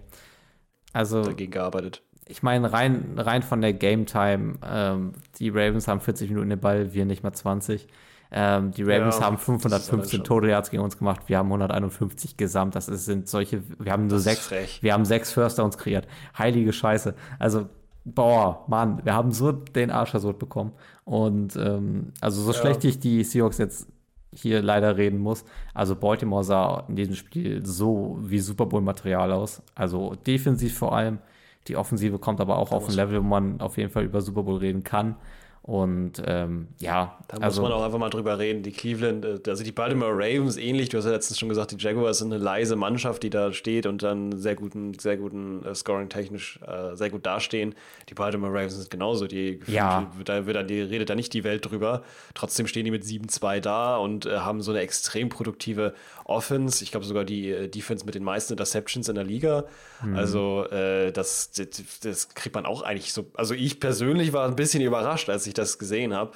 Also, dagegen gearbeitet. ich meine, rein, rein von der Game Time, ähm, die Ravens haben vierzig Minuten den Ball, wir nicht mal zwanzig. Ähm, die Ravens Ja, haben das ist fünfhundertfünfzehn alles schon- Total Yards gegen uns gemacht, wir haben hunderteinundfünfzig gesamt. Das ist, sind solche, wir haben nur Das ist sechs, frech. wir haben sechs First Downs kreiert. Heilige Scheiße. Also, boah, Mann, wir haben so den Arsch versucht bekommen. Und ähm, also so Ja. schlecht ich die Seahawks jetzt hier leider reden muss. Also Baltimore sah in diesem Spiel so wie Super Bowl-Material aus. Also defensiv vor allem. Die Offensive kommt aber auch auf ein muss- Level, wo man auf jeden Fall über Super Bowl reden kann. Und ähm, ja, Da muss also man auch einfach mal drüber reden. Die Cleveland, äh, also die Baltimore Ravens ähnlich. Du hast ja letztens schon gesagt, die Jaguars sind eine leise Mannschaft, die da steht und dann sehr guten, sehr guten äh, Scoring-technisch äh, sehr gut dastehen. Die Baltimore Ravens sind genauso. Die, Ja. die, da wird dann, die redet da nicht die Welt drüber. Trotzdem stehen die mit sieben zwei da und äh, haben so eine extrem produktive Offense. Ich glaube sogar die äh, Defense mit den meisten Interceptions in der Liga. Also äh, das, das, das kriegt man auch eigentlich so. Also ich persönlich war ein bisschen überrascht, als ich das gesehen habe,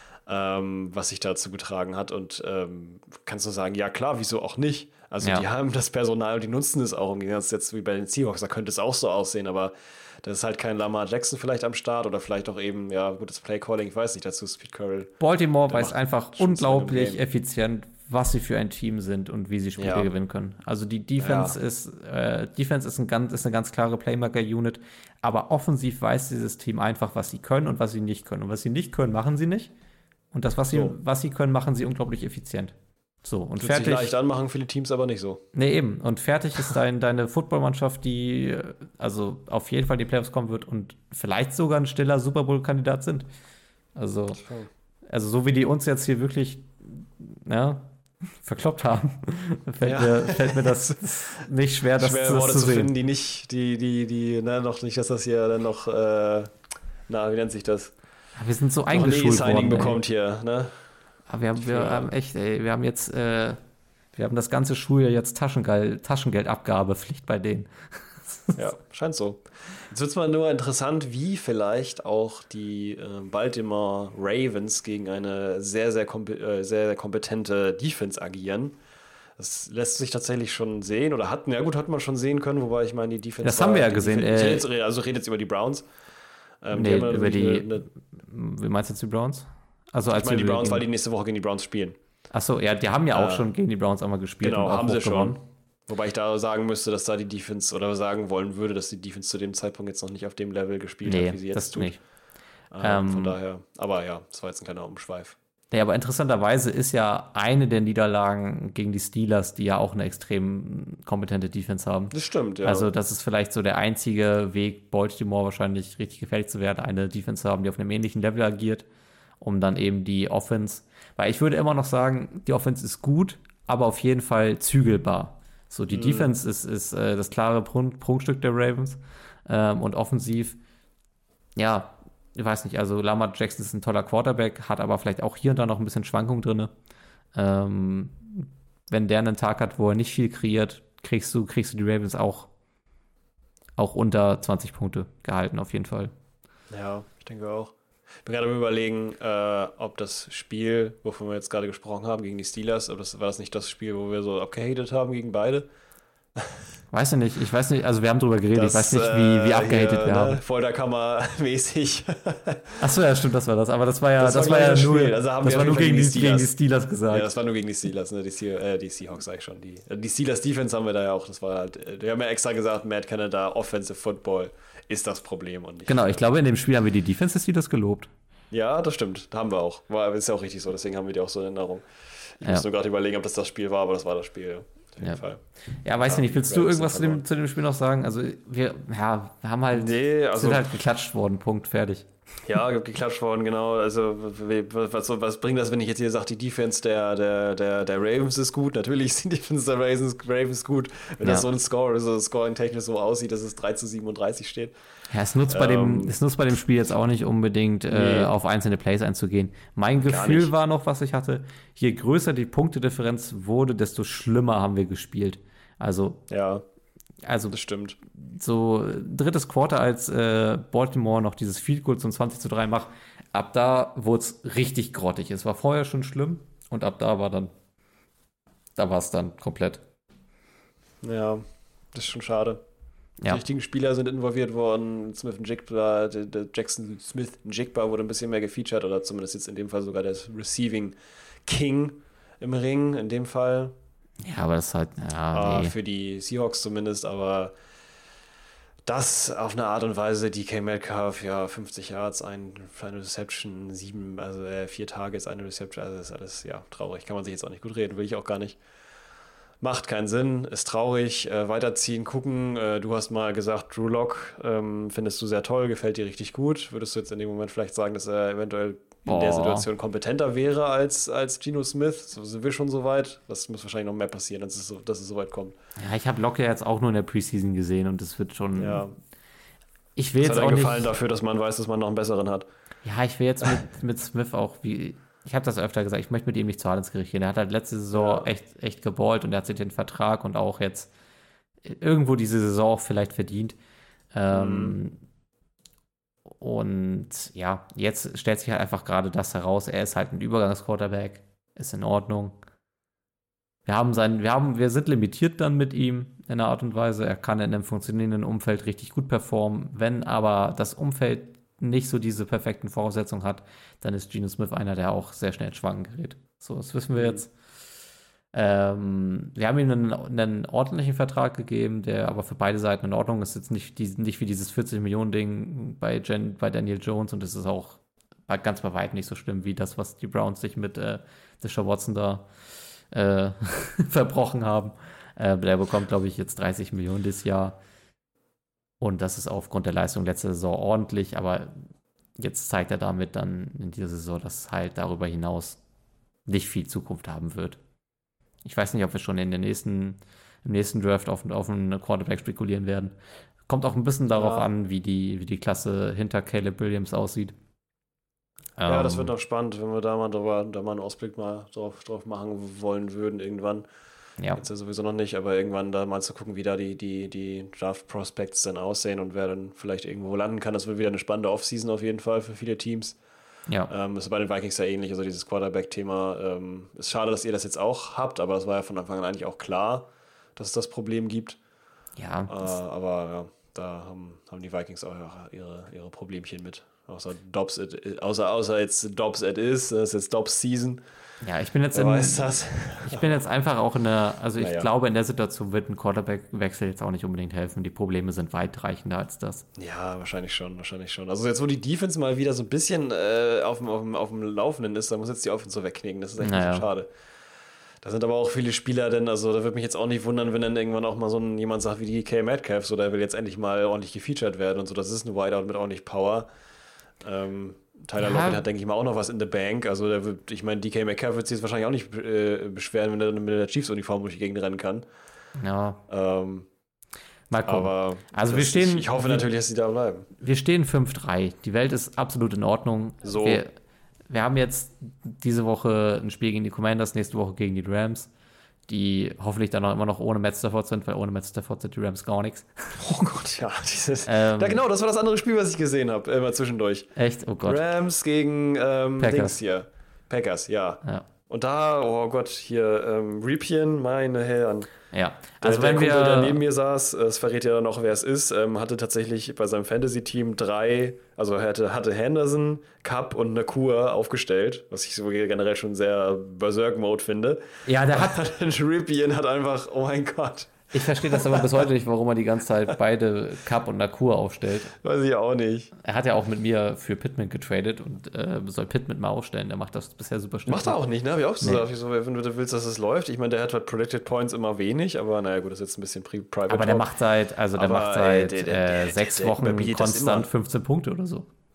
ähm, was sich dazu getragen hat. Und ähm, kannst du sagen, ja klar, wieso auch nicht? Also Ja. die haben das Personal und die nutzen es auch. Im Gegensatz jetzt wie bei den Seahawks, da könnte es auch so aussehen, aber da ist halt kein Lamar Jackson vielleicht am Start oder vielleicht auch eben, ja, gutes Playcalling, ich weiß nicht, dazu Speed Curl. Baltimore Der weiß macht einfach schon Sinn im unglaublich Game. effizient, was sie für ein Team sind und wie sie Spiele Ja. gewinnen können. Also die Defense Ja. ist äh, Defense ist, ein ganz, ist eine ganz klare Playmaker-Unit, aber offensiv weiß dieses Team einfach, was sie können und was sie nicht können. Und was sie nicht können, machen sie nicht. Und das, was sie, So. was sie können, machen sie unglaublich effizient. So, und Wird sich fertig. leicht anmachen, viele Teams aber nicht so. Nee, eben. Und fertig ist dein, deine Footballmannschaft, die äh, also auf jeden Fall in die Playoffs kommen wird und vielleicht sogar ein stiller Super Bowl-Kandidat sind. Also, also so wie die uns jetzt hier wirklich ja, verkloppt haben, fällt, Ja. mir, fällt mir das nicht schwer, das, Schwer das Worte zu zu sehen. finden, die nicht, die, die, die, na, noch nicht, dass das hier dann noch, äh, na, wie nennt sich das? Wir sind so Noch ein eingeschult E-Signing worden. ey. bekommt hier, ne? Aber wir haben, wir Ja. haben echt, ey, wir haben jetzt, äh, wir haben das ganze Schuljahr jetzt Taschengeld, Taschengeldabgabepflicht bei denen. Ja, scheint so. Jetzt wird es mal nur interessant, wie vielleicht auch die äh, Baltimore Ravens gegen eine sehr, sehr, kompe äh, sehr, sehr kompetente Defense agieren. Das lässt sich tatsächlich schon sehen oder hatten, ja gut, hat man schon sehen können, wobei ich meine, die Defense. Das haben wir ja die gesehen, Defense, äh, ich rede jetzt, also redet jetzt über die Browns. Ähm, Nee, haben ja über die- eine, eine, Wie meinst du jetzt die Browns? Also als ich meine, die wir Browns, gegen- weil die nächste Woche gegen die Browns spielen. Achso, ja, die haben ja auch Äh, schon gegen die Browns einmal gespielt. Genau, und auch haben sie hoch gewonnen. schon. Wobei ich da sagen müsste, dass da die Defense oder sagen wollen würde, dass die Defense zu dem Zeitpunkt jetzt noch nicht auf dem Level gespielt Nee, hat, wie sie jetzt das tut. nicht. Ähm, Ähm, von daher, aber ja, das war jetzt ein kleiner Umschweif. Nee, aber interessanterweise ist ja eine der Niederlagen gegen die Steelers, die ja auch eine extrem kompetente Defense haben. Das stimmt, ja. Also das ist vielleicht so der einzige Weg, Baltimore wahrscheinlich richtig gefährlich zu werden, eine Defense zu haben, die auf einem ähnlichen Level agiert, um dann eben die Offense, weil ich würde immer noch sagen, die Offense ist gut, aber auf jeden Fall zügelbar. So, die Mhm. Defense ist, ist äh, das klare Prunk Prunkstück der Ravens ähm, und offensiv, ja, ich weiß nicht, also Lamar Jackson ist ein toller Quarterback, hat aber vielleicht auch hier und da noch ein bisschen Schwankung drin. Ähm, wenn der einen Tag hat, wo er nicht viel kreiert, kriegst du, kriegst du die Ravens auch, auch unter zwanzig Punkte gehalten, auf jeden Fall. Ja, ich denke auch. Ich bin gerade am Überlegen, äh, ob das Spiel, wovon wir jetzt gerade gesprochen haben, gegen die Steelers, ob das, war das nicht das Spiel, wo wir so abgehatet haben gegen beide? Weiß ich nicht, ich weiß nicht, also wir haben drüber geredet, Das, ich weiß nicht, wie, wie äh, abgehatet hier, wir ne, haben. Folterkammer-mäßig. Achso, ja, stimmt, das war das, aber das war ja, Das das, war war gleich ja das nur, Spiel, also haben das wir war auf nur jeden gegen Fall die, gegen die gegen die Steelers. Steelers gesagt. Ja, das war nur gegen die Steelers, ne? Die, Se äh, die Seahawks, sag ich schon. Die, die Steelers Defense haben wir da ja auch. Das war halt, äh, wir haben ja extra gesagt, Matt Canada, Offensive Football ist das Problem und nicht. Genau, ich glaube, in dem Spiel haben wir die Defense des Steelers gelobt. Ja, das stimmt. Da haben wir auch. War, ist ja auch richtig so, deswegen haben wir die auch so in Erinnerung. Ich Ja. muss nur gerade überlegen, ob das das Spiel war, aber das war das Spiel. Ja. Auf jeden Ja. Fall. Ja, weiß Ja, ich nicht, willst die du Ravens irgendwas zu sind dem, zu dem Spiel noch sagen? Also wir, ja, wir haben halt, Nee, also sind halt geklatscht worden, Punkt, fertig. Ja, geklatscht worden, genau. Also, was, was bringt das, wenn ich jetzt hier sage, die Defense der, der, der, der Ravens ist gut? Natürlich ist die Defense der Ravens, Ravens gut, wenn Ja. das so ein Score, so scoring-technisch so aussieht, dass es drei zu siebenunddreißig steht. Ja, es nutzt, bei dem, Ähm, es nutzt bei dem Spiel jetzt auch nicht unbedingt äh, Nee. auf einzelne Plays einzugehen. Mein Gar Gefühl nicht. war noch, was ich hatte, je größer die Punktedifferenz wurde, desto schlimmer haben wir gespielt. Also, Ja, also das stimmt. so drittes Quarter, als äh, Baltimore noch dieses Field Goal zum zwanzig zu drei macht, ab da wurde es richtig grottig. Es war vorher schon schlimm und ab da war dann, da war es dann komplett. Ja, das ist schon schade. Die Ja. richtigen Spieler sind involviert worden. Smith und Jigba, der, der Jackson Smith und Jigba wurde ein bisschen mehr gefeatured oder zumindest jetzt in dem Fall sogar der Receiving King im Ring, in dem Fall. Ja, aber das ist halt, ja, Ah, nee. für die Seahawks zumindest, aber das auf eine Art und Weise, D K Metcalf, ja, fünfzig Yards, ein, eine Reception, sieben, also äh, vier Targets, eine Reception, also das ist alles, ja, traurig. Kann man sich jetzt auch nicht gut reden, will ich auch gar nicht. Macht keinen Sinn, ist traurig, äh, weiterziehen, gucken. Äh, du hast mal gesagt, Drew Lock ähm, findest du sehr toll, gefällt dir richtig gut. Würdest du jetzt in dem Moment vielleicht sagen, dass er eventuell in der Boah. Situation kompetenter wäre als, als Geno Smith? So sind wir schon so weit? Das muss wahrscheinlich noch mehr passieren, dass es so, dass es so weit kommt. Ja, ich habe Locke jetzt auch nur in der Preseason gesehen und es wird schon. Ja, Ich will das jetzt hat auch einen nicht. Gefallen dafür, dass man weiß, dass man noch einen besseren hat. Ja, ich will jetzt mit, mit Smith auch wie. Ich habe das öfter gesagt, ich möchte mit ihm nicht zu hart ins Gericht gehen. Er hat halt letzte Saison Ja. echt, echt geballt und er hat sich den Vertrag und auch jetzt irgendwo diese Saison auch vielleicht verdient. Ähm, und ja, jetzt stellt sich halt einfach gerade das heraus. Er ist halt ein Übergangsquarterback, ist in Ordnung. Wir haben sein, wir haben, wir sind limitiert dann mit ihm in einer Art und Weise. Er kann in einem funktionierenden Umfeld richtig gut performen. Wenn aber das Umfeld nicht so diese perfekten Voraussetzungen hat, dann ist Geno Smith einer, der auch sehr schnell ins Schwanken gerät. So, das wissen wir Mhm. jetzt. Ähm, wir haben ihm einen, einen ordentlichen Vertrag gegeben, der aber für beide Seiten in Ordnung ist. Jetzt nicht, die, nicht wie dieses vierzig-Millionen-Ding bei, Jen, bei Daniel Jones und es ist auch bei- ganz bei weitem nicht so schlimm wie das, was die Browns sich mit äh, Deshaun Watson da äh, verbrochen haben. Äh, der bekommt, glaube ich, jetzt dreißig Millionen dieses Jahr. Und das ist aufgrund der Leistung letzter Saison ordentlich, aber jetzt zeigt er damit dann in dieser Saison, dass halt darüber hinaus nicht viel Zukunft haben wird. Ich weiß nicht, ob wir schon in der nächsten, im nächsten Draft auf, auf einen Quarterback spekulieren werden. Kommt auch ein bisschen darauf Ja. an, wie die, wie die Klasse hinter Caleb Williams aussieht. Ja, das Ähm, wird noch spannend, wenn wir da mal, drüber, da mal einen Ausblick mal drauf, drauf machen wollen würden irgendwann. ja. Jetzt ja sowieso noch nicht, aber irgendwann da mal zu gucken, wie da die, die, die Draft-Prospects dann aussehen und wer dann vielleicht irgendwo landen kann. Das wird wieder eine spannende Offseason auf jeden Fall für viele Teams. Ja. Ähm, das ist bei den Vikings ja ähnlich, also dieses Quarterback-Thema. Ähm, ist schade, dass ihr das jetzt auch habt, aber das war ja von Anfang an eigentlich auch klar, dass es das Problem gibt. Ja, Äh, das, aber ja, da haben, haben die Vikings auch ihre, ihre Problemchen mit. Außer Dobbs, it, außer, außer jetzt Dobbs it is, das ist jetzt Dobbs Season. ja, ich bin jetzt Wer in, weiß das? ich bin jetzt einfach auch in der, also ich Naja. glaube, in der Situation wird ein Quarterback-Wechsel jetzt auch nicht unbedingt helfen. Die Probleme sind weitreichender als das. Ja, wahrscheinlich schon, wahrscheinlich schon. Also jetzt, wo die Defense mal wieder so ein bisschen äh, auf, dem, auf, dem, auf dem Laufenden ist, da muss jetzt die Offense so wegknicken. Das ist echt ein Naja. bisschen schade. Da sind aber auch viele Spieler, denn, also da würde mich jetzt auch nicht wundern, wenn dann irgendwann auch mal so ein, jemand sagt wie D K Metcalf, so der will jetzt endlich mal ordentlich gefeatured werden und so. Das ist ein Wideout mit ordentlich Power. Ähm, Tyler Ja. Lockett hat, denke ich mal, auch noch was in the bank. Also der wird, ich meine, D K Metcalf wird sich jetzt wahrscheinlich auch nicht äh, beschweren, wenn er dann mit der Chiefs-Uniform durch die Gegend rennen kann. Ja, Ähm, mal gucken. aber Also wir das, stehen- ich, ich hoffe natürlich, dass sie da bleiben. Wir stehen fünf drei. Die Welt ist absolut in Ordnung. So. Wir, wir haben jetzt diese Woche ein Spiel gegen die Commanders, nächste Woche gegen die Rams, die hoffentlich dann auch immer noch ohne Matt Stafford sind, weil ohne Matt Stafford sind die Rams gar nichts. Oh Gott, ja. Dieses, Ähm, ja, genau, das war das andere Spiel, was ich gesehen habe, immer zwischendurch. Echt? Oh Gott. Rams gegen ähm, Packers. Dings hier. Packers, ja. Ja. Und da, oh Gott, hier, ähm, Ripien, meine Herren. Ja. Also Also der wenn Kumpel, wir der neben mir saß, es verrät ja noch, wer es ist, ähm, hatte tatsächlich bei seinem Fantasy-Team drei, also er hatte, hatte Henderson, Cup und Nakua aufgestellt, was ich so generell schon sehr Berserk-Mode finde. Ja, der hat, Ripien hat einfach, oh mein Gott, ich verstehe das aber bis heute nicht, warum er die ganze Zeit beide Cup und Nakur aufstellt. weiß ich auch nicht. Er hat ja auch mit mir für Pittman getradet und äh, soll Pittman mal aufstellen. Der macht das bisher super schnell. Macht er auch nicht, ne? Hab ich auch Nee. gesagt. Ich so, wenn du willst, dass es läuft. Ich meine, der hat halt Predicted Points immer wenig, aber naja, gut, das ist jetzt ein bisschen pri private. Aber der Talk. macht seit, also der Aber, macht äh, seit der- der- äh, der- sechs der Wochen überbietet das konstant immer. fünfzehn Punkte oder so.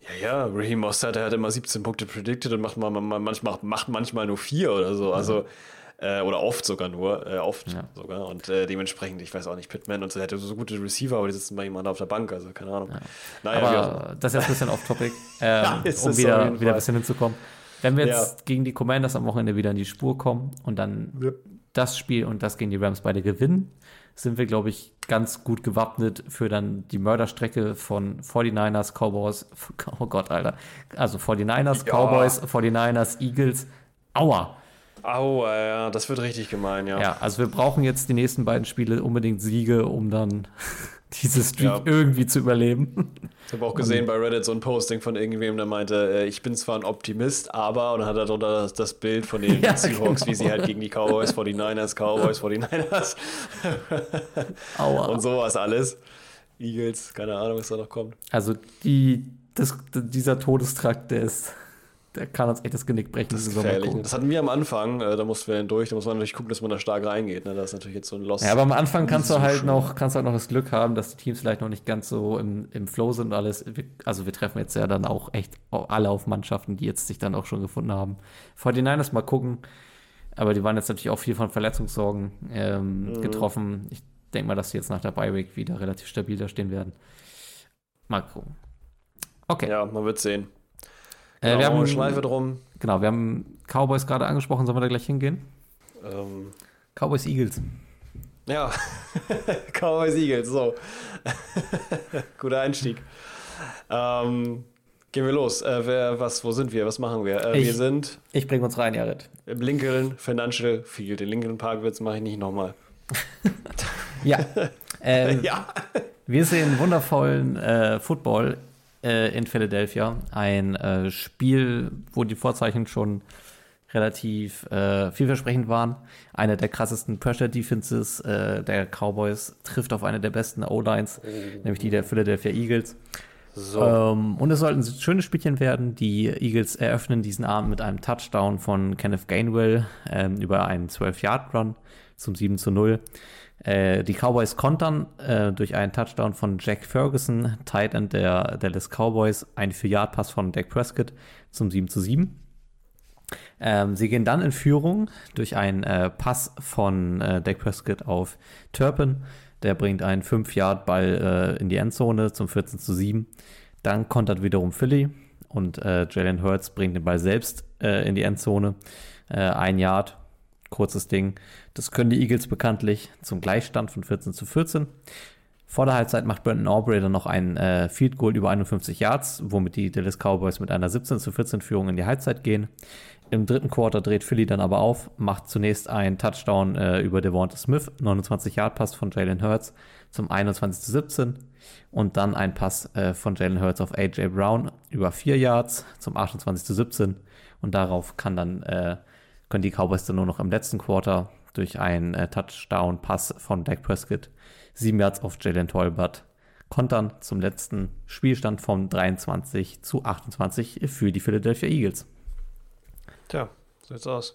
Ja, ja, Raheem Mostert, der hat immer siebzehn Punkte predicted und macht, mal, manchmal, macht manchmal nur vier oder so. Also, äh, oder oft sogar nur, äh, oft Ja. sogar. Und äh, dementsprechend, ich weiß auch nicht, Pittman und so, der hatte so gute Receiver, aber die sitzen bei jemandem auf der Bank, also keine Ahnung. Ja. Naja, wie auch immer. Aber das ist jetzt ein bisschen off-topic, ähm, Ja, ist um es auf wieder, jeden wieder ein Fall. bisschen hinzukommen. Wenn wir jetzt Ja. gegen die Commanders am Wochenende wieder in die Spur kommen und dann Ja. das Spiel und das gegen die Rams beide gewinnen, sind wir, glaube ich, ganz gut gewappnet für dann die Mörderstrecke von forty-niners, Cowboys, oh Gott, Alter, also forty-niners, Ja. Cowboys, forty-niners, Eagles, aua. Aua, ja, das wird richtig gemein, ja. Ja, also wir brauchen jetzt die nächsten beiden Spiele unbedingt Siege, um dann diese Streak Ja. irgendwie zu überleben. Ich habe auch gesehen bei Reddit so ein Posting von irgendwem, der meinte, äh, ich bin zwar ein Optimist, aber, und dann hat er darunter das, das Bild von den Ja, Seahawks, genau. wie sie halt gegen die Cowboys, forty-niners, Cowboys, forty-niners Aua. und sowas alles. Eagles, keine Ahnung, was da noch kommt. Also die, das, dieser Todestrakt, der ist, der kann uns echt das Genick brechen. Das ist diese Sommer gefährlich. gucken. Das hatten wir am Anfang, äh, da mussten wir dann durch, da muss man natürlich gucken, dass man da stark reingeht. Ne? Das ist natürlich jetzt so ein Loss. Ja, aber am Anfang kannst du so halt schön. noch, kannst du halt noch das Glück haben, dass die Teams vielleicht noch nicht ganz so im, im Flow sind und alles. Wir- Also wir treffen jetzt ja dann auch echt alle auf Mannschaften, die jetzt sich dann auch schon gefunden haben. forty-niners mal gucken, aber die waren jetzt natürlich auch viel von Verletzungssorgen ähm, Mhm. getroffen. Ich denke mal, dass sie jetzt nach der Bye-Week wieder relativ stabil da stehen werden. Mal gucken. Okay. Ja, man wird sehen. Äh, Genau, wir haben, eine Schleife drum. genau, wir haben Cowboys gerade angesprochen. Sollen wir da gleich hingehen? Ähm, Cowboys Eagles. ja, Cowboys Eagles, so. Guter Einstieg. Ähm, gehen wir los. Äh, wer, was, wo sind wir? Was machen wir? Äh, Ich- wir sind Ich bringe uns rein, Jared. im Lincoln Financial Field. Den Lincoln Parkwitz mache ich nicht nochmal. Ja. ähm, Ja. Wir sehen wundervollen äh, Football äh, in Philadelphia. Ein äh, Spiel, wo die Vorzeichen schon relativ äh, vielversprechend waren. Eine der krassesten Pressure-Defenses äh, der Cowboys trifft auf eine der besten O-Lines, nämlich die der Philadelphia Eagles. So. Ähm, und es sollten schöne Spielchen werden. Die Eagles eröffnen diesen Abend mit einem Touchdown von Kenneth Gainwell ähm, über einen zwölf-Yard-Run zum sieben zu null. Äh, die Cowboys kontern äh, durch einen Touchdown von Jack Ferguson, Tight End der Dallas Cowboys, ein vier-Yard-Pass von Dak Prescott zum sieben zu sieben. Ähm, sie gehen dann in Führung durch einen äh, Pass von äh, Dak Prescott auf Turpin. Der bringt einen fünf-Yard-Ball äh, in die Endzone zum vierzehn zu sieben. Dann kontert wiederum Philly und äh, Jalen Hurts bringt den Ball selbst äh, in die Endzone. Äh, ein Yard, kurzes Ding. Das können die Eagles bekanntlich zum Gleichstand von vierzehn zu vierzehn. Vor der Halbzeit macht Brandon Aubrey dann noch ein äh, Field Goal über einundfünfzig Yards, womit die Dallas Cowboys mit einer siebzehn zu vierzehn Führung in die Halbzeit gehen. Im dritten Quarter dreht Philly dann aber auf, macht zunächst einen Touchdown äh, über Devonta Smith, neunundzwanzig-Yard-Pass von Jalen Hurts zum einundzwanzig zu siebzehn und dann ein Pass äh, von Jalen Hurts auf A J Brown über vier Yards zum achtundzwanzig zu siebzehn und darauf kann dann, äh, können die Cowboys dann nur noch im letzten Quarter durch einen äh, Touchdown-Pass von Dak Prescott sieben Yards auf Jalen Tolbert kontern zum letzten Spielstand von dreiundzwanzig zu achtundzwanzig für die Philadelphia Eagles. Tja, so sieht's aus.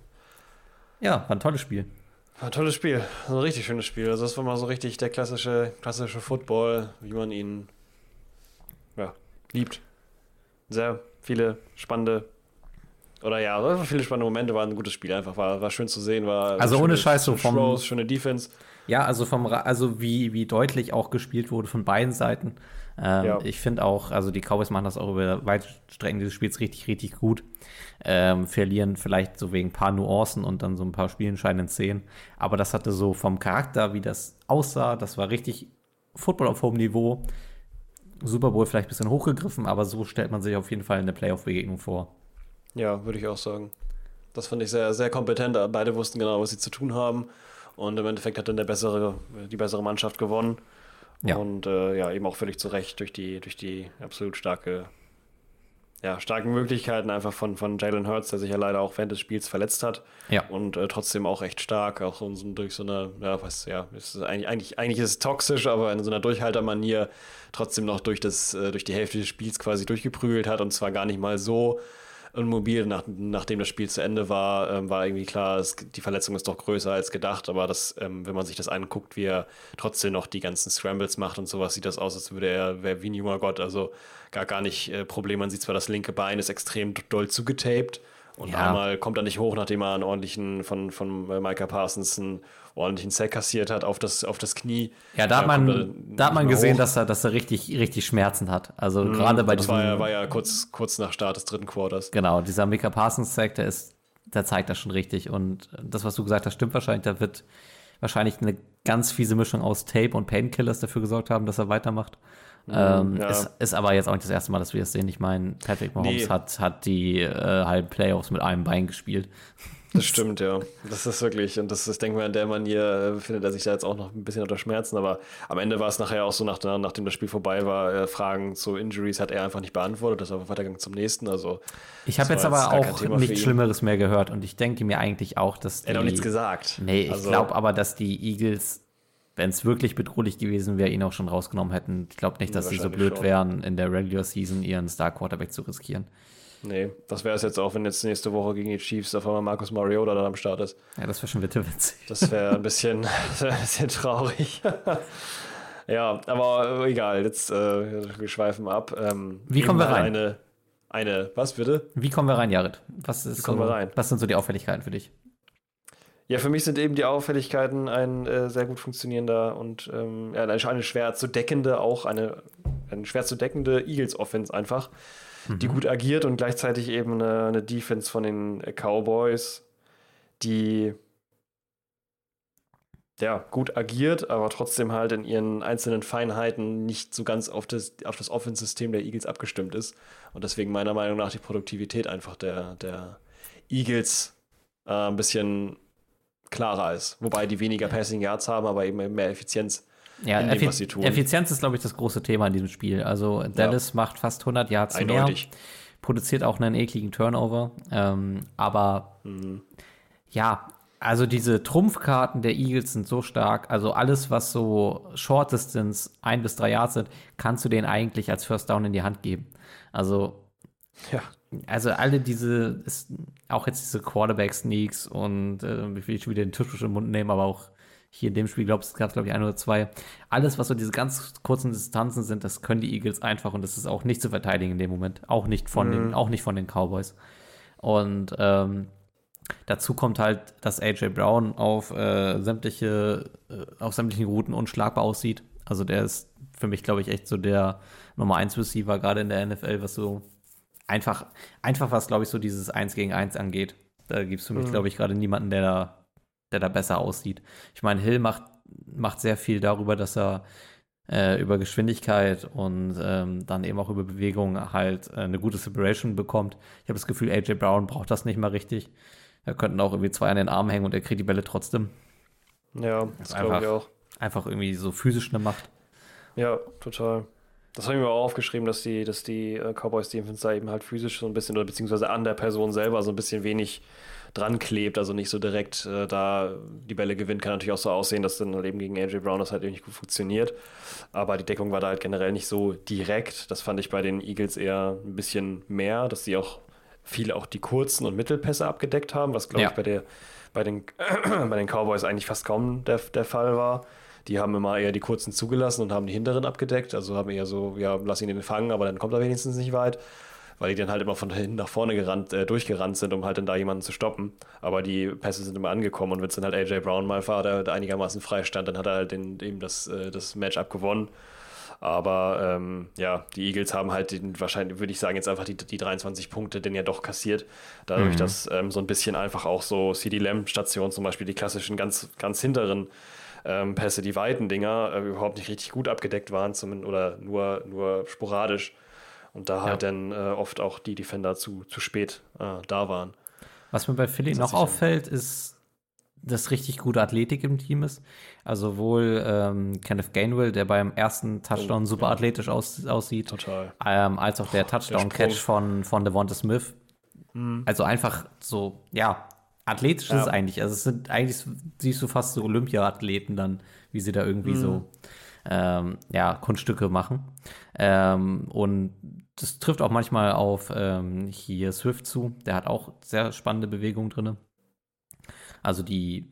Ja, war ein tolles Spiel. War ein tolles Spiel. Ein richtig schönes Spiel. Also das war mal so richtig der klassische, klassische Football, wie man ihn ja, liebt. Sehr viele spannende oder ja, sehr viele spannende Momente, war ein gutes Spiel einfach. War, war schön zu sehen. War Also schöne, ohne Scheiß so vom- Throws, schöne Defense. Ja, also vom Ra- also wie, wie deutlich auch gespielt wurde von beiden Seiten. Ähm, Ja. Ich finde auch, also die Cowboys machen das auch über weite Strecken dieses Spiels richtig, richtig gut. Ähm, verlieren vielleicht so wegen ein paar Nuancen und dann so ein paar spielentscheidenden Szenen. Aber das hatte so vom Charakter, wie das aussah, das war richtig Football auf hohem Niveau. Super Bowl vielleicht ein bisschen hochgegriffen, aber so stellt man sich auf jeden Fall eine Playoff-Begegnung vor. Ja, würde ich auch sagen. Das fand ich sehr, sehr kompetent. Beide wussten genau, was sie zu tun haben. Und im Endeffekt hat dann der bessere, die bessere Mannschaft gewonnen. Ja. Und äh, ja, eben auch völlig zu Recht durch die, durch die absolut starke, ja, starken Möglichkeiten einfach von, von Jalen Hurts, der sich ja leider auch während des Spiels verletzt hat. Ja. Und äh, trotzdem auch echt stark, auch in so, durch so eine, ja, was, ja, ist eigentlich, eigentlich, eigentlich ist es toxisch, aber in so einer Durchhaltermanier trotzdem noch durch, das, äh, durch die Hälfte des Spiels quasi durchgeprügelt hat und zwar gar nicht mal so unmobil, nach, nachdem das Spiel zu Ende war, ähm, war irgendwie klar, es, die Verletzung ist doch größer als gedacht, aber das, ähm, wenn man sich das anguckt, wie er trotzdem noch die ganzen Scrambles macht und sowas, sieht das aus, als würde er, wäre wie ein junger Gott, also gar gar nicht äh, Problem. Man sieht zwar, das linke Bein ist extrem doll zugetaped und Ja. einmal kommt er nicht hoch, nachdem er einen ordentlichen, von, von äh, Micah Parsons einen ordentlichen Sack kassiert hat auf das, auf das Knie. Ja, da hat Dann kommt er man, da hat nicht man mehr gesehen, hoch. dass er, dass er richtig, richtig Schmerzen hat. Also gerade bei Das diesem, war ja, war ja kurz, kurz nach Start des dritten Quarters. genau, dieser Micah Parsons Sack, der ist, der zeigt das schon richtig. Und das, was du gesagt hast, stimmt wahrscheinlich. Da wird wahrscheinlich eine ganz fiese Mischung aus Tape und Painkillers dafür gesorgt haben, dass er weitermacht. ähm, ja. ist, ist aber jetzt auch nicht das erste Mal, dass wir das sehen. Ich meine, Patrick Mahomes Nee. hat, hat die äh, halben Playoffs mit einem Bein gespielt. Das stimmt, ja. Das ist wirklich, und das ist, denke ich mal, in der Manier äh, findet er sich da jetzt auch noch ein bisschen unter Schmerzen, aber am Ende war es nachher auch so, nach, nachdem das Spiel vorbei war, äh, Fragen zu Injuries hat er einfach nicht beantwortet, das war weitergegangen zum nächsten, also Ich habe das jetzt war aber gar kein auch Thema für nichts ihn. Schlimmeres mehr gehört und ich denke mir eigentlich auch, dass die... Er hat auch nichts gesagt. Nee, ich Also- glaube aber, dass die Eagles, wenn es wirklich bedrohlich gewesen wäre, ihn auch schon rausgenommen hätten. Ich glaube nicht, dass sie so Wahrscheinlich blöd schon. wären, in der Regular Season ihren Star-Quarterback zu riskieren. Nee, das wäre es jetzt auch, wenn jetzt nächste Woche gegen die Chiefs auf einmal Marcus Mariota dann am Start ist. Ja, das wäre schon bitte witzig. Das wäre ein bisschen, das wär ein bisschen traurig. Ja, aber egal, jetzt äh, wir schweifen ab. Ähm, Wie kommen wir eben rein? Eine, eine, was bitte? Wie kommen wir rein, Jared? Was, ist Wie kommen so, wir rein? was sind so die Auffälligkeiten für dich? Ja, für mich sind eben die Auffälligkeiten ein äh, sehr gut funktionierender und ähm, ja, eine, eine schwer zu deckende, auch eine, eine schwer zu deckende Eagles-Offense einfach, Mhm. die gut agiert und gleichzeitig eben eine, eine Defense von den Cowboys, die ja gut agiert, aber trotzdem halt in ihren einzelnen Feinheiten nicht so ganz auf das, auf das Offense-System der Eagles abgestimmt ist. Und deswegen meiner Meinung nach die Produktivität einfach der, der Eagles äh, ein bisschen klarer ist. Wobei die weniger Passing Yards haben, aber eben mehr Effizienz Ja, in dem, Effi- was sie tun. Effizienz ist, glaube ich, das große Thema in diesem Spiel. Also Dallas macht fast hundert Yards Eindeutig. mehr, produziert auch einen ekligen Turnover. Ähm, aber Mhm. ja, also diese Trumpfkarten der Eagles sind so stark. Also alles, was so Short Distance, ein bis drei Yards sind, kannst du denen eigentlich als First Down in die Hand geben. Also Ja. Also alle diese, ist, auch jetzt diese Quarterback-Sneaks und äh, ich will schon wieder den Tisch im Mund nehmen, aber auch hier in dem Spiel gab es, glaube ich, ein oder zwei. Alles, was so diese ganz kurzen Distanzen sind, das können die Eagles einfach und das ist auch nicht zu verteidigen in dem Moment. Auch nicht von, Mhm. den, auch nicht von den Cowboys. Und ähm, dazu kommt halt, dass A J Brown auf äh, sämtliche, äh, auf sämtlichen Routen unschlagbar aussieht. Also der ist für mich, glaube ich, echt so der Nummer eins Receiver, gerade in der N F L, was so einfach, einfach was, glaube ich, so dieses eins gegen eins angeht. Da gibt es für mich, Mhm. glaube ich, gerade niemanden, der da, der da besser aussieht. Ich meine, Hill macht, macht sehr viel darüber, dass er äh, über Geschwindigkeit und ähm, dann eben auch über Bewegung halt äh, eine gute Separation bekommt. Ich habe das Gefühl, A J Brown braucht das nicht mal richtig. Da könnten auch irgendwie zwei an den Armen hängen und er kriegt die Bälle trotzdem. Ja, das glaube einfach- ich auch. Einfach irgendwie so physisch eine Macht. Ja, total. Das habe ich mir auch aufgeschrieben, dass die, dass die äh, Cowboys Defense da eben halt physisch so ein bisschen oder beziehungsweise an der Person selber so ein bisschen wenig dran klebt, also nicht so direkt äh, da die Bälle gewinnt. Kann natürlich auch so aussehen, dass dann halt eben gegen A J Brown das halt eben nicht gut funktioniert. Aber die Deckung war da halt generell nicht so direkt. Das fand ich bei den Eagles eher ein bisschen mehr, dass sie auch viele auch die kurzen und Mittelpässe abgedeckt haben, was glaube Ja. ich bei der bei den, bei den Cowboys eigentlich fast kaum der, der Fall war. Die haben immer eher die kurzen zugelassen und haben die hinteren abgedeckt. Also haben eher so, ja, lass ihn den fangen, aber dann kommt er wenigstens nicht weit. Weil die dann halt immer von hinten nach vorne gerannt, äh, durchgerannt sind, um halt dann da jemanden zu stoppen. Aber die Pässe sind immer angekommen und wenn es dann halt A J Brown mal war, der, der einigermaßen frei stand, dann hat er halt den, eben das, äh, das Matchup gewonnen. Aber ähm, ja, die Eagles haben halt den, wahrscheinlich, würde ich sagen, jetzt einfach die, die dreiundzwanzig Punkte denn ja doch kassiert. Dadurch, Mhm. dass ähm, so ein bisschen einfach auch so CeeDee Lamb-Stationen, zum Beispiel die klassischen ganz, ganz hinteren ähm, Pässe, die weiten Dinger, äh, überhaupt nicht richtig gut abgedeckt waren zum, oder nur, nur sporadisch. Und da halt dann äh, oft auch die Defender zu, zu spät äh, da waren. Was mir bei Philly Das hat noch sich dann- auffällt, ist, dass richtig gute Athletik im Team ist. Also sowohl ähm, Kenneth Gainwell, der beim ersten Touchdown Oh, super ja. athletisch aus, aussieht, Total. ähm, als auch der Touchdown-Catch von, von Devonta Smith. Also einfach so, ja, athletisch ist Ja. es eigentlich. Also es sind eigentlich, siehst du fast so Olympia-Athleten dann, wie sie da irgendwie Mhm. so ähm, ja, Kunststücke machen. Ähm, und das trifft auch manchmal auf ähm, hier Swift zu. Der hat auch sehr spannende Bewegungen drin. Also die,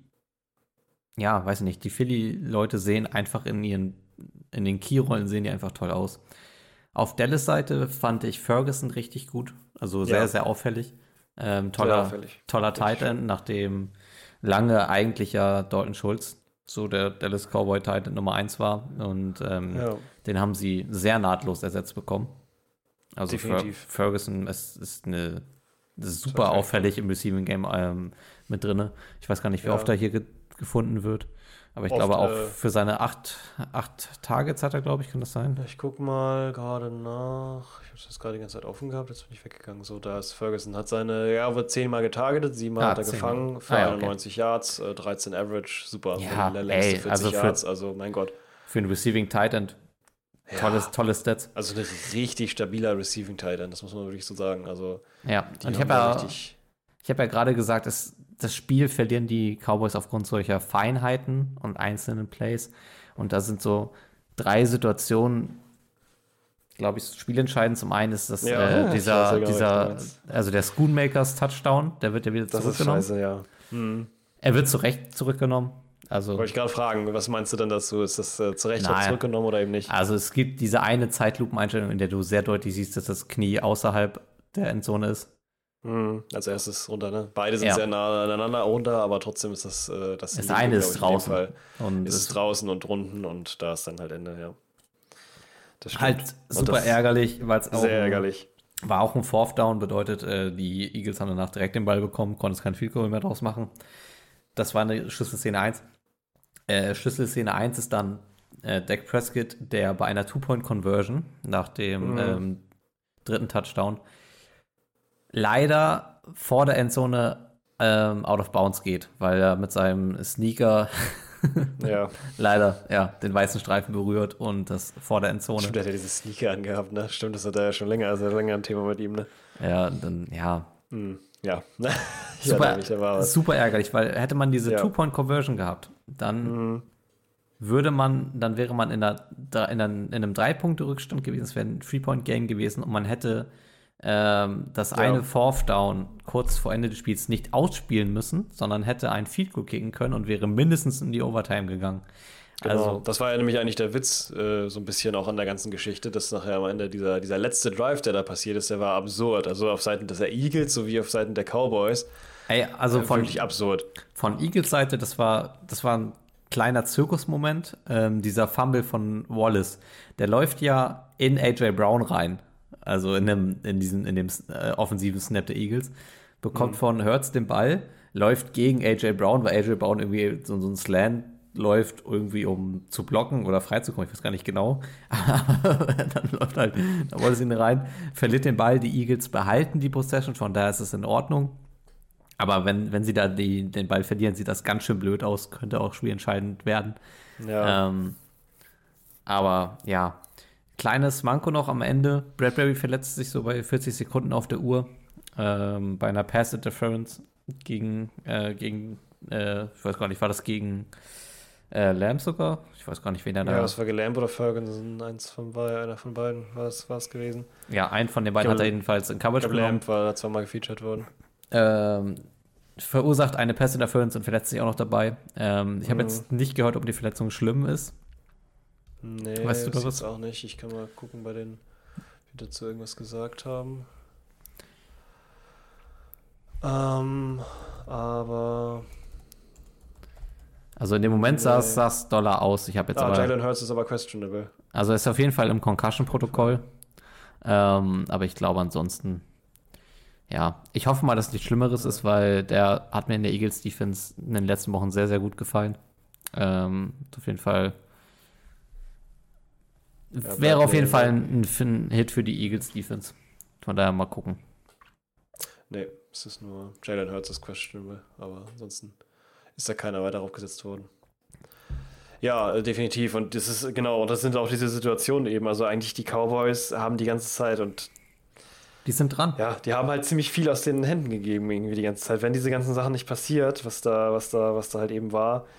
ja, weiß nicht, die Philly-Leute sehen einfach in ihren, in den Keyrollen sehen die einfach toll aus. Auf Dallas Seite fand ich Ferguson richtig gut. Also sehr, Ja. sehr auffällig. Ähm, toller auffällig. toller Tight End, nachdem lange eigentlich ja Dalton Schultz so der Dallas Cowboy Tight End Nummer eins war. Und ähm, Ja. den haben sie sehr nahtlos ersetzt bekommen. Also Fer Definitiv. Ferguson ist, ist eine das ist super Perfekt. auffällig im Receiving Game ähm, mit drin. Ich weiß gar nicht, wie Ja. oft er hier ge gefunden wird. Aber ich Oft, glaube auch äh, für seine acht, acht Targets hat er, glaube ich, kann das sein? Ich guck mal gerade nach. Ich habe das gerade die ganze Zeit offen gehabt, jetzt bin ich weggegangen. So, da ist Ferguson, hat seine, ja, wird zehnmal getargetet, siebenmal Ah, hat er zehnmal. gefangen, für Ah, ja, okay. einundneunzig Yards, äh, dreizehn Average, super. Ja, Und der längste ey, vierzig also für- Yards, also mein Gott. Für einen Receiving Tight End. Ja. Tolles, tolles Stats. Also ein richtig stabiler Receiving Tight End, das muss man wirklich so sagen. Also, Ja, die und ich haben habe da ja, richtig. ich hab ja gerade gesagt, dass das Spiel verlieren die Cowboys aufgrund solcher Feinheiten und einzelnen Plays. Und da sind so drei Situationen, glaube ich, spielentscheidend. Zum einen ist das Ja, äh, ich weiß dieser, ja gar nicht, dieser was du meinst. also der Schoonmakers Touchdown, der wird ja wieder Das ist zurückgenommen. scheiße, ja. Hm. Er wird zu Recht zurückgenommen. Also, Wollte ich gerade fragen, was meinst du denn dazu? Ist das äh, zu Recht auch Nein. zurückgenommen oder eben nicht? also es gibt diese eine Zeitlupeneinstellung, in der du sehr deutlich siehst, dass das Knie außerhalb der Endzone ist. Hm. Als erstes runter, ne? Beide sind Ja. sehr nah aneinander runter, aber trotzdem ist das, äh, das Das Linie, eine glaub ist ich, in dem draußen. Fall. Und Ist es es draußen und unten und da ist dann halt Ende, ja. Das stimmt. halt Und super das ärgerlich, weil es auch Sehr ein- ärgerlich. war auch ein Fourth Down, bedeutet, äh, die Eagles haben danach direkt den Ball bekommen, konnten kein Field Goal mehr draus machen. Das war eine Schlüsselszene eins. Äh, Schlüsselszene eins ist dann äh, Dak Prescott, der bei einer Two-Point-Conversion nach dem Mhm. ähm, dritten Touchdown leider vor der Endzone ähm, out of bounds geht, weil er mit seinem Sneaker Ja. leider ja, den weißen Streifen berührt und das vor der Endzone. Stimmt, der hat ja diese Sneaker angehabt, ne? Stimmt, das hat er ja schon länger, also länger ein Thema mit ihm, ne? Ja, dann, ja, Hm. Ja. Ich super, erinnere mich, da war was. super ärgerlich, weil hätte man diese Ja. Two-Point-Conversion gehabt, dann Mhm. würde man, dann wäre man in, einer, in, einer, in einem Drei-Punkte-Rückstand gewesen, es wäre ein Three-Point-Game gewesen und man hätte ähm, das Ja. eine Fourth Down kurz vor Ende des Spiels nicht ausspielen müssen, sondern hätte ein Field Goal kicken können und wäre mindestens in die Overtime gegangen. Genau, Also, das war ja nämlich eigentlich der Witz, äh, so ein bisschen auch an der ganzen Geschichte, dass nachher am Ende dieser, dieser letzte Drive, der da passiert ist, der war absurd. Also auf Seiten der Eagles sowie auf Seiten der Cowboys. ey, also Äh, von, wirklich absurd. von Eagles Seite, das war, das war ein kleiner Zirkusmoment, ähm, dieser Fumble von Wallace. Der läuft ja in A J Brown rein, also in dem, in diesem, in dem äh, offensiven Snap der Eagles, bekommt Mhm. von Hurts den Ball, läuft gegen A J Brown, weil A J Brown irgendwie so, so ein Slant läuft irgendwie, um zu blocken oder freizukommen, ich weiß gar nicht genau. Aber dann läuft halt, da wollte es ihn rein, verliert den Ball, die Eagles behalten die Possession, von daher ist es in Ordnung. Aber wenn, wenn sie da die, den Ball verlieren, sieht das ganz schön blöd aus, könnte auch spielentscheidend werden. Ja. Ähm, aber ja, kleines Manko noch am Ende. Bradbury verletzt sich so bei vierzig Sekunden auf der Uhr ähm, bei einer Pass Interference gegen, äh, gegen äh, ich weiß gar nicht, war das gegen äh, Lamb sogar? Ich weiß gar nicht, wen er ja, da. das war Gelamp oder Ferguson, eins von beiden, einer von beiden war es, war es gewesen. Ja, einen von den beiden Ich hat er glaub- jedenfalls in Ich Coverage glaube, genommen. Lamp war da zweimal gefeatured worden. Ähm, verursacht eine Pass Interference und verletzt sich auch noch dabei. Ähm, ich habe Mhm. jetzt nicht gehört, ob die Verletzung schlimm ist. Nee, Weißt du da das was? jetzt auch nicht. Ich kann mal gucken bei den, die dazu irgendwas gesagt haben. Ähm, aber. Also in dem Moment sah es Nee. sah's doller aus. Ich habe jetzt Ah, aber. Jalen Hurts ist aber questionable. Also er ist auf jeden Fall im Concussion-Protokoll. Ähm, aber ich glaube ansonsten. Ja, ich hoffe mal, dass es nichts Schlimmeres ist, weil der hat mir in der Eagles Defense in den letzten Wochen sehr, sehr gut gefallen. Ähm, auf jeden Fall. Ja, wäre auf jeden Fall Bradley, ein, ein Hit für die Eagles Defense. Von daher mal gucken. Nee, es ist nur. Jalen Hurts ist questionable, aber ansonsten ist da keiner weiter aufgesetzt worden. Ja, äh, definitiv. Und das ist, genau, und das sind auch diese Situationen eben. Also eigentlich die Cowboys haben die ganze Zeit und Die sind dran. ja, die haben halt ziemlich viel aus den Händen gegeben, irgendwie die ganze Zeit. Wenn diese ganzen Sachen nicht passiert, was da, was da, was da halt eben war,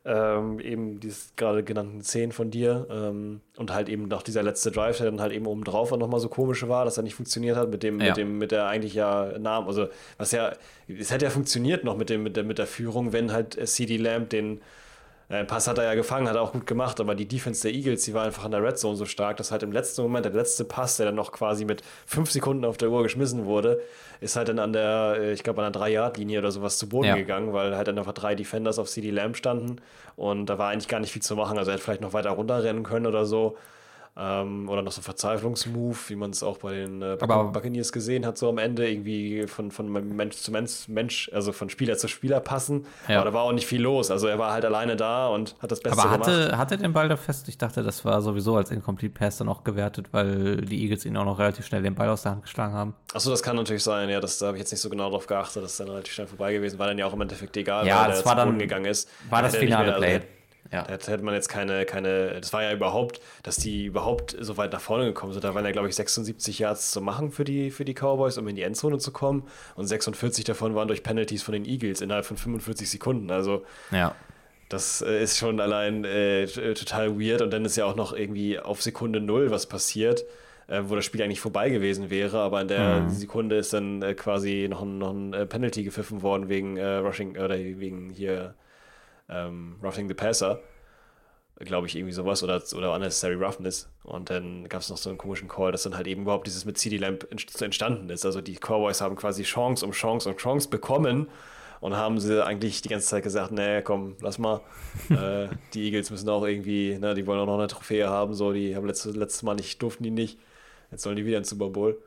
ähm, eben diese gerade genannten Szenen von dir ähm, und halt eben noch dieser letzte Drive, der dann halt eben oben drauf und nochmal so komisch war, dass er nicht funktioniert hat mit dem, Ja. mit dem, mit der eigentlich ja Namen, also was ja, es hätte ja funktioniert noch mit dem, mit der, mit der Führung, wenn halt CeeDee Lamb den äh, Pass hat er ja gefangen, hat er auch gut gemacht, aber die Defense der Eagles, die war einfach in der Red Zone so stark, dass halt im letzten Moment der letzte Pass, der dann noch quasi mit fünf Sekunden auf der Uhr geschmissen wurde, ist halt dann an der, äh, ich glaube an der drei Yard Linie oder sowas zu Boden Ja. gegangen, weil halt dann einfach drei Defenders auf CeeDee Lamb standen und da war eigentlich gar nicht viel zu machen, also er hätte vielleicht noch weiter runterrennen können oder so. Ähm, oder noch so ein Verzweiflungsmove, wie man es auch bei den äh, Buc- Aber- Buccaneers gesehen hat, so am Ende irgendwie von, von Mensch zu Mensch, Mensch, also von Spieler zu Spieler passen. Ja. Aber da war auch nicht viel los. Also er war halt alleine da und hat das Beste Aber gemacht. hatte, hatte den Ball da fest? Ich dachte, das war sowieso als Incomplete Pass dann auch gewertet, weil die Eagles ihn auch noch relativ schnell den Ball aus der Hand geschlagen haben. Achso, das kann natürlich sein, ja, das, da habe ich jetzt nicht so genau drauf geachtet, das ist dann relativ schnell vorbei gewesen, war dann ja auch im Endeffekt egal, Ja, weil das der war zu dann- Boden gegangen ist. War das Hätte er nicht finale mehr- Play. also, Ja. Da hätte man jetzt keine, keine, das war ja überhaupt, dass die überhaupt so weit nach vorne gekommen sind. Da waren ja, glaube ich, sechsundsiebzig Yards zu machen für die, für die Cowboys, um in die Endzone zu kommen. Und sechsundvierzig davon waren durch Penalties von den Eagles innerhalb von fünfundvierzig Sekunden. Also Ja. das äh, ist schon allein äh, t- total weird. Und dann ist ja auch noch irgendwie auf Sekunde null was passiert, äh, wo das Spiel eigentlich vorbei gewesen wäre. Aber in der Mhm. Sekunde ist dann äh, quasi noch ein, noch ein äh, Penalty gepfiffen worden wegen äh, Rushing, oder wegen hier ähm, Roughing the Passer. Glaube ich, irgendwie sowas. Oder, oder Unnecessary Roughness. Und dann gab es noch so einen komischen Call, dass dann halt eben überhaupt dieses mit CeeDee Lamb ent- entstanden ist. Also die Cowboys haben quasi Chance um Chance um Chance bekommen. Und haben sie eigentlich die ganze Zeit gesagt, nee, komm, lass mal. äh, die Eagles müssen auch irgendwie, ne, die wollen auch noch eine Trophäe haben, so, die haben letztes, letztes Mal nicht, durften die nicht. Jetzt sollen die wieder ins Super Bowl.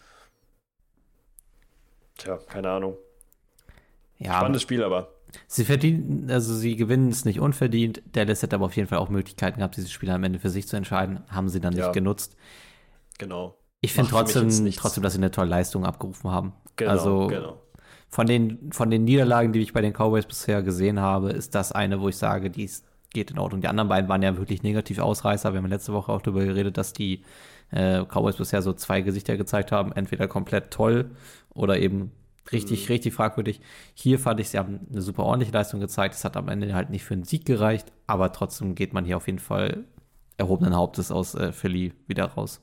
Tja, keine Ahnung. Ja. Spannendes Spiel aber. Sie verdienen, also sie gewinnen es nicht unverdient. Dallas hätte aber auf jeden Fall auch Möglichkeiten gehabt, dieses Spiel am Ende für sich zu entscheiden. Haben sie dann Ja. nicht genutzt. Genau. Ich finde Macht für mich jetzt trotzdem, nichts. trotzdem, dass sie eine tolle Leistung abgerufen haben. Genau, also genau. von den, von den Niederlagen, die ich bei den Cowboys bisher gesehen habe, ist das eine, wo ich sage, die ist, geht in Ordnung. Die anderen beiden waren ja wirklich negativ Ausreißer. Wir haben letzte Woche auch darüber geredet, dass die äh, Cowboys bisher so zwei Gesichter gezeigt haben. Entweder komplett toll oder eben richtig, Mhm. richtig fragwürdig. Hier fand ich, sie haben eine super ordentliche Leistung gezeigt. Es hat am Ende halt nicht für einen Sieg gereicht, aber trotzdem geht man hier auf jeden Fall erhobenen Hauptes aus äh, Philly wieder raus.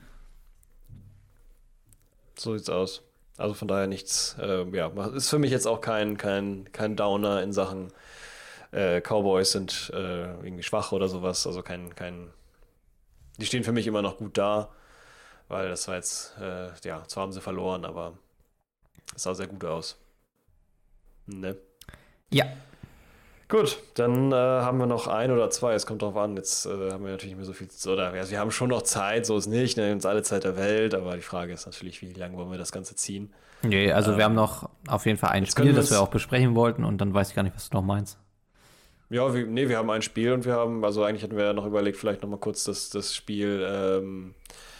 So sieht's aus. Also von daher nichts, äh, ja, ist für mich jetzt auch kein, kein, kein Downer in Sachen äh, Cowboys sind äh, irgendwie schwach oder sowas. Also kein, kein, die stehen für mich immer noch gut da, weil das war jetzt, äh, ja, zwar haben sie verloren, aber es sah sehr gut aus. Ne? Ja. Gut, dann äh, haben wir noch ein oder zwei, es kommt drauf an, jetzt äh, haben wir natürlich nicht mehr so viel, oder also wir haben schon noch Zeit, so ist nicht, ne, uns alle Zeit der Welt, aber die Frage ist natürlich, wie lange wollen wir das Ganze ziehen? Nee, also Ähm, wir haben noch auf jeden Fall ein jetzt können Spiel, wir das wir uns- auch besprechen wollten und dann weiß ich gar nicht, was du noch meinst. Ja, wir, nee, wir haben ein Spiel und wir haben, also eigentlich hatten wir ja noch überlegt, vielleicht nochmal kurz das, das Spiel, ähm,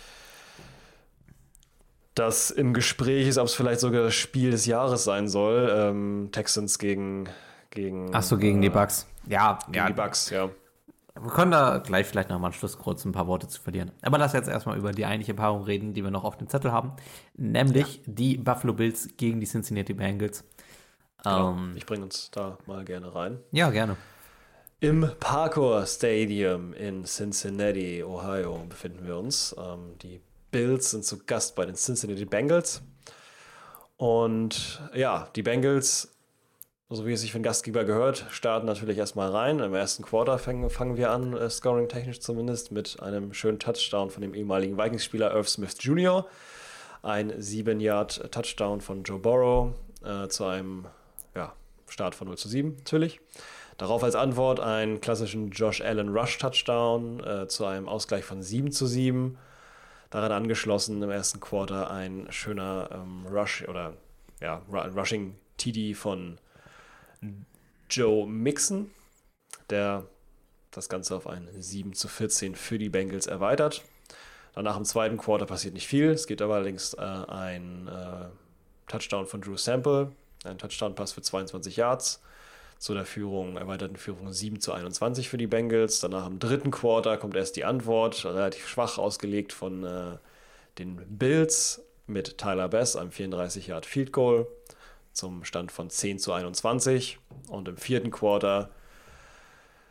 das im Gespräch ist, ob es vielleicht sogar das Spiel des Jahres sein soll. Ähm, Texans gegen, gegen, Ach so, gegen äh, die Bucks. Ja, Gegen ja. die Bucks, ja. Wir können da gleich vielleicht noch mal am Schluss kurz ein paar Worte zu verlieren. Aber lass jetzt erstmal über die eigentliche Paarung reden, die wir noch auf dem Zettel haben. Nämlich die Buffalo Bills gegen die Cincinnati Bengals. Genau. Ähm, Ich bringe uns da mal gerne rein. ja, gerne. Im Parkour Stadium in Cincinnati, Ohio, befinden wir uns. Ähm, die Bills sind zu Gast bei den Cincinnati Bengals. Und ja, die Bengals, so wie es sich für einen Gastgeber gehört, starten natürlich erstmal rein. Im ersten Quarter fangen, fangen wir an, äh, scoring-technisch zumindest, mit einem schönen Touchdown von dem ehemaligen Vikings-Spieler Irv Smith Junior Ein sieben Yard Touchdown von Joe Burrow äh, zu einem ja, Start von null zu sieben natürlich. Darauf als Antwort einen klassischen Josh Allen Rush Touchdown äh, zu einem Ausgleich von sieben zu sieben. Daran angeschlossen im ersten Quarter ein schöner ähm, Rush oder ja, Rushing T D von Joe Mixon, der das Ganze auf ein sieben zu vierzehn für die Bengals erweitert. Danach im zweiten Quarter passiert nicht viel. Es gibt aber allerdings äh, ein äh, Touchdown von Drew Sample, ein Touchdown-Pass für zweiundzwanzig Yards. Zu der Führung, erweiterten Führung sieben zu einundzwanzig für die Bengals. Danach im dritten Quarter kommt erst die Antwort, relativ schwach ausgelegt von äh, den Bills mit Tyler Bass, einem vierunddreißig Yard Field Goal zum Stand von zehn zu einundzwanzig. Und im vierten Quarter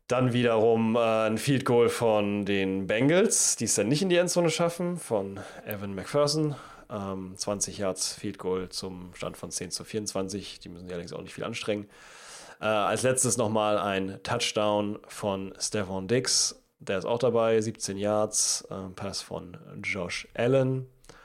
Dann wiederum äh, ein Field Goal von den Bengals, die es dann nicht in die Endzone schaffen, von Evan McPherson. Ähm, zwanzig Yards Field Goal zum Stand von zehn zu vierundzwanzig. Die müssen sich allerdings auch nicht viel anstrengen. Äh, als letztes nochmal ein Touchdown von Stefon Diggs. Der ist auch dabei, siebzehn Yards. Äh, Pass von Josh Allen.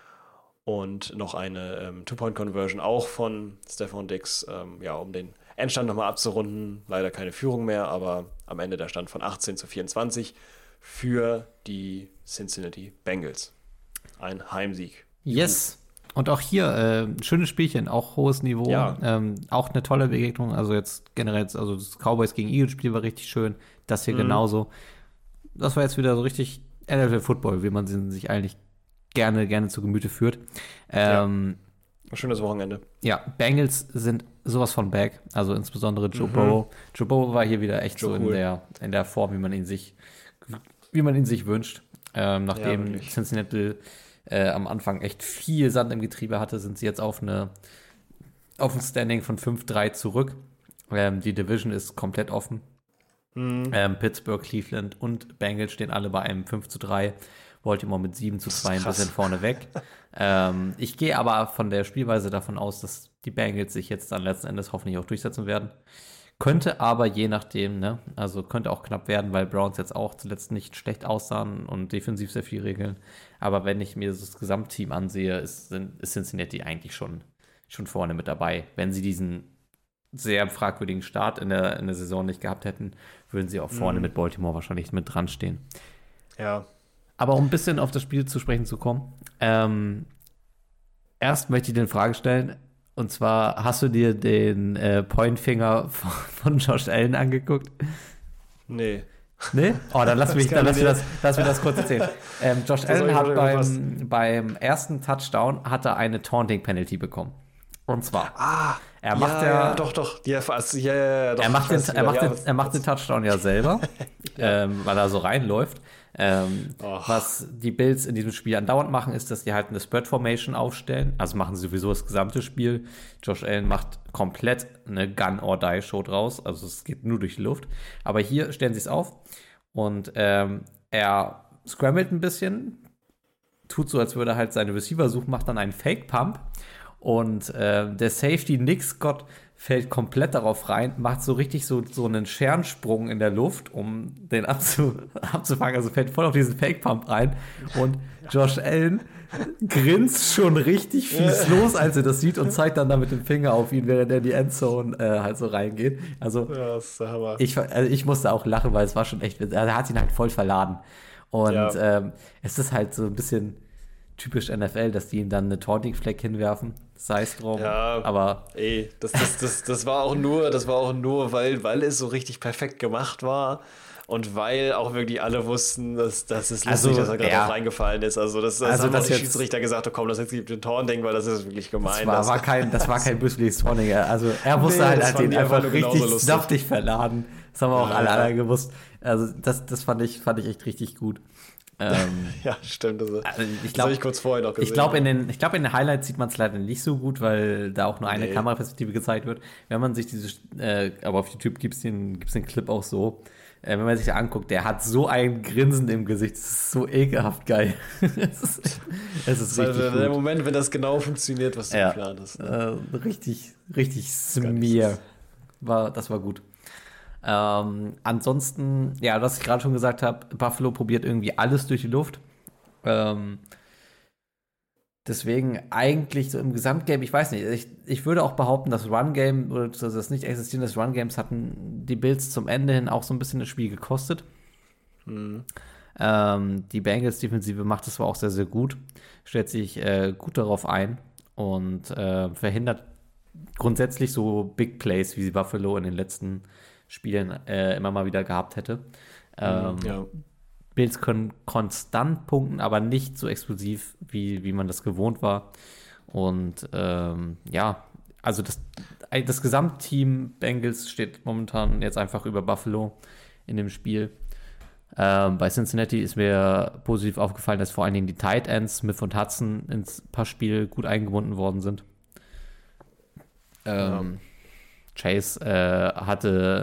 Und noch eine ähm, Two-Point-Conversion auch von Stefon Diggs, ähm, ja, um den Endstand nochmal abzurunden. Leider keine Führung mehr, aber am Ende der Stand von achtzehn zu vierundzwanzig für die Cincinnati Bengals. Ein Heimsieg. Yes. Und auch hier, äh, schönes Spielchen, auch hohes Niveau. Ja. Ähm, auch eine tolle Begegnung. Also jetzt generell, also das Cowboys gegen Eagles-Spiel war richtig schön. Das hier mhm. genauso. Das war jetzt wieder so richtig N F L-Football, wie man sich eigentlich gerne, gerne zu Gemüte führt. Ähm, ja. Schönes Wochenende. Ja, Bengals sind sowas von back. Also insbesondere Joe mhm. Burrow. Joe Burrow war hier wieder echt Joe so in, cool. der, in der Form, wie man ihn sich, wie man ihn sich wünscht. Ähm, nachdem ja, Cincinnati äh, am Anfang echt viel Sand im Getriebe hatte, sind sie jetzt auf eine auf ein Standing von fünf drei zurück. Ähm, die Division ist komplett offen. Mhm. Ähm, Pittsburgh, Cleveland und Bengals stehen alle bei einem fünf zu drei. Baltimore mit sieben zu zwei ein bisschen vorne weg. ähm, ich gehe aber von der Spielweise davon aus, dass die Bengals sich jetzt dann letzten Endes hoffentlich auch durchsetzen werden. Könnte aber je nachdem, ne, also könnte auch knapp werden, weil Browns jetzt auch zuletzt nicht schlecht aussahen und defensiv sehr viel regeln. Aber wenn ich mir das Gesamtteam ansehe, ist, ist Cincinnati eigentlich schon, schon vorne mit dabei. Wenn sie diesen sehr fragwürdigen Start in der, in der Saison nicht gehabt hätten, würden sie auch vorne mhm. mit Baltimore wahrscheinlich mit dran stehen. Ja. Aber um ein bisschen auf das Spiel zu sprechen zu kommen, ähm, erst möchte ich dir eine Frage stellen. Und zwar, hast du dir den äh, Pointfinger von, von Josh Allen angeguckt? Nee. Nee? Oh, dann lass, mich, dann lass, mir, das, lass mir das kurz erzählen. Ähm, Josh das Allen hat beim, beim ersten Touchdown hat er eine Taunting-Penalty bekommen. Und zwar, ah, er macht ja, ja, ja doch, doch, ja, fast, ja, ja, doch, er macht den, er macht ja, den, er macht den Touchdown ja selber, ja. Ähm, weil er so reinläuft. Ähm, was die Bills in diesem Spiel andauernd machen, ist, dass die halt eine Spread Formation aufstellen. Also machen sie sowieso das gesamte Spiel. Josh Allen macht komplett eine Gun-or-Die-Show draus. Also es geht nur durch die Luft. Aber hier stellen sie es auf und ähm, er scrambled ein bisschen, tut so, als würde er halt seine Receiver suchen, macht dann einen Fake-Pump und äh, der Safety Nick Scott fällt komplett darauf rein, macht so richtig so, so einen Scherensprung in der Luft, um den abzu, abzufangen. Also fällt voll auf diesen Fake-Pump rein. Und Josh Allen grinst schon richtig fies los, als er das sieht und zeigt dann da mit dem Finger auf ihn, während er in die Endzone äh, halt so reingeht. Also, ja, das ist der Hammer. Ich, also ich musste auch lachen, weil es war schon echt, also er hat ihn halt voll verladen. Und ja. ähm, es ist halt so ein bisschen typisch N F L, dass die ihm dann eine Taunting-Flag hinwerfen. Sei es drum. Ja, aber ey, das, das, das, das war auch nur, das war auch nur, weil, weil es so richtig perfekt gemacht war und weil auch wirklich alle wussten, dass, dass es lustig, also, dass er gerade ja. auch reingefallen ist. Also das, das also haben das auch die jetzt, Schiedsrichter gesagt, oh komm, das jetzt gibt den Taunting, weil das ist wirklich gemein. Das war, das war kein, das war kein böswilliges Taunting. Also er musste nee, halt, halt den einfach richtig saftig verladen. Das haben wir auch ja, alle, alle gewusst. Also das, das fand ich, fand ich echt richtig gut. Ähm, ja, stimmt. Also, also ich das glaub, habe ich kurz vorher noch gesehen. Ich glaube, in, den, ich glaub, in den Highlights sieht man es leider nicht so gut, weil da auch nur eine nee. Kameraperspektive gezeigt wird. Wenn man sich diese, äh, aber auf YouTube gibt es den, gibt's den Clip auch so, äh, wenn man sich da anguckt, der hat so ein Grinsen im Gesicht, das ist so ekelhaft geil. es ist, es ist richtig also, gut. Der Moment, wenn das genau funktioniert, was du ja, geplant hast. Ne? Äh, richtig, richtig smear. War, das war gut. Ähm, ansonsten, ja, was ich gerade schon gesagt habe, Buffalo probiert irgendwie alles durch die Luft. Ähm, deswegen eigentlich so im Gesamtgame, ich weiß nicht, ich, ich würde auch behaupten, das Run-Game oder das nicht existieren des Run-Games hatten die Bills zum Ende hin auch so ein bisschen das Spiel gekostet. Mhm. Ähm, die Bengals-Defensive macht das zwar auch sehr, sehr gut, stellt sich äh, gut darauf ein und äh, verhindert grundsätzlich so Big Plays, wie sie Buffalo in den letzten Spielen äh, immer mal wieder gehabt hätte. Ähm, ja. Bills können konstant punkten, aber nicht so explosiv, wie, wie man das gewohnt war. Und ähm, ja, also das, das Gesamtteam Bengals steht momentan jetzt einfach über Buffalo in dem Spiel. Ähm, bei Cincinnati ist mir positiv aufgefallen, dass vor allen Dingen die Tight Ends, Smith und Hudson, ins Passspiel gut eingebunden worden sind. Ähm, ja. Chase äh, hatte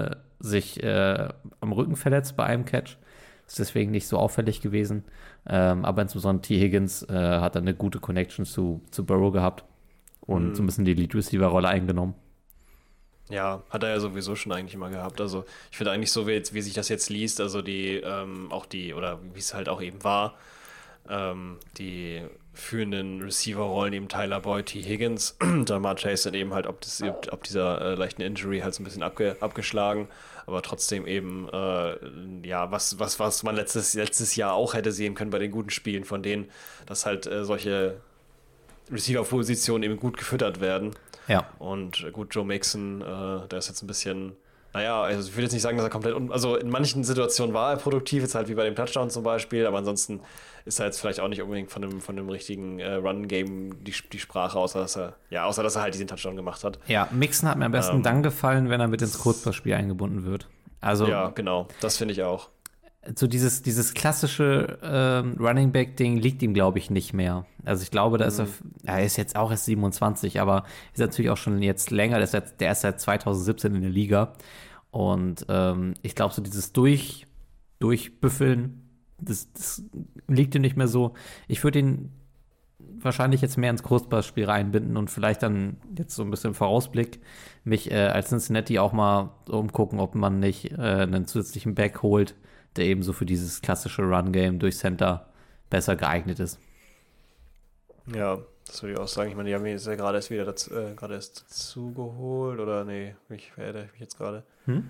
sich äh, am Rücken verletzt bei einem Catch. Ist deswegen nicht so auffällig gewesen. Ähm, aber insbesondere T. Higgins äh, hat dann eine gute Connection zu, zu Burrow gehabt und mhm. so ein bisschen die Lead-Receiver-Rolle eingenommen. Ja, hat er ja sowieso schon eigentlich immer gehabt. Also ich finde eigentlich so, wie, jetzt, wie sich das jetzt liest, also die, ähm, auch die, oder wie es halt auch eben war, ähm, die führenden Receiver-Rollen eben Tyler Boyd, T. Higgins, Jamar Chase dann eben halt ob, das, ob dieser äh, leichten Injury halt so ein bisschen abge, abgeschlagen, aber trotzdem eben, äh, ja, was, was, was man letztes, letztes Jahr auch hätte sehen können bei den guten Spielen von denen, dass halt äh, solche Receiver-Positionen eben gut gefüttert werden. Ja. Und gut, Joe Mixon, äh, der ist jetzt ein bisschen, naja, also ich will jetzt nicht sagen, dass er komplett, un- also in manchen Situationen war er produktiv, jetzt halt wie bei dem Touchdown zum Beispiel, aber ansonsten ist er jetzt vielleicht auch nicht unbedingt von dem, von dem richtigen äh, Run-Game die, die Sprache, außer dass er, ja, außer dass er halt diesen Touchdown gemacht hat. Ja, Mixon hat mir am besten Ähm, dann gefallen, wenn er mit ins Kurzpassspiel eingebunden wird. Also Ja, genau, das finde ich auch. so dieses, dieses klassische ähm, Running Back-Ding liegt ihm, glaube ich, nicht mehr. Also ich glaube, da ist er, er ist jetzt auch erst siebenundzwanzig, aber ist natürlich auch schon jetzt länger, der ist, jetzt, der ist seit zweitausendsiebzehn in der Liga. Und ähm, ich glaube, so dieses Durch, Durchbüffeln, das, das liegt ihm nicht mehr so. Ich würde ihn wahrscheinlich jetzt mehr ins Kurzpassspiel reinbinden und vielleicht dann jetzt so ein bisschen im Vorausblick mich äh, als Cincinnati auch mal umgucken, ob man nicht äh, einen zusätzlichen Back holt, der eben so für dieses klassische Run-Game durch Center besser geeignet ist. Ja, das würde ich auch sagen. Ich meine, die haben mich jetzt ja gerade erst wieder dazu, äh, gerade erst dazu geholt, oder nee, ich werde mich jetzt gerade. Hm?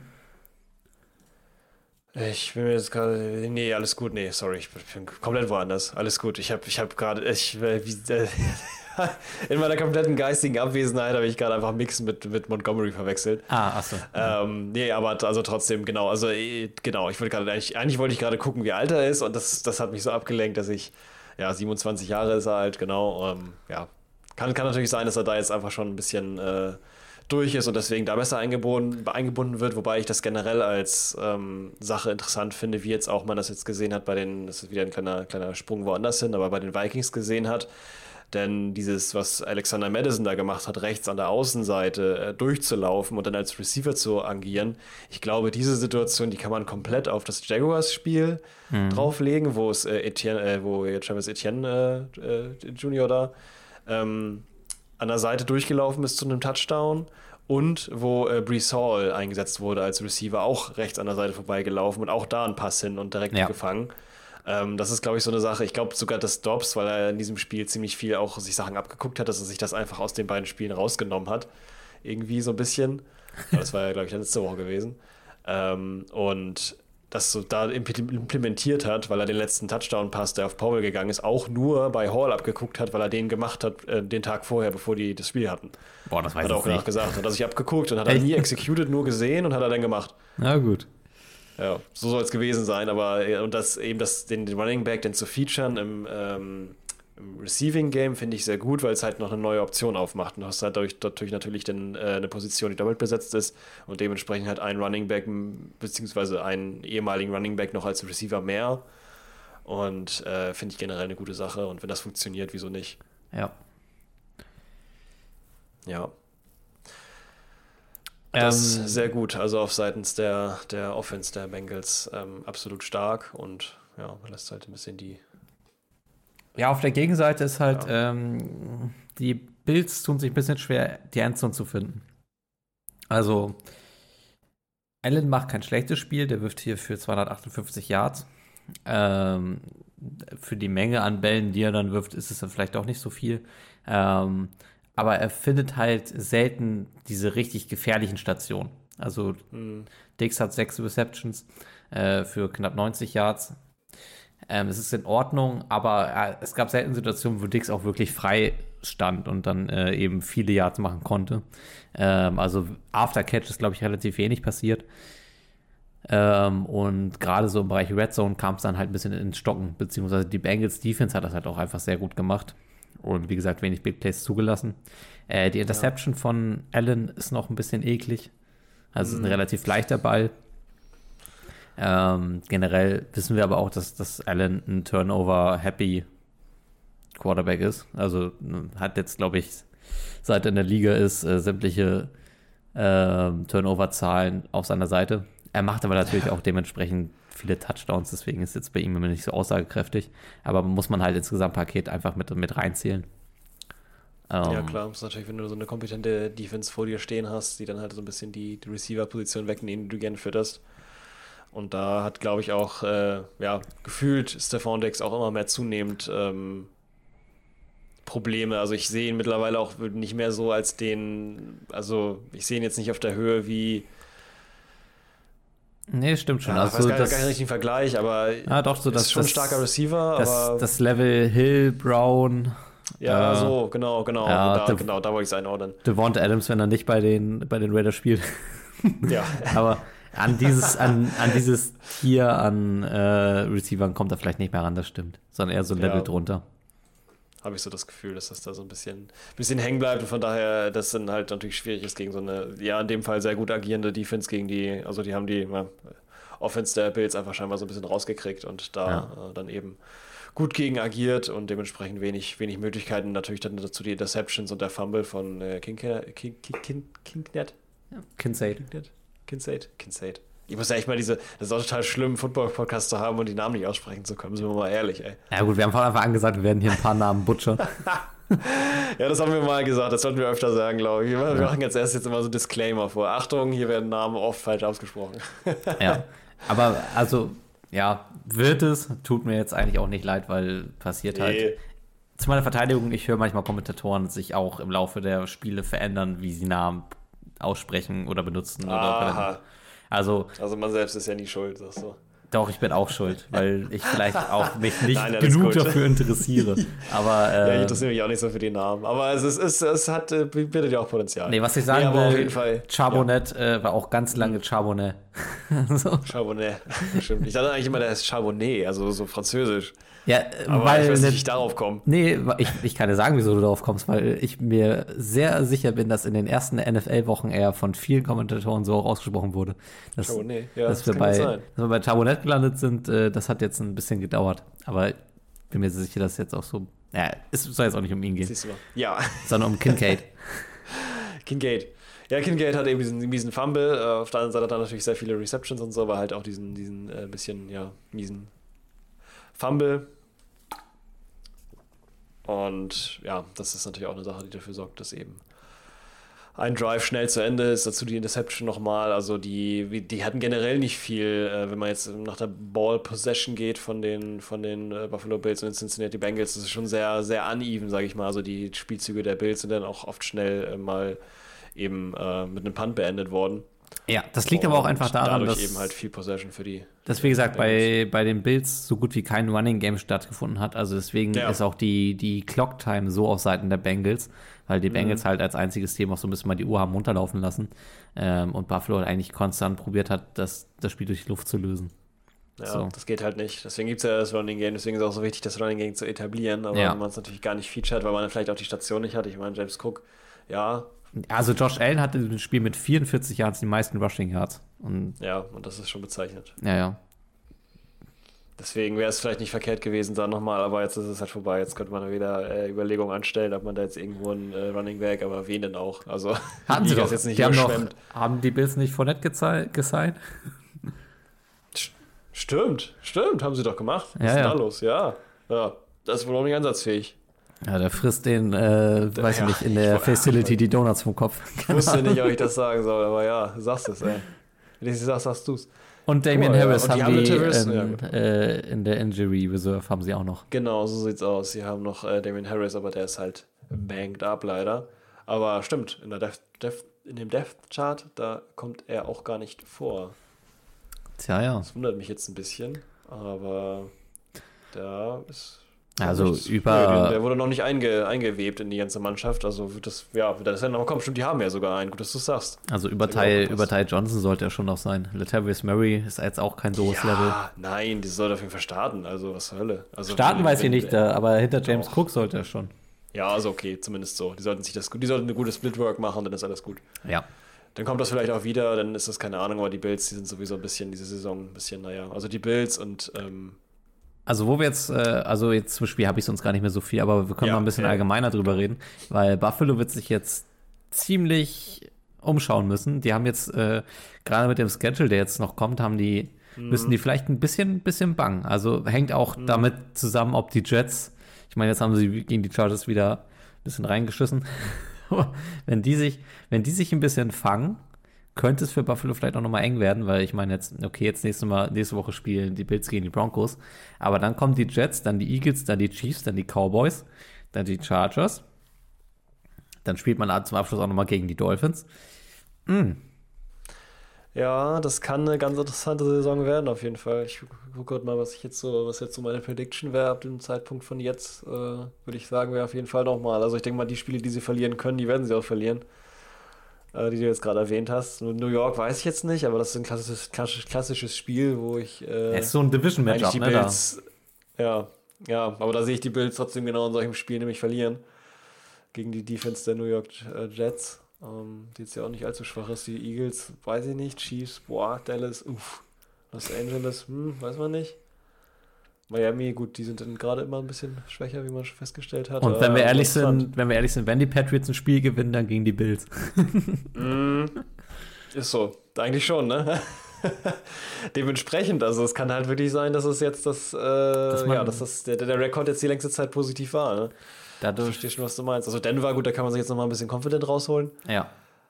Ich bin mir jetzt gerade, nee, alles gut, nee, sorry, ich bin komplett woanders. Alles gut, ich habe ich hab gerade, ich, äh, wie, äh, in meiner kompletten geistigen Abwesenheit habe ich gerade einfach Mixon mit, mit Montgomery verwechselt. Ah, achso. Ähm, nee, aber also trotzdem, genau, also eh, genau, ich wollte gerade, eigentlich, eigentlich wollte ich gerade gucken, wie alt er ist, und das, das hat mich so abgelenkt, dass ich, ja, siebenundzwanzig Jahre ist er halt, genau, ähm, ja, kann, kann natürlich sein, dass er da jetzt einfach schon ein bisschen äh, durch ist und deswegen da besser eingebunden, eingebunden wird, wobei ich das generell als ähm, Sache interessant finde, wie jetzt auch man das jetzt gesehen hat bei den, das ist wieder ein kleiner, kleiner Sprung woanders hin, aber bei den Vikings gesehen hat. Denn dieses, was Alexander Madison da gemacht hat, rechts an der Außenseite äh, durchzulaufen und dann als Receiver zu agieren, ich glaube, diese Situation, die kann man komplett auf das Jaguars-Spiel mhm. drauflegen, wo es äh, Etienne, äh, wo Travis Etienne äh, äh, Junior da ähm, an der Seite durchgelaufen ist zu einem Touchdown und wo äh, Breece Hall eingesetzt wurde als Receiver, auch rechts an der Seite vorbeigelaufen und auch da ein Pass hin und direkt ja. gefangen. Ähm, das ist, glaube ich, so eine Sache. Ich glaube sogar, dass Dobbs, weil er in diesem Spiel ziemlich viel auch sich Sachen abgeguckt hat, dass er sich das einfach aus den beiden Spielen rausgenommen hat. Irgendwie so ein bisschen. Aber das war ja, glaube ich, letzte Woche gewesen. Ähm, und das so da implementiert hat, weil er den letzten Touchdown-Pass, der auf Powell gegangen ist, auch nur bei Hall abgeguckt hat, weil er den gemacht hat, äh, den Tag vorher, bevor die das Spiel hatten. Boah, das weiß ich ich nicht. Hat er auch gesagt. Hat er sich abgeguckt und hat er Echt? nie executed, nur gesehen und hat er dann gemacht. Na gut. Ja, so soll es gewesen sein, aber und das eben das, den, den Running Back denn zu featuren im, ähm, im Receiving Game finde ich sehr gut, weil es halt noch eine neue Option aufmacht. Und du hast halt dadurch, dadurch natürlich dann, äh, eine Position, die doppelt besetzt ist und dementsprechend halt einen Running Back beziehungsweise einen ehemaligen Running Back noch als Receiver mehr. Und äh, finde ich generell eine gute Sache. Und wenn das funktioniert, wieso nicht? Ja. Ja. Das Ähm, ist sehr gut, also auf seitens der, der Offense der Bengals ähm, absolut stark und ja, man lässt halt ein bisschen die. Ja, auf der Gegenseite ist halt, Ja. ähm, die Bills tun sich ein bisschen schwer, die Endzone zu finden. Also, Allen macht kein schlechtes Spiel, der wirft hier für zweihundertachtundfünfzig Yards. Ähm, für die Menge an Bällen, die er dann wirft, ist es dann vielleicht auch nicht so viel. Ähm, aber er findet halt selten diese richtig gefährlichen Stationen. Also Mhm. Diggs hat sechs Receptions äh, für knapp neunzig Yards. Ähm, das ist in Ordnung, aber äh, es gab selten Situationen, wo Diggs auch wirklich frei stand und dann äh, eben viele Yards machen konnte. Ähm, also After Catch ist, glaube ich, relativ wenig passiert. Ähm, und gerade so im Bereich Red Zone kam es dann halt ein bisschen ins Stocken, beziehungsweise die Bengals Defense hat das halt auch einfach sehr gut gemacht. Und wie gesagt, wenig Big Plays zugelassen. Äh, die Interception ja. von Allen ist noch ein bisschen eklig. Also mhm. es ist ein relativ leichter Ball. Ähm, generell wissen wir aber auch, dass, dass Allen ein Turnover-happy Quarterback ist. Also hat jetzt, glaube ich, seit er in der Liga ist, äh, sämtliche äh, Turnover-Zahlen auf seiner Seite. Er macht aber natürlich auch dementsprechend viele Touchdowns, deswegen ist jetzt bei ihm immer nicht so aussagekräftig. Aber muss man halt ins Gesamtpaket einfach mit, mit reinzählen. Ja, Ähm, klar. Das ist natürlich, wenn du so eine kompetente Defense vor dir stehen hast, die dann halt so ein bisschen die, die Receiver-Position wegnehmen, die du gerne fütterst. Und da hat, glaube ich, auch, äh, ja, gefühlt Stefan Diggs auch immer mehr zunehmend ähm, Probleme. Also ich sehe ihn mittlerweile auch nicht mehr so als den, also ich sehe ihn jetzt nicht auf der Höhe wie, Nee, stimmt schon. ja, also ich weiß gar, das, gar nicht richtig den Vergleich, aber ja, doch, so ist das, schon ein das, starker Receiver, das, aber das Level Hill, Brown, ja, äh, so, genau, genau, ja, da, Dev- genau, da wollte ich es einordnen. Devonta Adams, wenn er nicht bei den, bei den Raiders spielt. Ja, Aber an dieses, an, an dieses Tier an äh, Receivern kommt er vielleicht nicht mehr ran, das stimmt. Sondern eher so ein Level Ja. drunter. habe ich so das Gefühl, dass das da so ein bisschen, bisschen hängen bleibt und von daher, das dann halt natürlich schwierig ist gegen so eine, ja, in dem Fall sehr gut agierende Defense gegen die, also die haben die ja, Offense der Bills einfach scheinbar so ein bisschen rausgekriegt und da Ja. äh, dann eben gut gegen agiert und dementsprechend wenig, wenig Möglichkeiten. Natürlich dann dazu die Interceptions und der Fumble von äh, Kincaid, King, King, King, Kincaid? Kincaid. Kincaid? Kincaid? Kincaid. Ich muss ja echt mal diese, das ist auch total schlimm, einen Football-Podcast zu haben und die Namen nicht aussprechen zu können, sind wir mal ehrlich, ey. Ja gut, wir haben von Anfang an gesagt, wir werden hier ein paar Namen butchern. Ja, das haben wir mal gesagt, das sollten wir öfter sagen, glaube ich. Wir ja. machen jetzt erst jetzt immer so Disclaimer vor. Achtung, hier werden Namen oft falsch ausgesprochen. Ja, aber also, ja, wird es, tut mir jetzt eigentlich auch nicht leid, weil passiert Nee. halt. Zu meiner Verteidigung, ich höre manchmal Kommentatoren sich auch im Laufe der Spiele verändern, wie sie Namen aussprechen oder benutzen. Oder Aha. also, Also man selbst ist ja nie schuld, sagst du. doch, ich bin auch schuld, weil ich vielleicht auch mich nicht Nein, alles genug gut. dafür interessiere. Aber, Ja, äh, ich interessiere mich auch nicht so für die Namen. Aber es, ist, es, es hat, äh, bietet ja auch Potenzial. nee, was ich sagen Nee, aber will, auf jeden Fall. Charbonnet äh, war auch ganz lange Charbonnet. so. Charbonnet. Stimmt. Ich dachte eigentlich immer, der heißt Charbonnet, also so französisch. Ja, Aber weil ich weiß nicht, ne- wie ich darauf komme. Nee, ich, ich kann dir sagen, wieso du darauf kommst, weil ich mir sehr sicher bin, dass in den ersten N F L-Wochen eher von vielen Kommentatoren so auch ausgesprochen wurde. Dass, Charbonnet, ja, dass, das wir kann bei, gut sein. dass wir bei Charbonnet gelandet sind, äh, das hat jetzt ein bisschen gedauert. Aber ich bin mir sicher, dass jetzt auch so. Ja, es soll jetzt auch nicht um ihn gehen, Siehst du mal. Ja. sondern um Kincaid. Kincaid. Ja, Kincaid hat eben diesen miesen Fumble. Äh, auf der anderen Seite hat er natürlich sehr viele Receptions und so, aber halt auch diesen, diesen äh, bisschen, ja, miesen Fumble. Und ja, das ist natürlich auch eine Sache, die dafür sorgt, dass eben ein Drive schnell zu Ende ist. Dazu die Interception nochmal. Also die, die hatten generell nicht viel, äh, wenn man jetzt nach der Ball Possession geht von den, von den äh, Buffalo Bills und den Cincinnati Bengals. Das ist schon sehr, sehr uneven, sage ich mal. Also die Spielzüge der Bills sind dann auch oft schnell äh, mal eben äh, mit einem Punt beendet worden. Ja, das liegt aber auch Und einfach daran, dadurch dass, eben halt viel Possession für die. dass wie gesagt, bei, bei den Bills so gut wie kein Running Game stattgefunden hat. Also deswegen Ja. ist auch die, die Clock Time so auf Seiten der Bengals, weil die Mhm. Bengals halt als einziges Team auch so ein bisschen mal die Uhr haben runterlaufen lassen. Ähm, und Buffalo halt eigentlich konstant probiert hat, das, das Spiel durch die Luft zu lösen. Ja, So. das geht halt nicht. Deswegen gibt es ja das Running Game. Deswegen ist es auch so wichtig, das Running Game zu etablieren. Aber Ja. wenn man es natürlich gar nicht featured, weil man dann vielleicht auch die Station nicht hat. Ich meine, James Cook, ja, Also Josh Allen hatte im Spiel mit vierundvierzig Yards die meisten Rushing Yards. Und ja, und das ist schon bezeichnet. ja, ja. Deswegen wäre es vielleicht nicht verkehrt gewesen, dann nochmal, aber jetzt ist es halt vorbei. Jetzt könnte man wieder äh, Überlegungen anstellen, ob man da jetzt irgendwo einen äh, Running Back, aber wen denn auch? Also, Hatten die sie Liga doch. ist jetzt nicht Die haben, doch, überschwemmt. haben die Bills nicht Fournette gezi- gesigned? Stimmt, stimmt, haben sie doch gemacht. Was Ja, ist denn ja. da los? Ja, ja, das ist wohl auch nicht einsatzfähig. Ja, der frisst den, äh, weiß ich Ja, nicht, in ich der wollte- Facility die Donuts vom Kopf. Ich wusste nicht, ob ich das sagen soll, aber ja, du sagst es, ey. Wenn ich es sag, sagst du's. Und Damian Oh, ja. Harris Und die haben haben die Latavius- in, ja, gut. äh, in der Injury Reserve haben sie auch noch. Genau, so sieht's aus. Sie haben noch äh, Damian Harris, aber der ist halt banged up leider. Aber stimmt, in, der Depth, Depth, in dem Depth-Chart, da kommt er auch gar nicht vor. Tja, ja. Das wundert mich jetzt ein bisschen, aber da ist. Also nichts. über- Nee, der wurde noch nicht einge, eingewebt in die ganze Mannschaft. Also wird das, ja, wird das ja noch kommen. Stimmt, die haben ja sogar einen. Gut, dass du es sagst. Also über Das hat mir Ty, auch gepasst. über Ty Johnson sollte er schon noch sein. Latavius Murray ist jetzt auch kein so hohes Level. Ja, nein, die soll auf jeden Fall starten. Also, was zur Hölle. Also, Starten wenn- weiß ich wenn- nicht, da, aber hinter James Doch. Cook sollte er schon. Ja, also okay, zumindest so. Die sollten sich das, die sollten eine gute Splitwork machen, dann ist alles gut. Ja. Dann kommt das vielleicht auch wieder, dann ist das keine Ahnung, aber die Bills, die sind sowieso ein bisschen diese Saison ein bisschen, naja. Also die Bills und ähm, Also wo wir jetzt, äh, also jetzt zum Spiel habe ich sonst gar nicht mehr so viel, aber wir können Ja, mal ein bisschen ja. allgemeiner drüber reden, weil Buffalo wird sich jetzt ziemlich umschauen müssen. Die haben jetzt, äh, gerade mit dem Schedule, der jetzt noch kommt, haben die, mhm. müssen die vielleicht ein bisschen, bisschen bangen. Also hängt auch mhm. damit zusammen, ob die Jets, ich meine, jetzt haben sie gegen die Chargers wieder ein bisschen reingeschissen. wenn die sich, wenn die sich ein bisschen fangen, könnte es für Buffalo vielleicht auch nochmal eng werden, weil ich meine jetzt, okay, jetzt nächste, Mal, nächste Woche spielen die Bills gegen die Broncos, aber dann kommen die Jets, dann die Eagles, dann die Chiefs, dann die Cowboys, dann die Chargers, dann spielt man zum Abschluss auch nochmal gegen die Dolphins. Mm. Ja, das kann eine ganz interessante Saison werden, auf jeden Fall. Ich gucke gerade mal, was ich jetzt so, was jetzt so meine Prediction wäre ab dem Zeitpunkt von jetzt, äh, würde ich sagen, wäre auf jeden Fall nochmal. Also ich denke mal, die Spiele, die sie verlieren können, die werden sie auch verlieren. Äh, die du jetzt gerade erwähnt hast. New York weiß ich jetzt nicht, aber das ist ein klassisches, klassisches, klassisches Spiel, wo ich äh, es ist so ein Division-Matchup, ne? Bills, ja, ja, aber da sehe ich die Bills trotzdem genau in solchen Spielen nämlich verlieren. Gegen die Defense der New York äh, Jets. Ähm, die jetzt ja auch nicht allzu schwach ist. Die Eagles, weiß ich nicht. Chiefs, boah, Dallas, uff. Los Angeles, hm, weiß man nicht. Miami, gut, die sind dann gerade immer ein bisschen schwächer, wie man schon festgestellt hat. Und wenn wir ehrlich sind, wenn wir ehrlich sind, wenn die Patriots ein Spiel gewinnen, dann gegen die Bills. mm, ist so. Eigentlich schon, ne? Dementsprechend, also es kann halt wirklich sein, dass es jetzt das, äh, dass ja, dass das der, der Rekord jetzt die längste Zeit positiv war, ne? Dadurch, ich verstehe schon, was du meinst. Also Denver, gut, da kann man sich jetzt nochmal ein bisschen confident rausholen. Ja.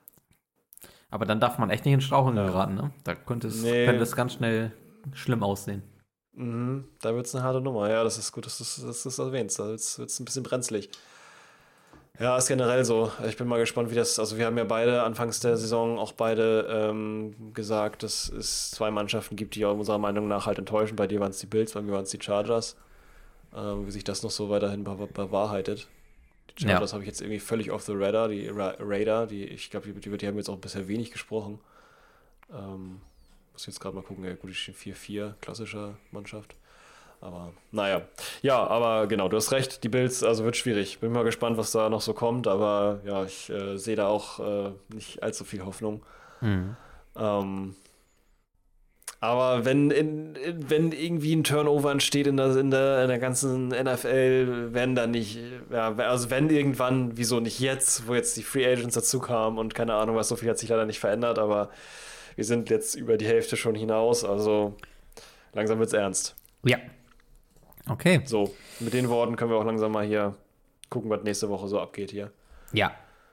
Aber dann darf man echt nicht in Straucheln geraten, ne? Da könnte es, nee. könnte es ganz schnell schlimm aussehen. Mhm, da wird es eine harte Nummer. Ja, das ist gut, dass du das erwähnst. Da wird es ein bisschen brenzlig. Ja, ist generell so. Ich bin mal gespannt, wie das, also wir haben ja beide anfangs der Saison auch beide ähm, gesagt, dass es zwei Mannschaften gibt, die unserer Meinung nach halt enttäuschen. Bei dir waren es die Bills, bei mir waren es die Chargers. Ähm, wie sich das noch so weiterhin bewahrheitet. Die Chargers ja. habe ich jetzt irgendwie völlig off the radar, die Ra- Raider, die, ich glaube, die, die, die haben jetzt auch bisher wenig gesprochen. Ähm, muss jetzt gerade mal gucken, ja gut, die stehen vier vier, klassischer Mannschaft. Aber naja, ja, aber genau, du hast recht, die Bills, also wird schwierig. Bin mal gespannt, was da noch so kommt, aber ja, ich äh, sehe da auch äh, nicht allzu viel Hoffnung. Mhm. Ähm, aber wenn, in, in, wenn irgendwie ein Turnover entsteht in der, in der, in der ganzen N F L, wenn dann nicht, ja, also wenn irgendwann, wieso nicht jetzt, wo jetzt die Free Agents dazu kamen und keine Ahnung was, so viel hat sich leider nicht verändert, aber wir sind jetzt über die Hälfte schon hinaus, also langsam wird's ernst. Ja. Okay. So, mit den Worten können wir auch langsam mal hier gucken, was nächste Woche so abgeht hier. Ja.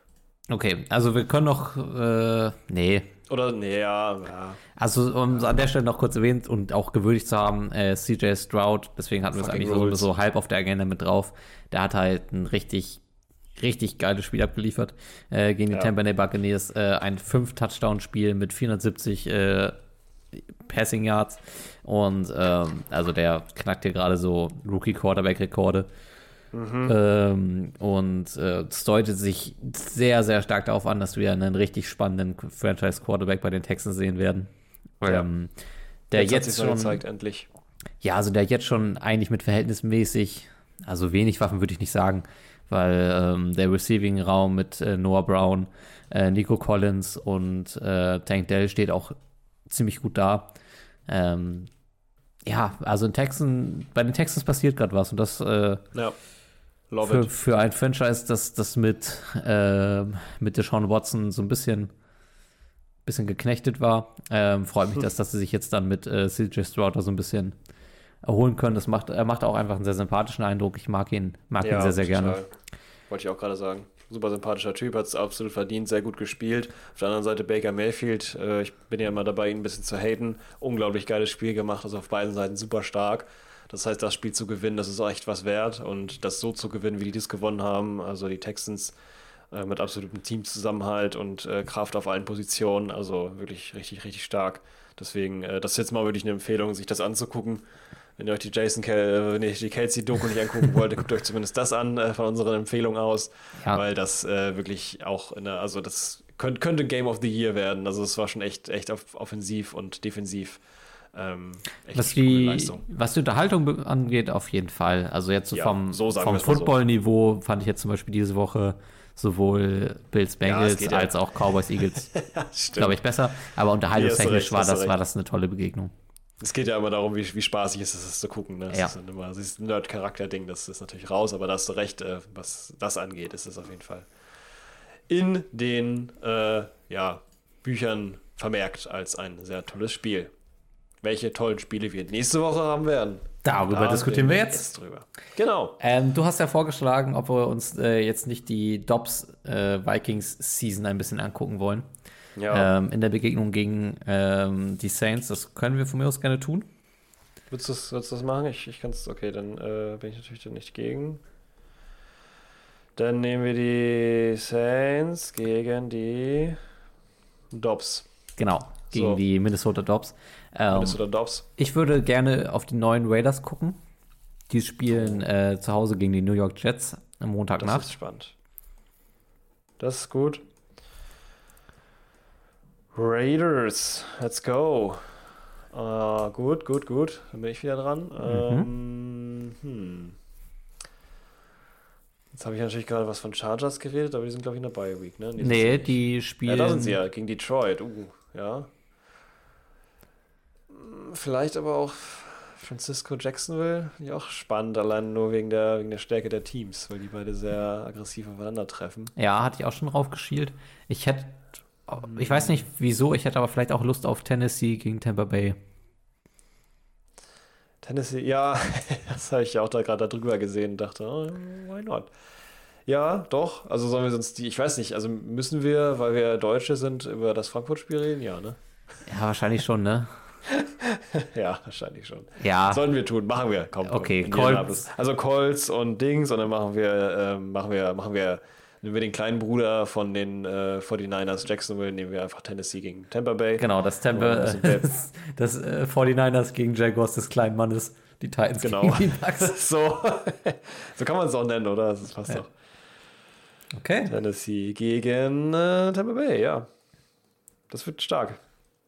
Okay, also wir können noch, äh, nee. Oder, nee, ja, ja. Also, um es an der Stelle noch kurz erwähnt und auch gewürdigt zu haben, äh, C J Stroud, deswegen hatten wir es eigentlich so, so halb auf der Agenda mit drauf, der hat halt ein richtig, richtig geiles Spiel abgeliefert äh, gegen die ja. Tampa Bay Buccaneers. Äh, ein fünf-Touchdown-Spiel mit vierhundertsiebzig äh, Passing Yards und ähm, also der knackt hier gerade so Rookie-Quarterback-Rekorde. Mhm. Ähm, und äh, es deutet sich sehr, sehr stark darauf an, dass wir einen richtig spannenden Franchise-Quarterback bei den Texans sehen werden. Ja. Ähm, der jetzt, jetzt schon gezeigt, endlich. Ja, also der jetzt schon eigentlich mit verhältnismäßig, also wenig Waffen würde ich nicht sagen, weil ähm, der Receiving-Raum mit äh, Noah Brown, äh, Nico Collins und äh, Tank Dell steht auch ziemlich gut da. Ähm, ja, also in Texan, bei den Texans passiert gerade was und das äh, ja. Love für, it. für ein Franchise, das, das mit, äh, mit Deshaun Watson so ein bisschen, bisschen geknechtet war. Ähm, freut mich, dass, dass sie sich jetzt dann mit äh, C J Stroud so ein bisschen erholen können. Das macht, er macht auch einfach einen sehr sympathischen Eindruck. Ich mag ihn, mag ja, ihn sehr, sehr total. gerne. Wollte ich auch gerade sagen. Super sympathischer Typ, hat es absolut verdient, sehr gut gespielt. Auf der anderen Seite Baker Mayfield, äh, ich bin ja immer dabei, ihn ein bisschen zu haten. Unglaublich geiles Spiel gemacht, also auf beiden Seiten super stark. Das heißt, das Spiel zu gewinnen, das ist auch echt was wert. Und das so zu gewinnen, wie die das gewonnen haben, also die Texans äh, mit absolutem Teamzusammenhalt und äh, Kraft auf allen Positionen, also wirklich richtig, richtig stark. Deswegen, äh, das ist jetzt mal wirklich eine Empfehlung, sich das anzugucken. Wenn ihr euch die Jason Kel- wenn ihr die Kelsey-Doku nicht angucken wollt, guckt euch zumindest das an äh, von unseren Empfehlungen aus, ja. Weil das äh, wirklich auch, in der, also das könnt, könnte Game of the Year werden. Also es war schon echt, echt offensiv und defensiv. Ähm, was, die, was die Unterhaltung angeht, auf jeden Fall. Also jetzt so ja, vom, so vom Football-Niveau so. Fand ich jetzt zum Beispiel diese Woche sowohl Bills Bengals ja, als ja. auch Cowboys Eagles, glaube ich, besser. Aber unterhaltungstechnisch war, das, war das eine tolle Begegnung. Es geht ja immer darum, wie, wie spaßig ist es, das zu gucken. Ne? Das, ja. ist immer, das ist ein Nerd-Charakter-Ding, das ist natürlich raus, aber da hast du recht, äh, was das angeht, ist es auf jeden Fall. in den äh, ja, Büchern vermerkt als ein sehr tolles Spiel. Welche tollen Spiele wir nächste Woche haben werden. Darüber da diskutieren wir jetzt. jetzt drüber. Genau. Ähm, du hast ja vorgeschlagen, ob wir uns äh, jetzt nicht die Dobbs äh, Vikings Season ein bisschen angucken wollen. Ja. Ähm, in der Begegnung gegen ähm, die Saints. Das können wir von mir aus gerne tun. Würdest du das, würdest du das machen? Ich, ich kann es, okay, dann äh, bin ich natürlich dann nicht gegen. Dann nehmen wir die Saints gegen die Dobbs. Genau, gegen So. die Minnesota Dobbs. Ähm, Minnesota Dobbs. Ich würde gerne auf die neuen Raiders gucken. Die spielen äh, zu Hause gegen die New York Jets am Das Montagnacht. ist spannend. Das ist gut. Raiders, let's go. Uh, gut, gut, gut. Dann bin ich wieder dran. Ähm, hm. Jetzt habe ich natürlich gerade was von Chargers geredet, aber die sind, glaube ich, in der Bye Week, ne? Nee, sind sie die nicht. spielen. Ja, da sind sie ja, gegen Detroit. Uh, ja. Hm, Vielleicht aber auch Francisco Jacksonville. Ja, auch spannend, allein nur wegen der, wegen der Stärke der Teams, weil die beide sehr aggressiv aufeinandertreffen. Ja, hatte ich auch schon drauf geschielt. Ich hätte, ich weiß nicht wieso, ich hätte aber vielleicht auch Lust auf Tennessee gegen Tampa Bay. Tennessee, ja, das habe ich ja auch da gerade drüber gesehen und dachte, oh, why not? Ja, doch. Also sollen wir sonst die, ich weiß nicht, also müssen wir, weil wir Deutsche sind, über das Frankfurt-Spiel reden? Ja, ne? Ja, wahrscheinlich schon, ne? Ja, wahrscheinlich schon. Ja. Sollen wir tun, machen wir. Komm, Okay, komm. Colts. Indianapolis. Also Colts und Dings und dann machen wir, ähm, machen wir, machen wir, nehmen wir den kleinen Bruder von den äh, forty-niners Jacksonville, nehmen wir einfach Tennessee gegen Tampa Bay. Genau, das Tampa, Ja, das sind das, das äh, forty-niners gegen Jaguars des kleinen Mannes, die Titans Genau. gegen die Bucks. so. So kann man es auch nennen, oder? Das passt Ja. doch. Okay. Tennessee gegen äh, Tampa Bay, ja. Das wird stark.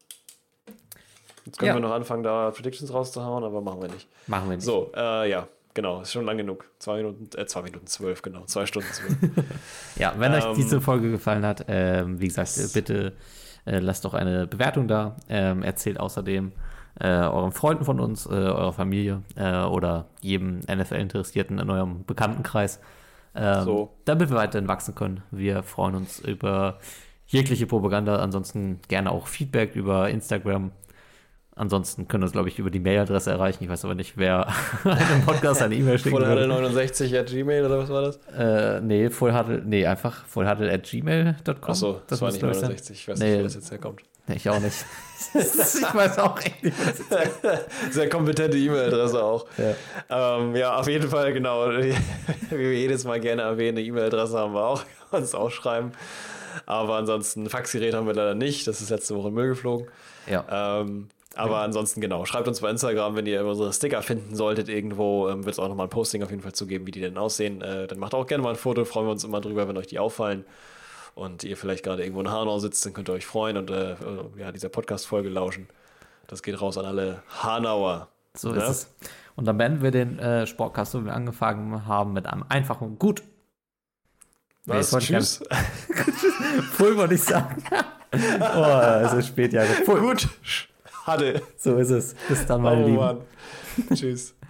Jetzt können Ja. wir noch anfangen, da Predictions rauszuhauen, aber machen wir nicht. Machen wir nicht. So, äh, ja, genau, ist schon lang genug. Zwei Minuten, äh, zwei Minuten zwölf, genau. Zwei Stunden zwölf. Ja, wenn euch Ähm, diese Folge gefallen hat, ähm, wie gesagt, äh, bitte äh, lasst doch eine Bewertung da. Ähm, erzählt außerdem äh, euren Freunden von uns, äh, eurer Familie äh, oder jedem N F L-Interessierten in eurem Bekanntenkreis, ähm, So. damit wir weiterhin wachsen können. Wir freuen uns über jegliche Propaganda. Ansonsten gerne auch Feedback über Instagram. Ansonsten können wir uns, glaube ich, über die Mailadresse erreichen. Ich weiß aber nicht, wer einem Podcast eine E-Mail schicken Fullhuddle würde. neunundsechzig at gmail oder was war das? Äh, nee, fullhuddle, nee, einfach fullhuddle at gmail dot com. Achso, das, war muss, nicht glaub ich, sein. neunundsechzig. Ich weiß Nee. nicht, wo das jetzt herkommt. Nee, ich auch nicht. Ich weiß auch echt nicht, was das ist. Sehr kompetente E-Mail-Adresse auch. Ja. Ähm, ja, auf jeden Fall, genau. Wie wir jedes Mal gerne erwähnen, eine E-Mail-Adresse haben wir auch. Kann man uns auch schreiben. Aber ansonsten, Faxgerät haben wir leider nicht. Das ist letzte Woche in Müll geflogen. Ja. Ähm, aber ansonsten, genau, schreibt uns bei Instagram, wenn ihr unsere Sticker finden solltet irgendwo, ähm, wird es auch nochmal ein Posting auf jeden Fall zugeben, wie die denn aussehen. Äh, dann macht auch gerne mal ein Foto, freuen wir uns immer drüber, wenn euch die auffallen. Und ihr vielleicht gerade irgendwo in Hanau sitzt, dann könnt ihr euch freuen und äh, ja, dieser Podcast-Folge lauschen. Das geht raus an alle Hanauer. So Ja? ist es. Und dann beenden wir den äh, Sportcast, so wie wir angefangen haben, mit einem einfachen Gut. Nee, Was? das wollte ich Tschüss. Voll wollte ich sagen. Oh, es ist spät, ja. Voll. Gut. Hatte. So ist es. Bis dann, meine Oh Lieben. Mann. Tschüss.